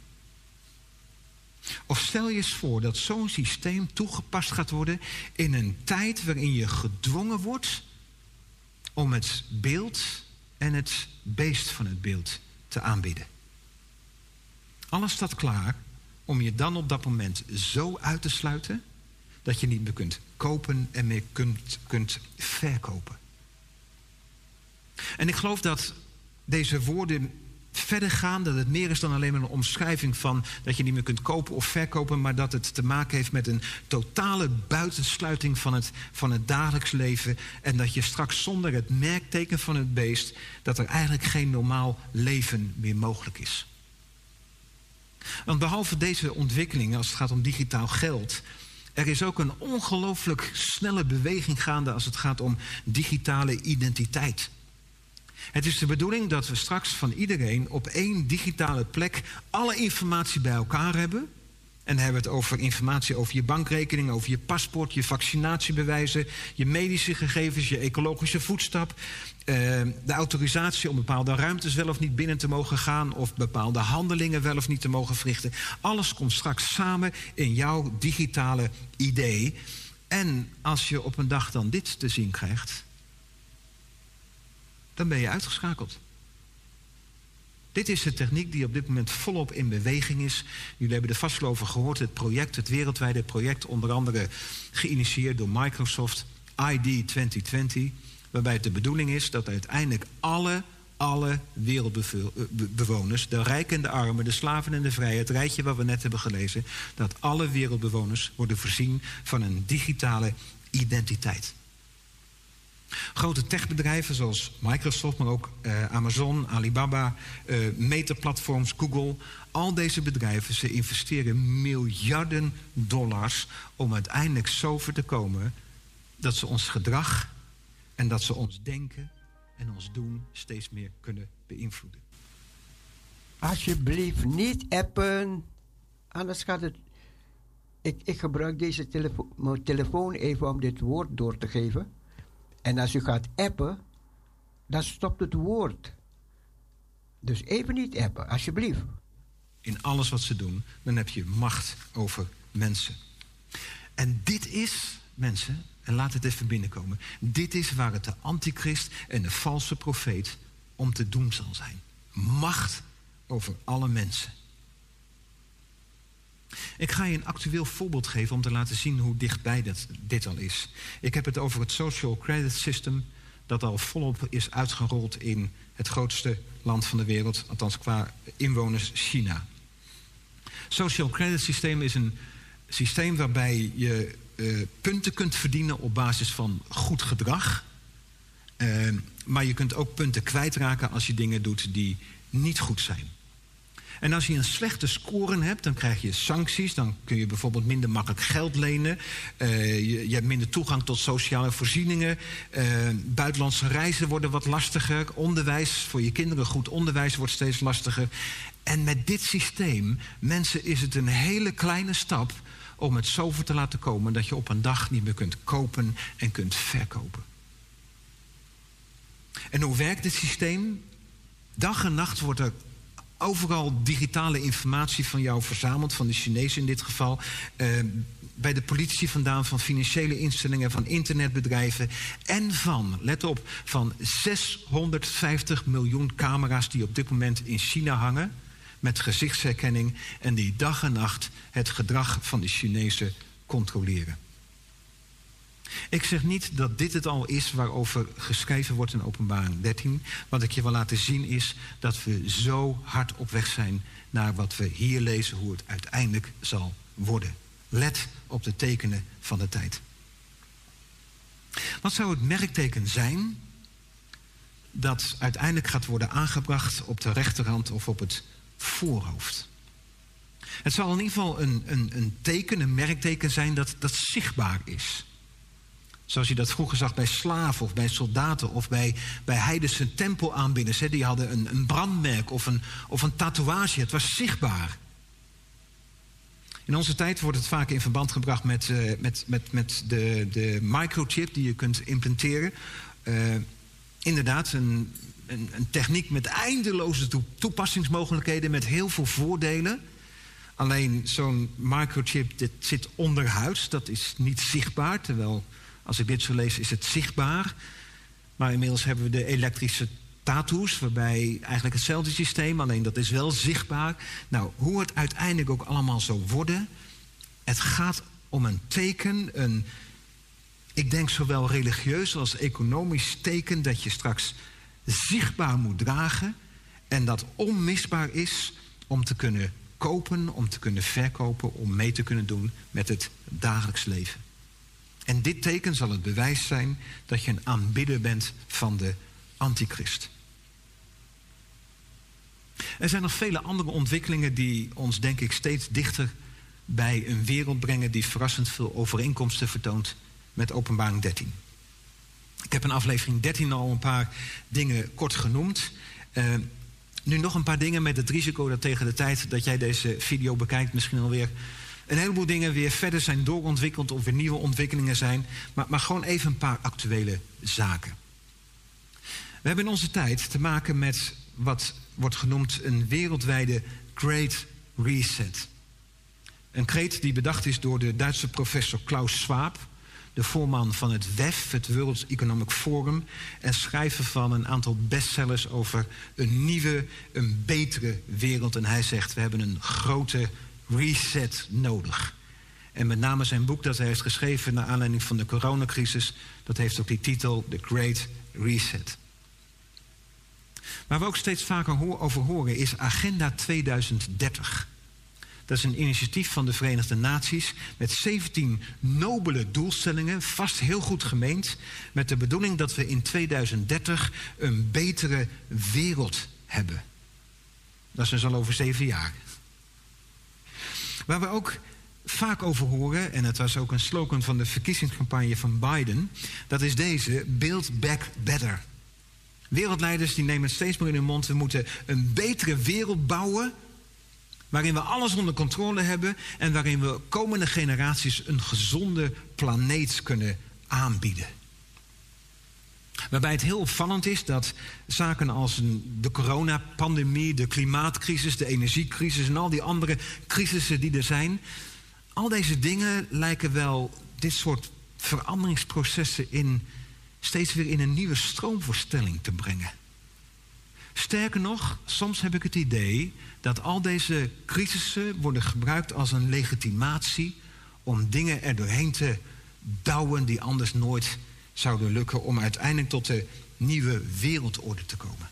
Of stel je eens voor dat zo'n systeem toegepast gaat worden in een tijd waarin je gedwongen wordt om het beeld en het beest van het beeld te aanbidden. Alles staat klaar om je dan op dat moment zo uit te sluiten dat je niet meer kunt kopen en meer kunt verkopen. En ik geloof dat deze woorden verder gaan, dat het meer is dan alleen maar een omschrijving van dat je niet meer kunt kopen of verkopen, maar dat het te maken heeft met een totale buitensluiting van het dagelijks leven en dat je straks zonder het merkteken van het beest, dat er eigenlijk geen normaal leven meer mogelijk is. Want behalve deze ontwikkelingen als het gaat om digitaal geld, er is ook een ongelooflijk snelle beweging gaande als het gaat om digitale identiteit. Het is de bedoeling dat we straks van iedereen op één digitale plek alle informatie bij elkaar hebben. En dan hebben we het over informatie over je bankrekening, over je paspoort, je vaccinatiebewijzen, je medische gegevens, je ecologische voetstap, de autorisatie om bepaalde ruimtes wel of niet binnen te mogen gaan of bepaalde handelingen wel of niet te mogen verrichten. Alles komt straks samen in jouw digitale idee. En als je op een dag dan dit te zien krijgt, dan ben je uitgeschakeld. Dit is de techniek die op dit moment volop in beweging is. Jullie hebben er vast wel over gehoord. Het project, het wereldwijde project, onder andere geïnitieerd door Microsoft, ID 2020. Waarbij het de bedoeling is dat uiteindelijk alle wereldbewoners, de rijken en de armen, de slaven en de vrije, het rijtje wat we net hebben gelezen, dat alle wereldbewoners worden voorzien van een digitale identiteit. Grote techbedrijven zoals Microsoft, maar ook Amazon, Alibaba, Meta-platforms, Google. Al deze bedrijven, ze investeren miljarden dollars om uiteindelijk zover te komen dat ze ons gedrag en dat ze ons denken en ons doen steeds meer kunnen beïnvloeden. Alsjeblieft, niet appen. Anders gaat het... Ik gebruik deze telefoon even om dit woord door te geven. En als u gaat appen, dan stopt het woord. Dus even niet appen, alsjeblieft. In alles wat ze doen, dan heb je macht over mensen. En dit is, mensen, en laat het even binnenkomen. Dit is waar het de antichrist en de valse profeet om te doen zal zijn. Macht over alle mensen. Ik ga je een actueel voorbeeld geven om te laten zien hoe dichtbij dit al is. Ik heb het over het Social Credit System dat al volop is uitgerold in het grootste land van de wereld, althans qua inwoners, China. Social Credit System is een systeem waarbij je punten kunt verdienen op basis van goed gedrag. Maar je kunt ook punten kwijtraken als je dingen doet die niet goed zijn. En als je een slechte score hebt, dan krijg je sancties. Dan kun je bijvoorbeeld minder makkelijk geld lenen. Je hebt minder toegang tot sociale voorzieningen. Buitenlandse reizen worden wat lastiger. Onderwijs, voor je kinderen goed onderwijs wordt steeds lastiger. En met dit systeem, mensen, is het een hele kleine stap om het zover te laten komen dat je op een dag niet meer kunt kopen en kunt verkopen. En hoe werkt dit systeem? Dag en nacht wordt er overal digitale informatie van jou verzameld, van de Chinezen in dit geval. Bij de politie vandaan, van financiële instellingen, van internetbedrijven. En van, let op, van 650 miljoen camera's die op dit moment in China hangen. Met gezichtsherkenning en die dag en nacht het gedrag van de Chinezen controleren. Ik zeg niet dat dit het al is waarover geschreven wordt in Openbaring 13. Wat ik je wil laten zien is dat we zo hard op weg zijn naar wat we hier lezen, hoe het uiteindelijk zal worden. Let op de tekenen van de tijd. Wat zou het merkteken zijn dat uiteindelijk gaat worden aangebracht op de rechterhand of op het voorhoofd? Het zal in ieder geval een teken, een merkteken zijn dat zichtbaar is. Zoals je dat vroeger zag bij slaven of bij soldaten of bij heidense tempelaanbidders. Die hadden een brandmerk of een tatoeage. Het was zichtbaar. In onze tijd wordt het vaak in verband gebracht met de microchip die je kunt implanteren. Inderdaad, een techniek met eindeloze toepassingsmogelijkheden, met heel veel voordelen. Alleen zo'n microchip, dit zit onderhuids, dat is niet zichtbaar. Terwijl, als ik dit zo lees, is het zichtbaar. Maar inmiddels hebben we de elektrische tattoos, waarbij eigenlijk hetzelfde systeem, alleen dat is wel zichtbaar. Nou, hoe het uiteindelijk ook allemaal zal worden, het gaat om een teken, ik denk zowel religieus als economisch teken dat je straks zichtbaar moet dragen en dat onmisbaar is om te kunnen kopen, om te kunnen verkopen, om mee te kunnen doen met het dagelijks leven. En dit teken zal het bewijs zijn dat je een aanbidder bent van de antichrist. Er zijn nog vele andere ontwikkelingen die ons, denk ik, steeds dichter bij een wereld brengen die verrassend veel overeenkomsten vertoont met Openbaring 13. Ik heb in aflevering 13 al een paar dingen kort genoemd. Nu nog een paar dingen met het risico dat tegen de tijd dat jij deze video bekijkt misschien alweer een heleboel dingen weer verder zijn doorontwikkeld of weer nieuwe ontwikkelingen zijn. Maar gewoon even een paar actuele zaken. We hebben in onze tijd te maken met wat wordt genoemd een wereldwijde Great Reset. Een kreet die bedacht is door de Duitse professor Klaus Schwab. de voorman van het WEF, het World Economic Forum, en schrijver van een aantal bestsellers over een nieuwe, een betere wereld. En hij zegt, we hebben een grote reset nodig. En met name zijn boek dat hij heeft geschreven naar aanleiding van de coronacrisis, dat heeft ook die titel, The Great Reset. Waar we ook steeds vaker over horen is Agenda 2030. Dat is een initiatief van de Verenigde Naties met 17 nobele doelstellingen, vast heel goed gemeend, met de bedoeling dat we in 2030 een betere wereld hebben. Dat is dus al over 7 jaar. Waar we ook vaak over horen, en het was ook een slogan van de verkiezingscampagne van Biden, dat is deze, Build Back Better. Wereldleiders die nemen het steeds meer in hun mond, we moeten een betere wereld bouwen, waarin we alles onder controle hebben en waarin we komende generaties een gezonde planeet kunnen aanbieden. Waarbij het heel opvallend is dat zaken als de coronapandemie, de klimaatcrisis, de energiecrisis en al die andere crisissen die er zijn, al deze dingen lijken wel dit soort veranderingsprocessen steeds weer in een nieuwe stroomversnelling te brengen. Sterker nog, soms heb ik het idee dat al deze crisissen worden gebruikt als een legitimatie om dingen er doorheen te douwen die anders nooit zouden lukken om uiteindelijk tot de nieuwe wereldorde te komen.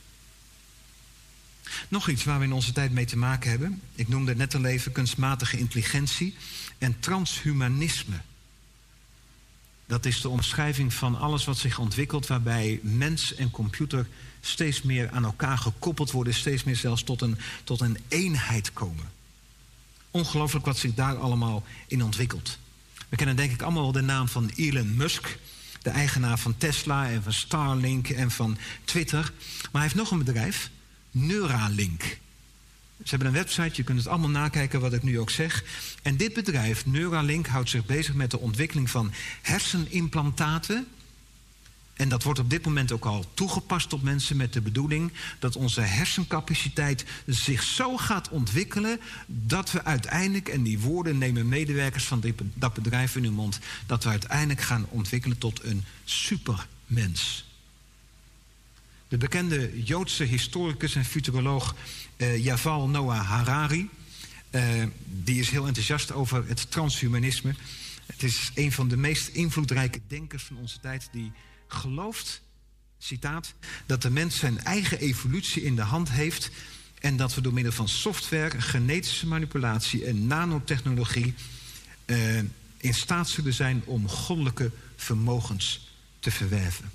Nog iets waar we in onze tijd mee te maken hebben. Ik noemde het net al even kunstmatige intelligentie en transhumanisme. Dat is de omschrijving van alles wat zich ontwikkelt, waarbij mens en computer steeds meer aan elkaar gekoppeld worden, steeds meer zelfs tot een eenheid komen. Ongelooflijk wat zich daar allemaal in ontwikkelt. We kennen denk ik allemaal wel de naam van Elon Musk, de eigenaar van Tesla en van Starlink en van Twitter. Maar hij heeft nog een bedrijf, Neuralink. Ze hebben een website, je kunt het allemaal nakijken wat ik nu ook zeg. En dit bedrijf, Neuralink, houdt zich bezig met de ontwikkeling van hersenimplantaten. En dat wordt op dit moment ook al toegepast op mensen met de bedoeling dat onze hersencapaciteit zich zo gaat ontwikkelen dat we uiteindelijk, en die woorden nemen medewerkers van dat bedrijf in hun mond, dat we uiteindelijk gaan ontwikkelen tot een supermens. De bekende Joodse historicus en futuroloog Yuval Noah Harari, die is heel enthousiast over het transhumanisme. Het is een van de meest invloedrijke denkers van onze tijd die gelooft, citaat, dat de mens zijn eigen evolutie in de hand heeft en dat we door middel van software, genetische manipulatie en nanotechnologie in staat zullen zijn om goddelijke vermogens te verwerven.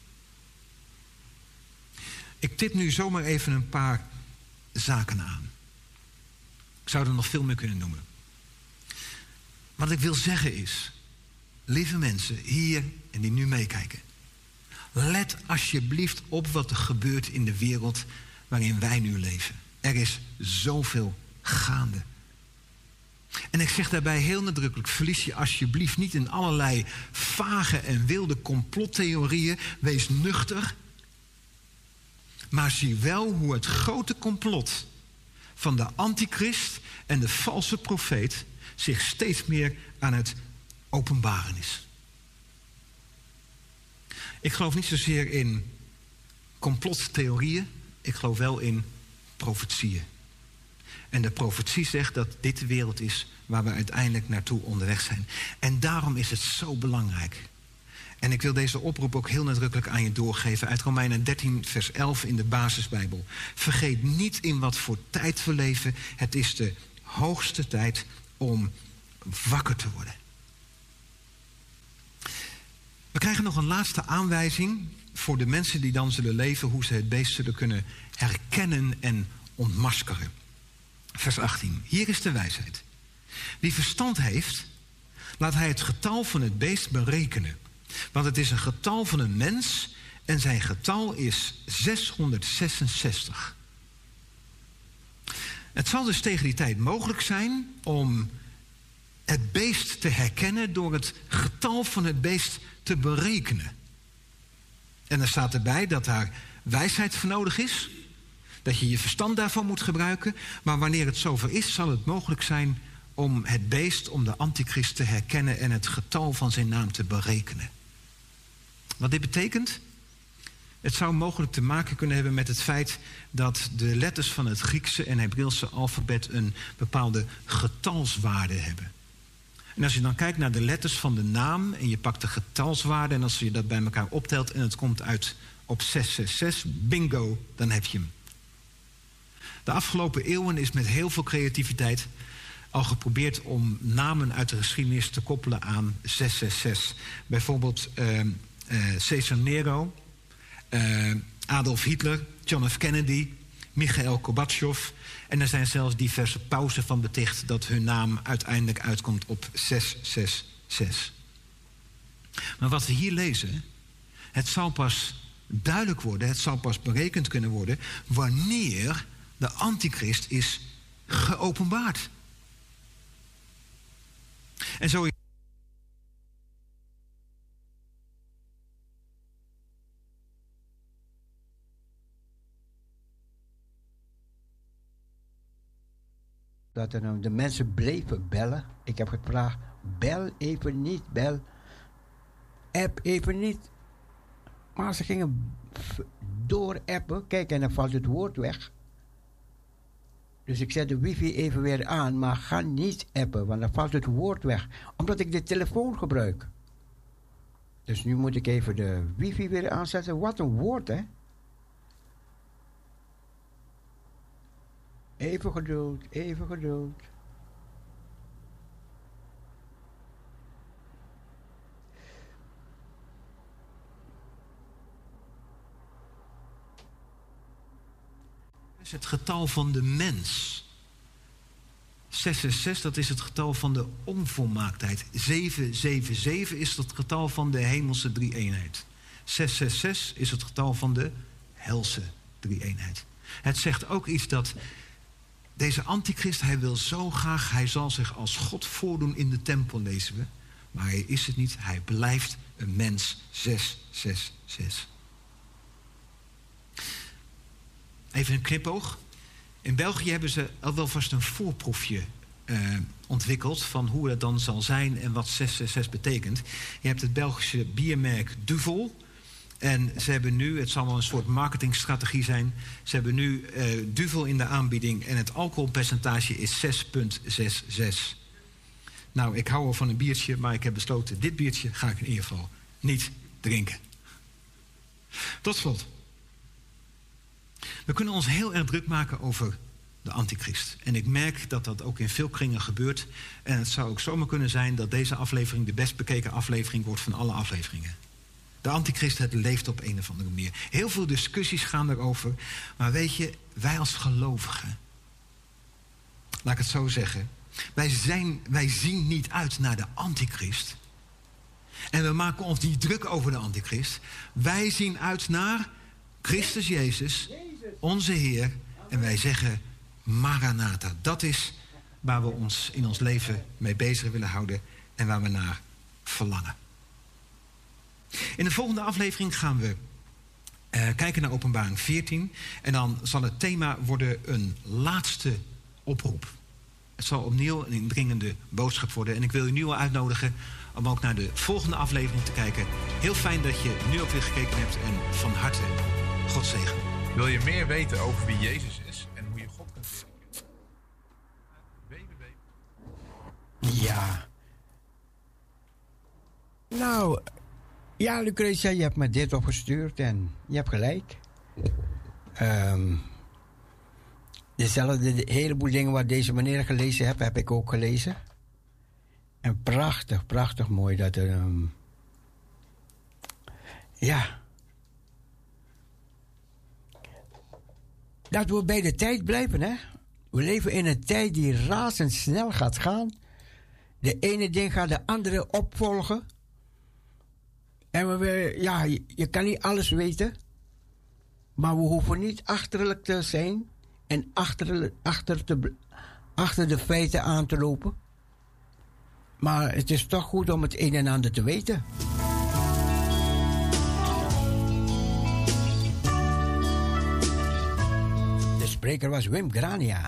Ik tip nu zomaar even een paar zaken aan. Ik zou er nog veel meer kunnen noemen. Wat ik wil zeggen is, lieve mensen hier en die nu meekijken, let alsjeblieft op wat er gebeurt in de wereld waarin wij nu leven. Er is zoveel gaande. En ik zeg daarbij heel nadrukkelijk, verlies je alsjeblieft niet in allerlei vage en wilde complottheorieën. Wees nuchter. Maar zie wel hoe het grote complot van de antichrist en de valse profeet zich steeds meer aan het openbaren is. Ik geloof niet zozeer in complottheorieën, ik geloof wel in profetieën. En de profetie zegt dat dit de wereld is waar we uiteindelijk naartoe onderweg zijn. En daarom is het zo belangrijk. En ik wil deze oproep ook heel nadrukkelijk aan je doorgeven uit Romeinen 13 vers 11 in de basisbijbel. Vergeet niet in wat voor tijd we leven. Het is de hoogste tijd om wakker te worden. We krijgen nog een laatste aanwijzing voor de mensen die dan zullen leven, hoe ze het beest zullen kunnen herkennen en ontmaskeren. Vers 18. Hier is de wijsheid. Wie verstand heeft, laat hij het getal van het beest berekenen. Want het is een getal van een mens en zijn getal is 666. Het zal dus tegen die tijd mogelijk zijn om het beest te herkennen door het getal van het beest te berekenen. En er staat erbij dat daar wijsheid voor nodig is, dat je je verstand daarvan moet gebruiken, maar wanneer het zover is, zal het mogelijk zijn om het beest, om de antichrist te herkennen en het getal van zijn naam te berekenen. Wat dit betekent? Het zou mogelijk te maken kunnen hebben met het feit dat de letters van het Griekse en Hebreeuwse alfabet een bepaalde getalswaarde hebben. En als je dan kijkt naar de letters van de naam en je pakt de getalswaarde en als je dat bij elkaar optelt en het komt uit op 666, bingo, dan heb je hem. De afgelopen eeuwen is met heel veel creativiteit al geprobeerd om namen uit de geschiedenis te koppelen aan 666. Bijvoorbeeld Cesar Nero, Adolf Hitler, John F. Kennedy, Michail Gorbachev. En er zijn zelfs diverse pausen van beticht dat hun naam uiteindelijk uitkomt op 666. Maar wat we hier lezen, het zal pas duidelijk worden, het zal pas berekend kunnen worden wanneer de antichrist is geopenbaard. En zo dat er de mensen bleven bellen. Ik heb gevraagd, bel even niet, bel. App even niet. Maar ze gingen door appen. Kijk, en dan valt het woord weg. Dus ik zet de wifi even weer aan, maar ga niet appen, want dan valt het woord weg. Omdat ik de telefoon gebruik. Dus nu moet ik even de wifi weer aanzetten. Wat een woord, hè? Even geduld, even geduld. is het getal van de mens. 666, dat is het getal van de onvolmaaktheid. 777 is het getal van de hemelse drie-eenheid. 666 is het getal van de helse drie-eenheid. Het zegt ook iets dat deze antichrist, hij wil zo graag, hij zal zich als God voordoen in de tempel, lezen we. Maar hij is het niet, hij blijft een mens. 666. Even een knipoog. In België hebben ze al wel vast een voorproefje ontwikkeld van hoe het dan zal zijn en wat 666 betekent. Je hebt het Belgische biermerk Duvel. En ze hebben nu, het zal wel een soort marketingstrategie zijn, ze hebben nu Duvel in de aanbieding en het alcoholpercentage is 6,66. Nou, ik hou wel van een biertje, maar ik heb besloten, dit biertje ga ik in ieder geval niet drinken. Tot slot. We kunnen ons heel erg druk maken over de antichrist. En ik merk dat dat ook in veel kringen gebeurt. En het zou ook zomaar kunnen zijn dat deze aflevering de best bekeken aflevering wordt van alle afleveringen. De antichrist, het leeft op een of andere manier. Heel veel discussies gaan erover. Maar weet je, wij als gelovigen, laat ik het zo zeggen, wij zien niet uit naar de antichrist. En we maken ons niet druk over de antichrist. Wij zien uit naar Christus Jezus, onze Heer. En wij zeggen Maranatha. Dat is waar we ons in ons leven mee bezig willen houden en waar we naar verlangen. In de volgende aflevering gaan we kijken naar Openbaring 14. En dan zal het thema worden een laatste oproep. Het zal opnieuw een indringende boodschap worden. En ik wil u nu al uitnodigen om ook naar de volgende aflevering te kijken. Heel fijn dat je nu ook weer gekeken hebt en van harte God zegen. Wil je meer weten over wie Jezus is en hoe je God kunt leren kennen? Ja. Nou, ja, Lucretia, je hebt me dit opgestuurd en je hebt gelijk. Dezelfde heleboel dingen wat deze meneer gelezen heeft, heb ik ook gelezen. En prachtig, prachtig mooi dat er... ja. Dat we bij de tijd blijven, hè. We leven in een tijd die razendsnel gaat gaan. De ene ding gaat de andere opvolgen. En ja, je kan niet alles weten. Maar we hoeven niet achterlijk te zijn en achter de feiten aan te lopen. Maar het is toch goed om het een en ander te weten. De spreker was Wim Grania.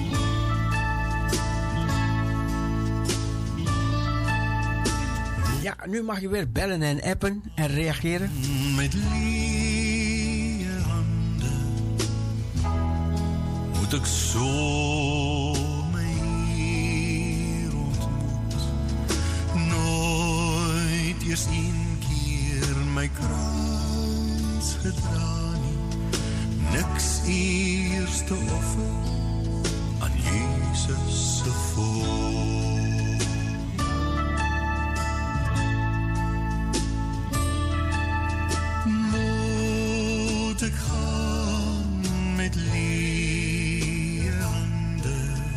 Ja, nu mag je weer bellen en appen en reageren. Met leere handen moet ik zo mijn ontmoet. Nooit eerst een keer mijn kruis gedaan. Niks eerst te offer aan Jezus se voet. Moet ik gaan met leere handen.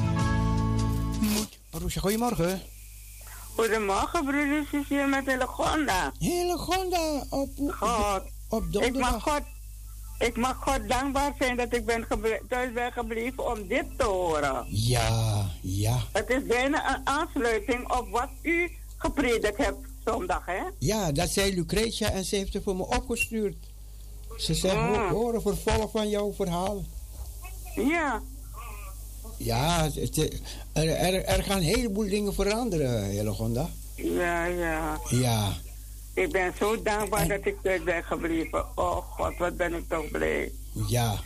Marusha, goedemorgen. Goedemorgen, broeders. Ik hier met Hillegonda. Hillegonda, op donderdag. Ik mag God dankbaar zijn dat ik thuis ben gebleven om dit te horen. Ja. Het is bijna een aansluiting op wat u gepredikt hebt zondag, hè? Ja, dat zei Lucretia en ze heeft het voor me opgestuurd. Ze zegt, horen vervolg van jouw verhaal. Ja. Ja, er gaan een heleboel dingen veranderen, Hillegonda. Ja. Ja. Ik ben zo dankbaar dat ik thuis ben gebleven. Oh God, wat ben ik toch blij. Ja.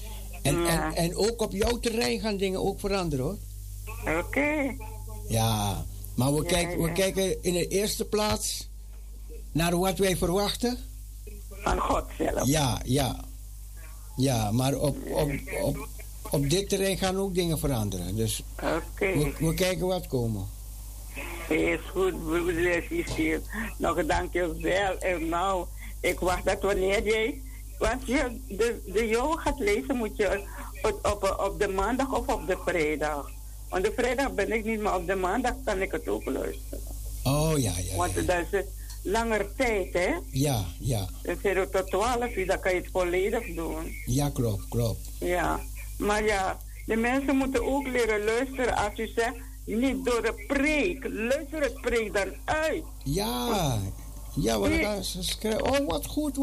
En ook op jouw terrein gaan dingen ook veranderen, hoor. Oké. Ja, maar we kijken in de eerste plaats naar wat wij verwachten. Van God zelf. Ja, maar op dit terrein gaan ook dingen veranderen. Dus we kijken wat komen. Is goed, broeder. Nog dank je wel. En nou, ik wacht dat wanneer jij... Want je de jongen gaat lezen, moet je op de maandag of op de vrijdag. Want de vrijdag ben ik niet, maar op de maandag kan ik het ook luisteren. Oh, ja. Want dat is langer tijd, hè? Ja. Dan 0 tot 12 uur, dan kan je het volledig doen. Ja, klopt. Ja, maar ja, de mensen moeten ook leren luisteren als u zegt... Niet door de preek. Luister het preek dan uit. Ja, want dan schrijven. Oh, wat goed.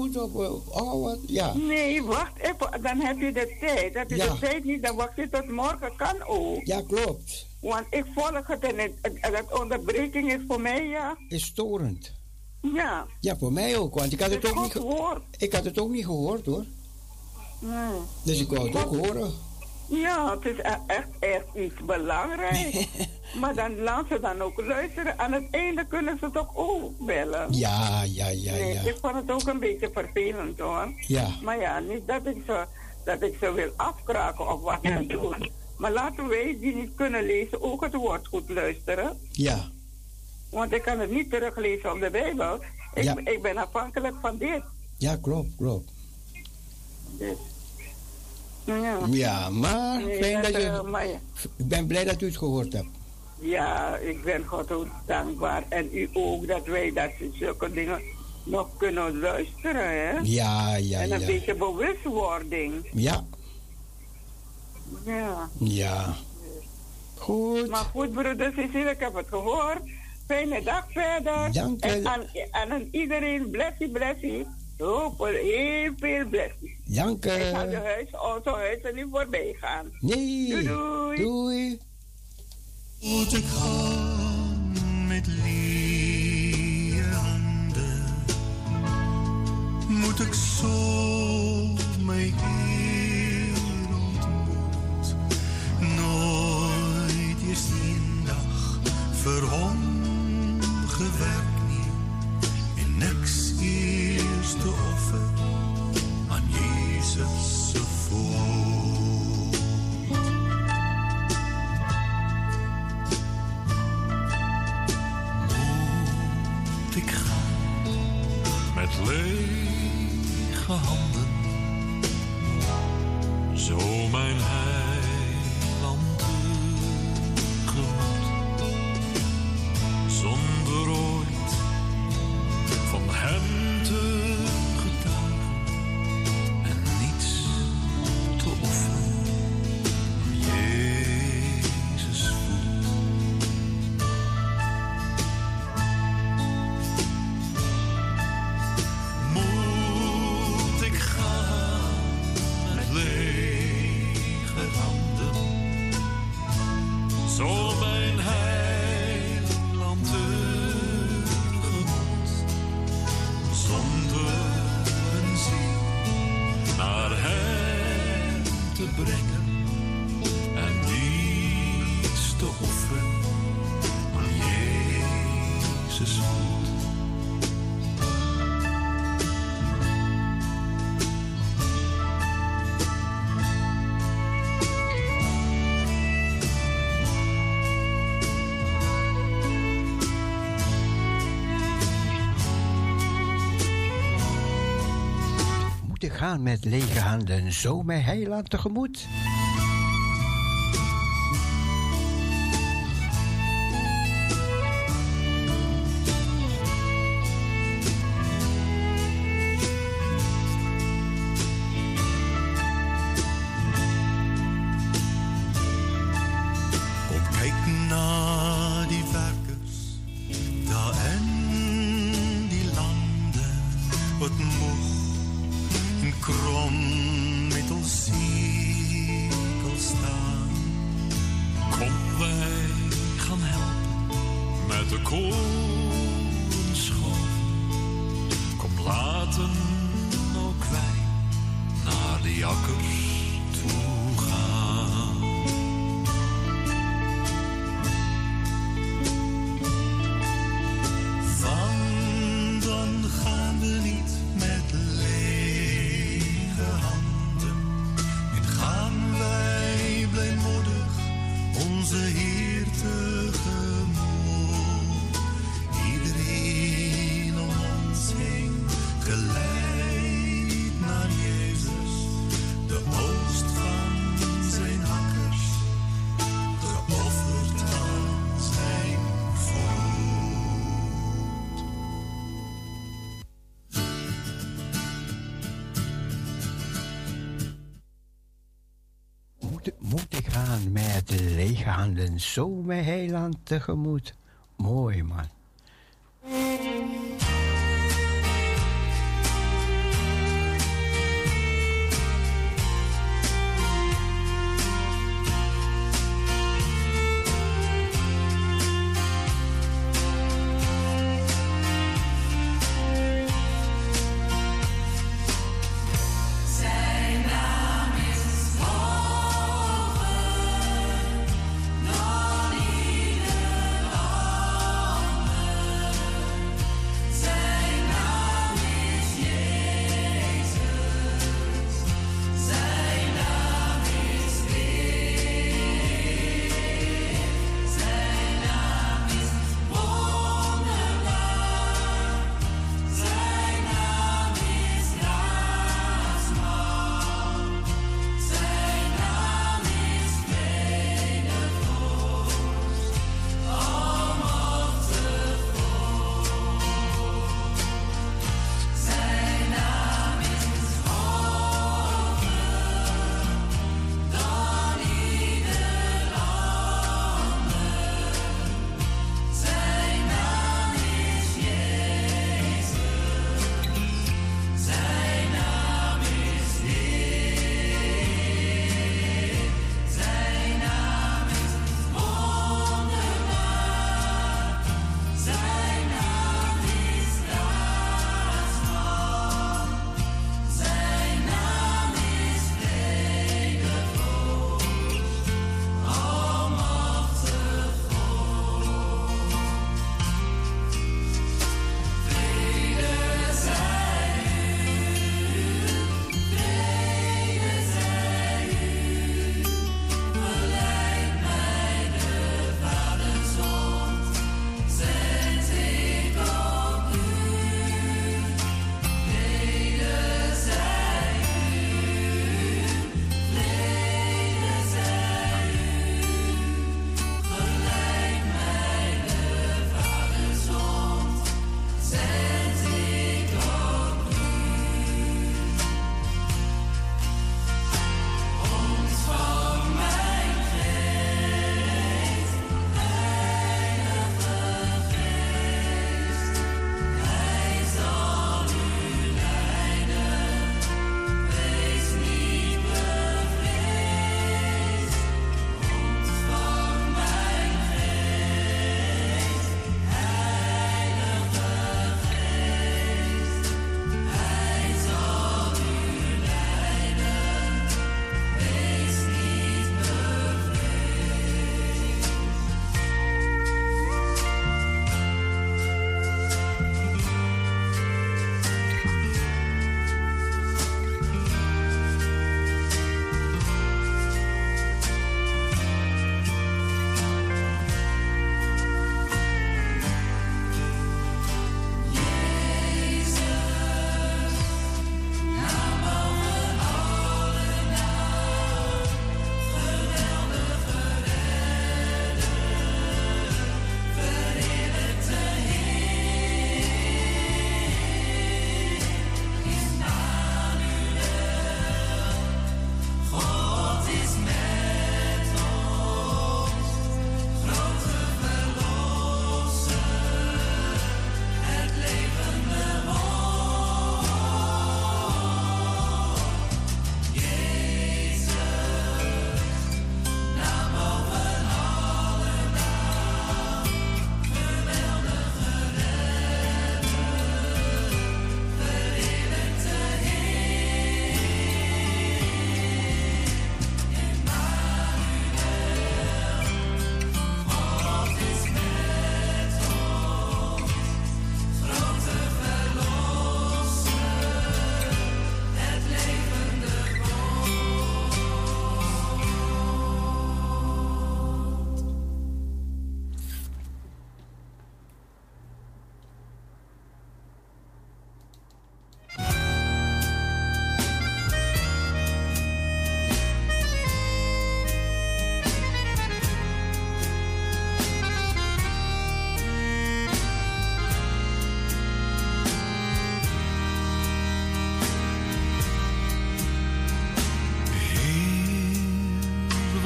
Ja. Nee, wacht even. Dan heb je de tijd. Heb je de tijd niet, dan wacht je tot morgen. Kan ook. Ja, klopt. Want ik volg het en dat onderbreking is voor mij, is storend. Ja. Ja, voor mij ook. Want ik had het ook niet gehoord. Ik had het ook niet gehoord, hoor. Nee. Dus ik wou het ook horen. Ja, het is echt iets belangrijks. Maar dan laten ze dan ook luisteren. Aan het einde kunnen ze toch ook bellen. Ja. Nee, ik vond het ook een beetje vervelend, hoor. Ja. Maar ja, niet dat ik ze wil afkraken of wat ze doen. Maar laten wij die niet kunnen lezen ook het woord goed luisteren. Ja. Want ik kan het niet teruglezen op de Bijbel. Ik ben afhankelijk van dit. Ja, klopt. Dus. Ja, maar fijn dat je... Ik ben blij dat u het gehoord hebt. Ja, ik ben God ook dankbaar. En u ook, dat wij dat zulke dingen nog kunnen luisteren, hè? Ja. En een beetje bewustwording. Ja. Ja. Goed. Maar goed, broeder Cecile, ik heb het gehoord. Fijne dag verder. Dank je. En aan iedereen, blessie. Heel veel blessings. Dank je. Ik ga onze huizen niet voorbij gaan. Nee. Doei. Moet ik gaan met leere handen? Moet ik zo mijn Heer ontmoet? Nooit eerst een dag voor hem gewerkt niet. En niks eerst te offer aan Jezus se voet. Moet ik gaan met lege handen, zo mijn heiland tegemoet, zonder ooit van hem te getuigen en niets te offeren aan Jezus voet. Moet ik gaan met lege handen zo mijn heiland tegemoet. Moet ik gaan met lege handen zo mijn heiland tegemoet. Mooi, man. Boven, dan ieder ander.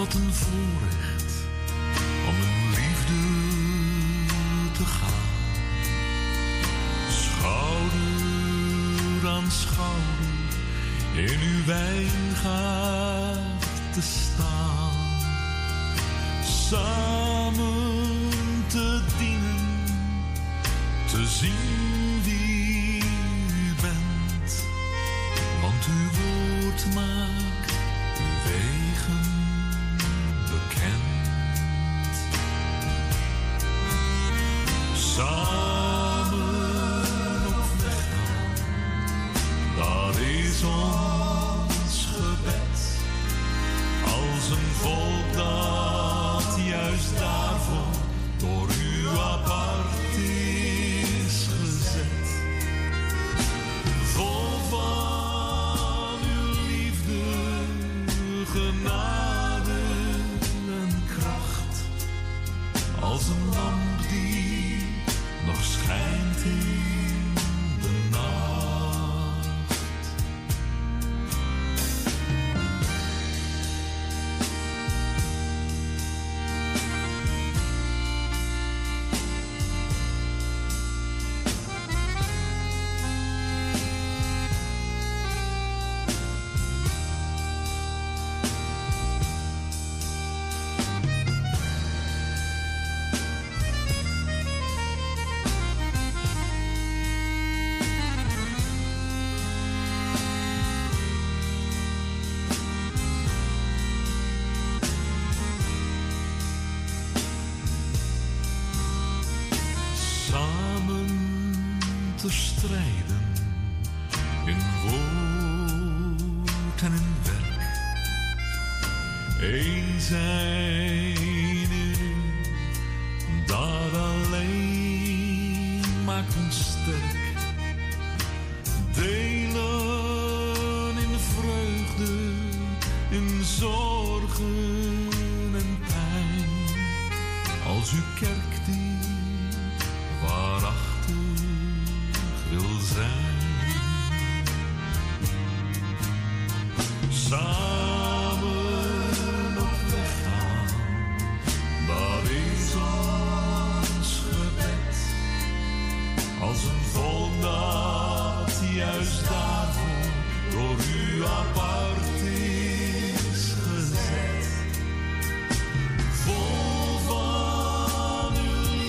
wat een voorrecht om in liefde te gaan. Schouder aan schouder in uw wijngaard te staan. Samen te dienen, te zien wie u bent. Want uw woord maakt uw wegen bekend. Samen op weg gaan, dat is ons gebed. Als een volk dat juist daarvoor door u apart is gezet. Vol van uw liefde, genade en kracht. Als een lamp die nog schijnt in de nacht. Te strijden in woord en in werk. Eén zijn in u, dat alleen maakt ons sterk. Delen in vreugde, in zorgen en pijn. Als uw kerk die waarachtig wil zijn. Samen op weg gaan, dat is ons gebed. Als een volk dat juist daarvoor door u apart is gezet. Vol van uw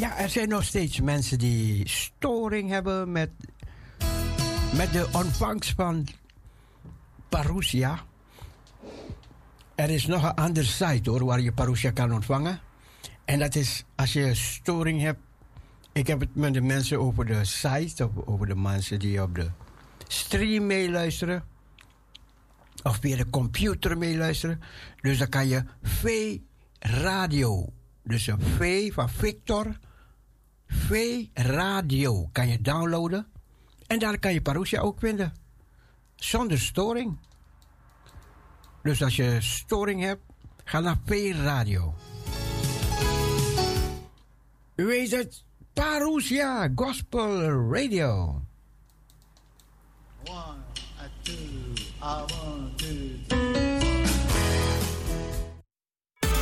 Ja, er zijn nog steeds mensen die storing hebben met de ontvangst van parousia. Er is nog een andere site hoor, waar je parousia kan ontvangen. En dat is als je storing hebt. Ik heb het met de mensen over de site, of over de mensen die op de stream meeluisteren. Of via de computer meeluisteren. Dus dan kan je V-radio. Dus een V van Victor. V-radio kan je downloaden. En daar kan je parousia ook vinden. Zonder storing. Dus als je storing hebt, ga naar V-radio. U weet het, Parousia Gospel Radio. 1, 2, 1, 2.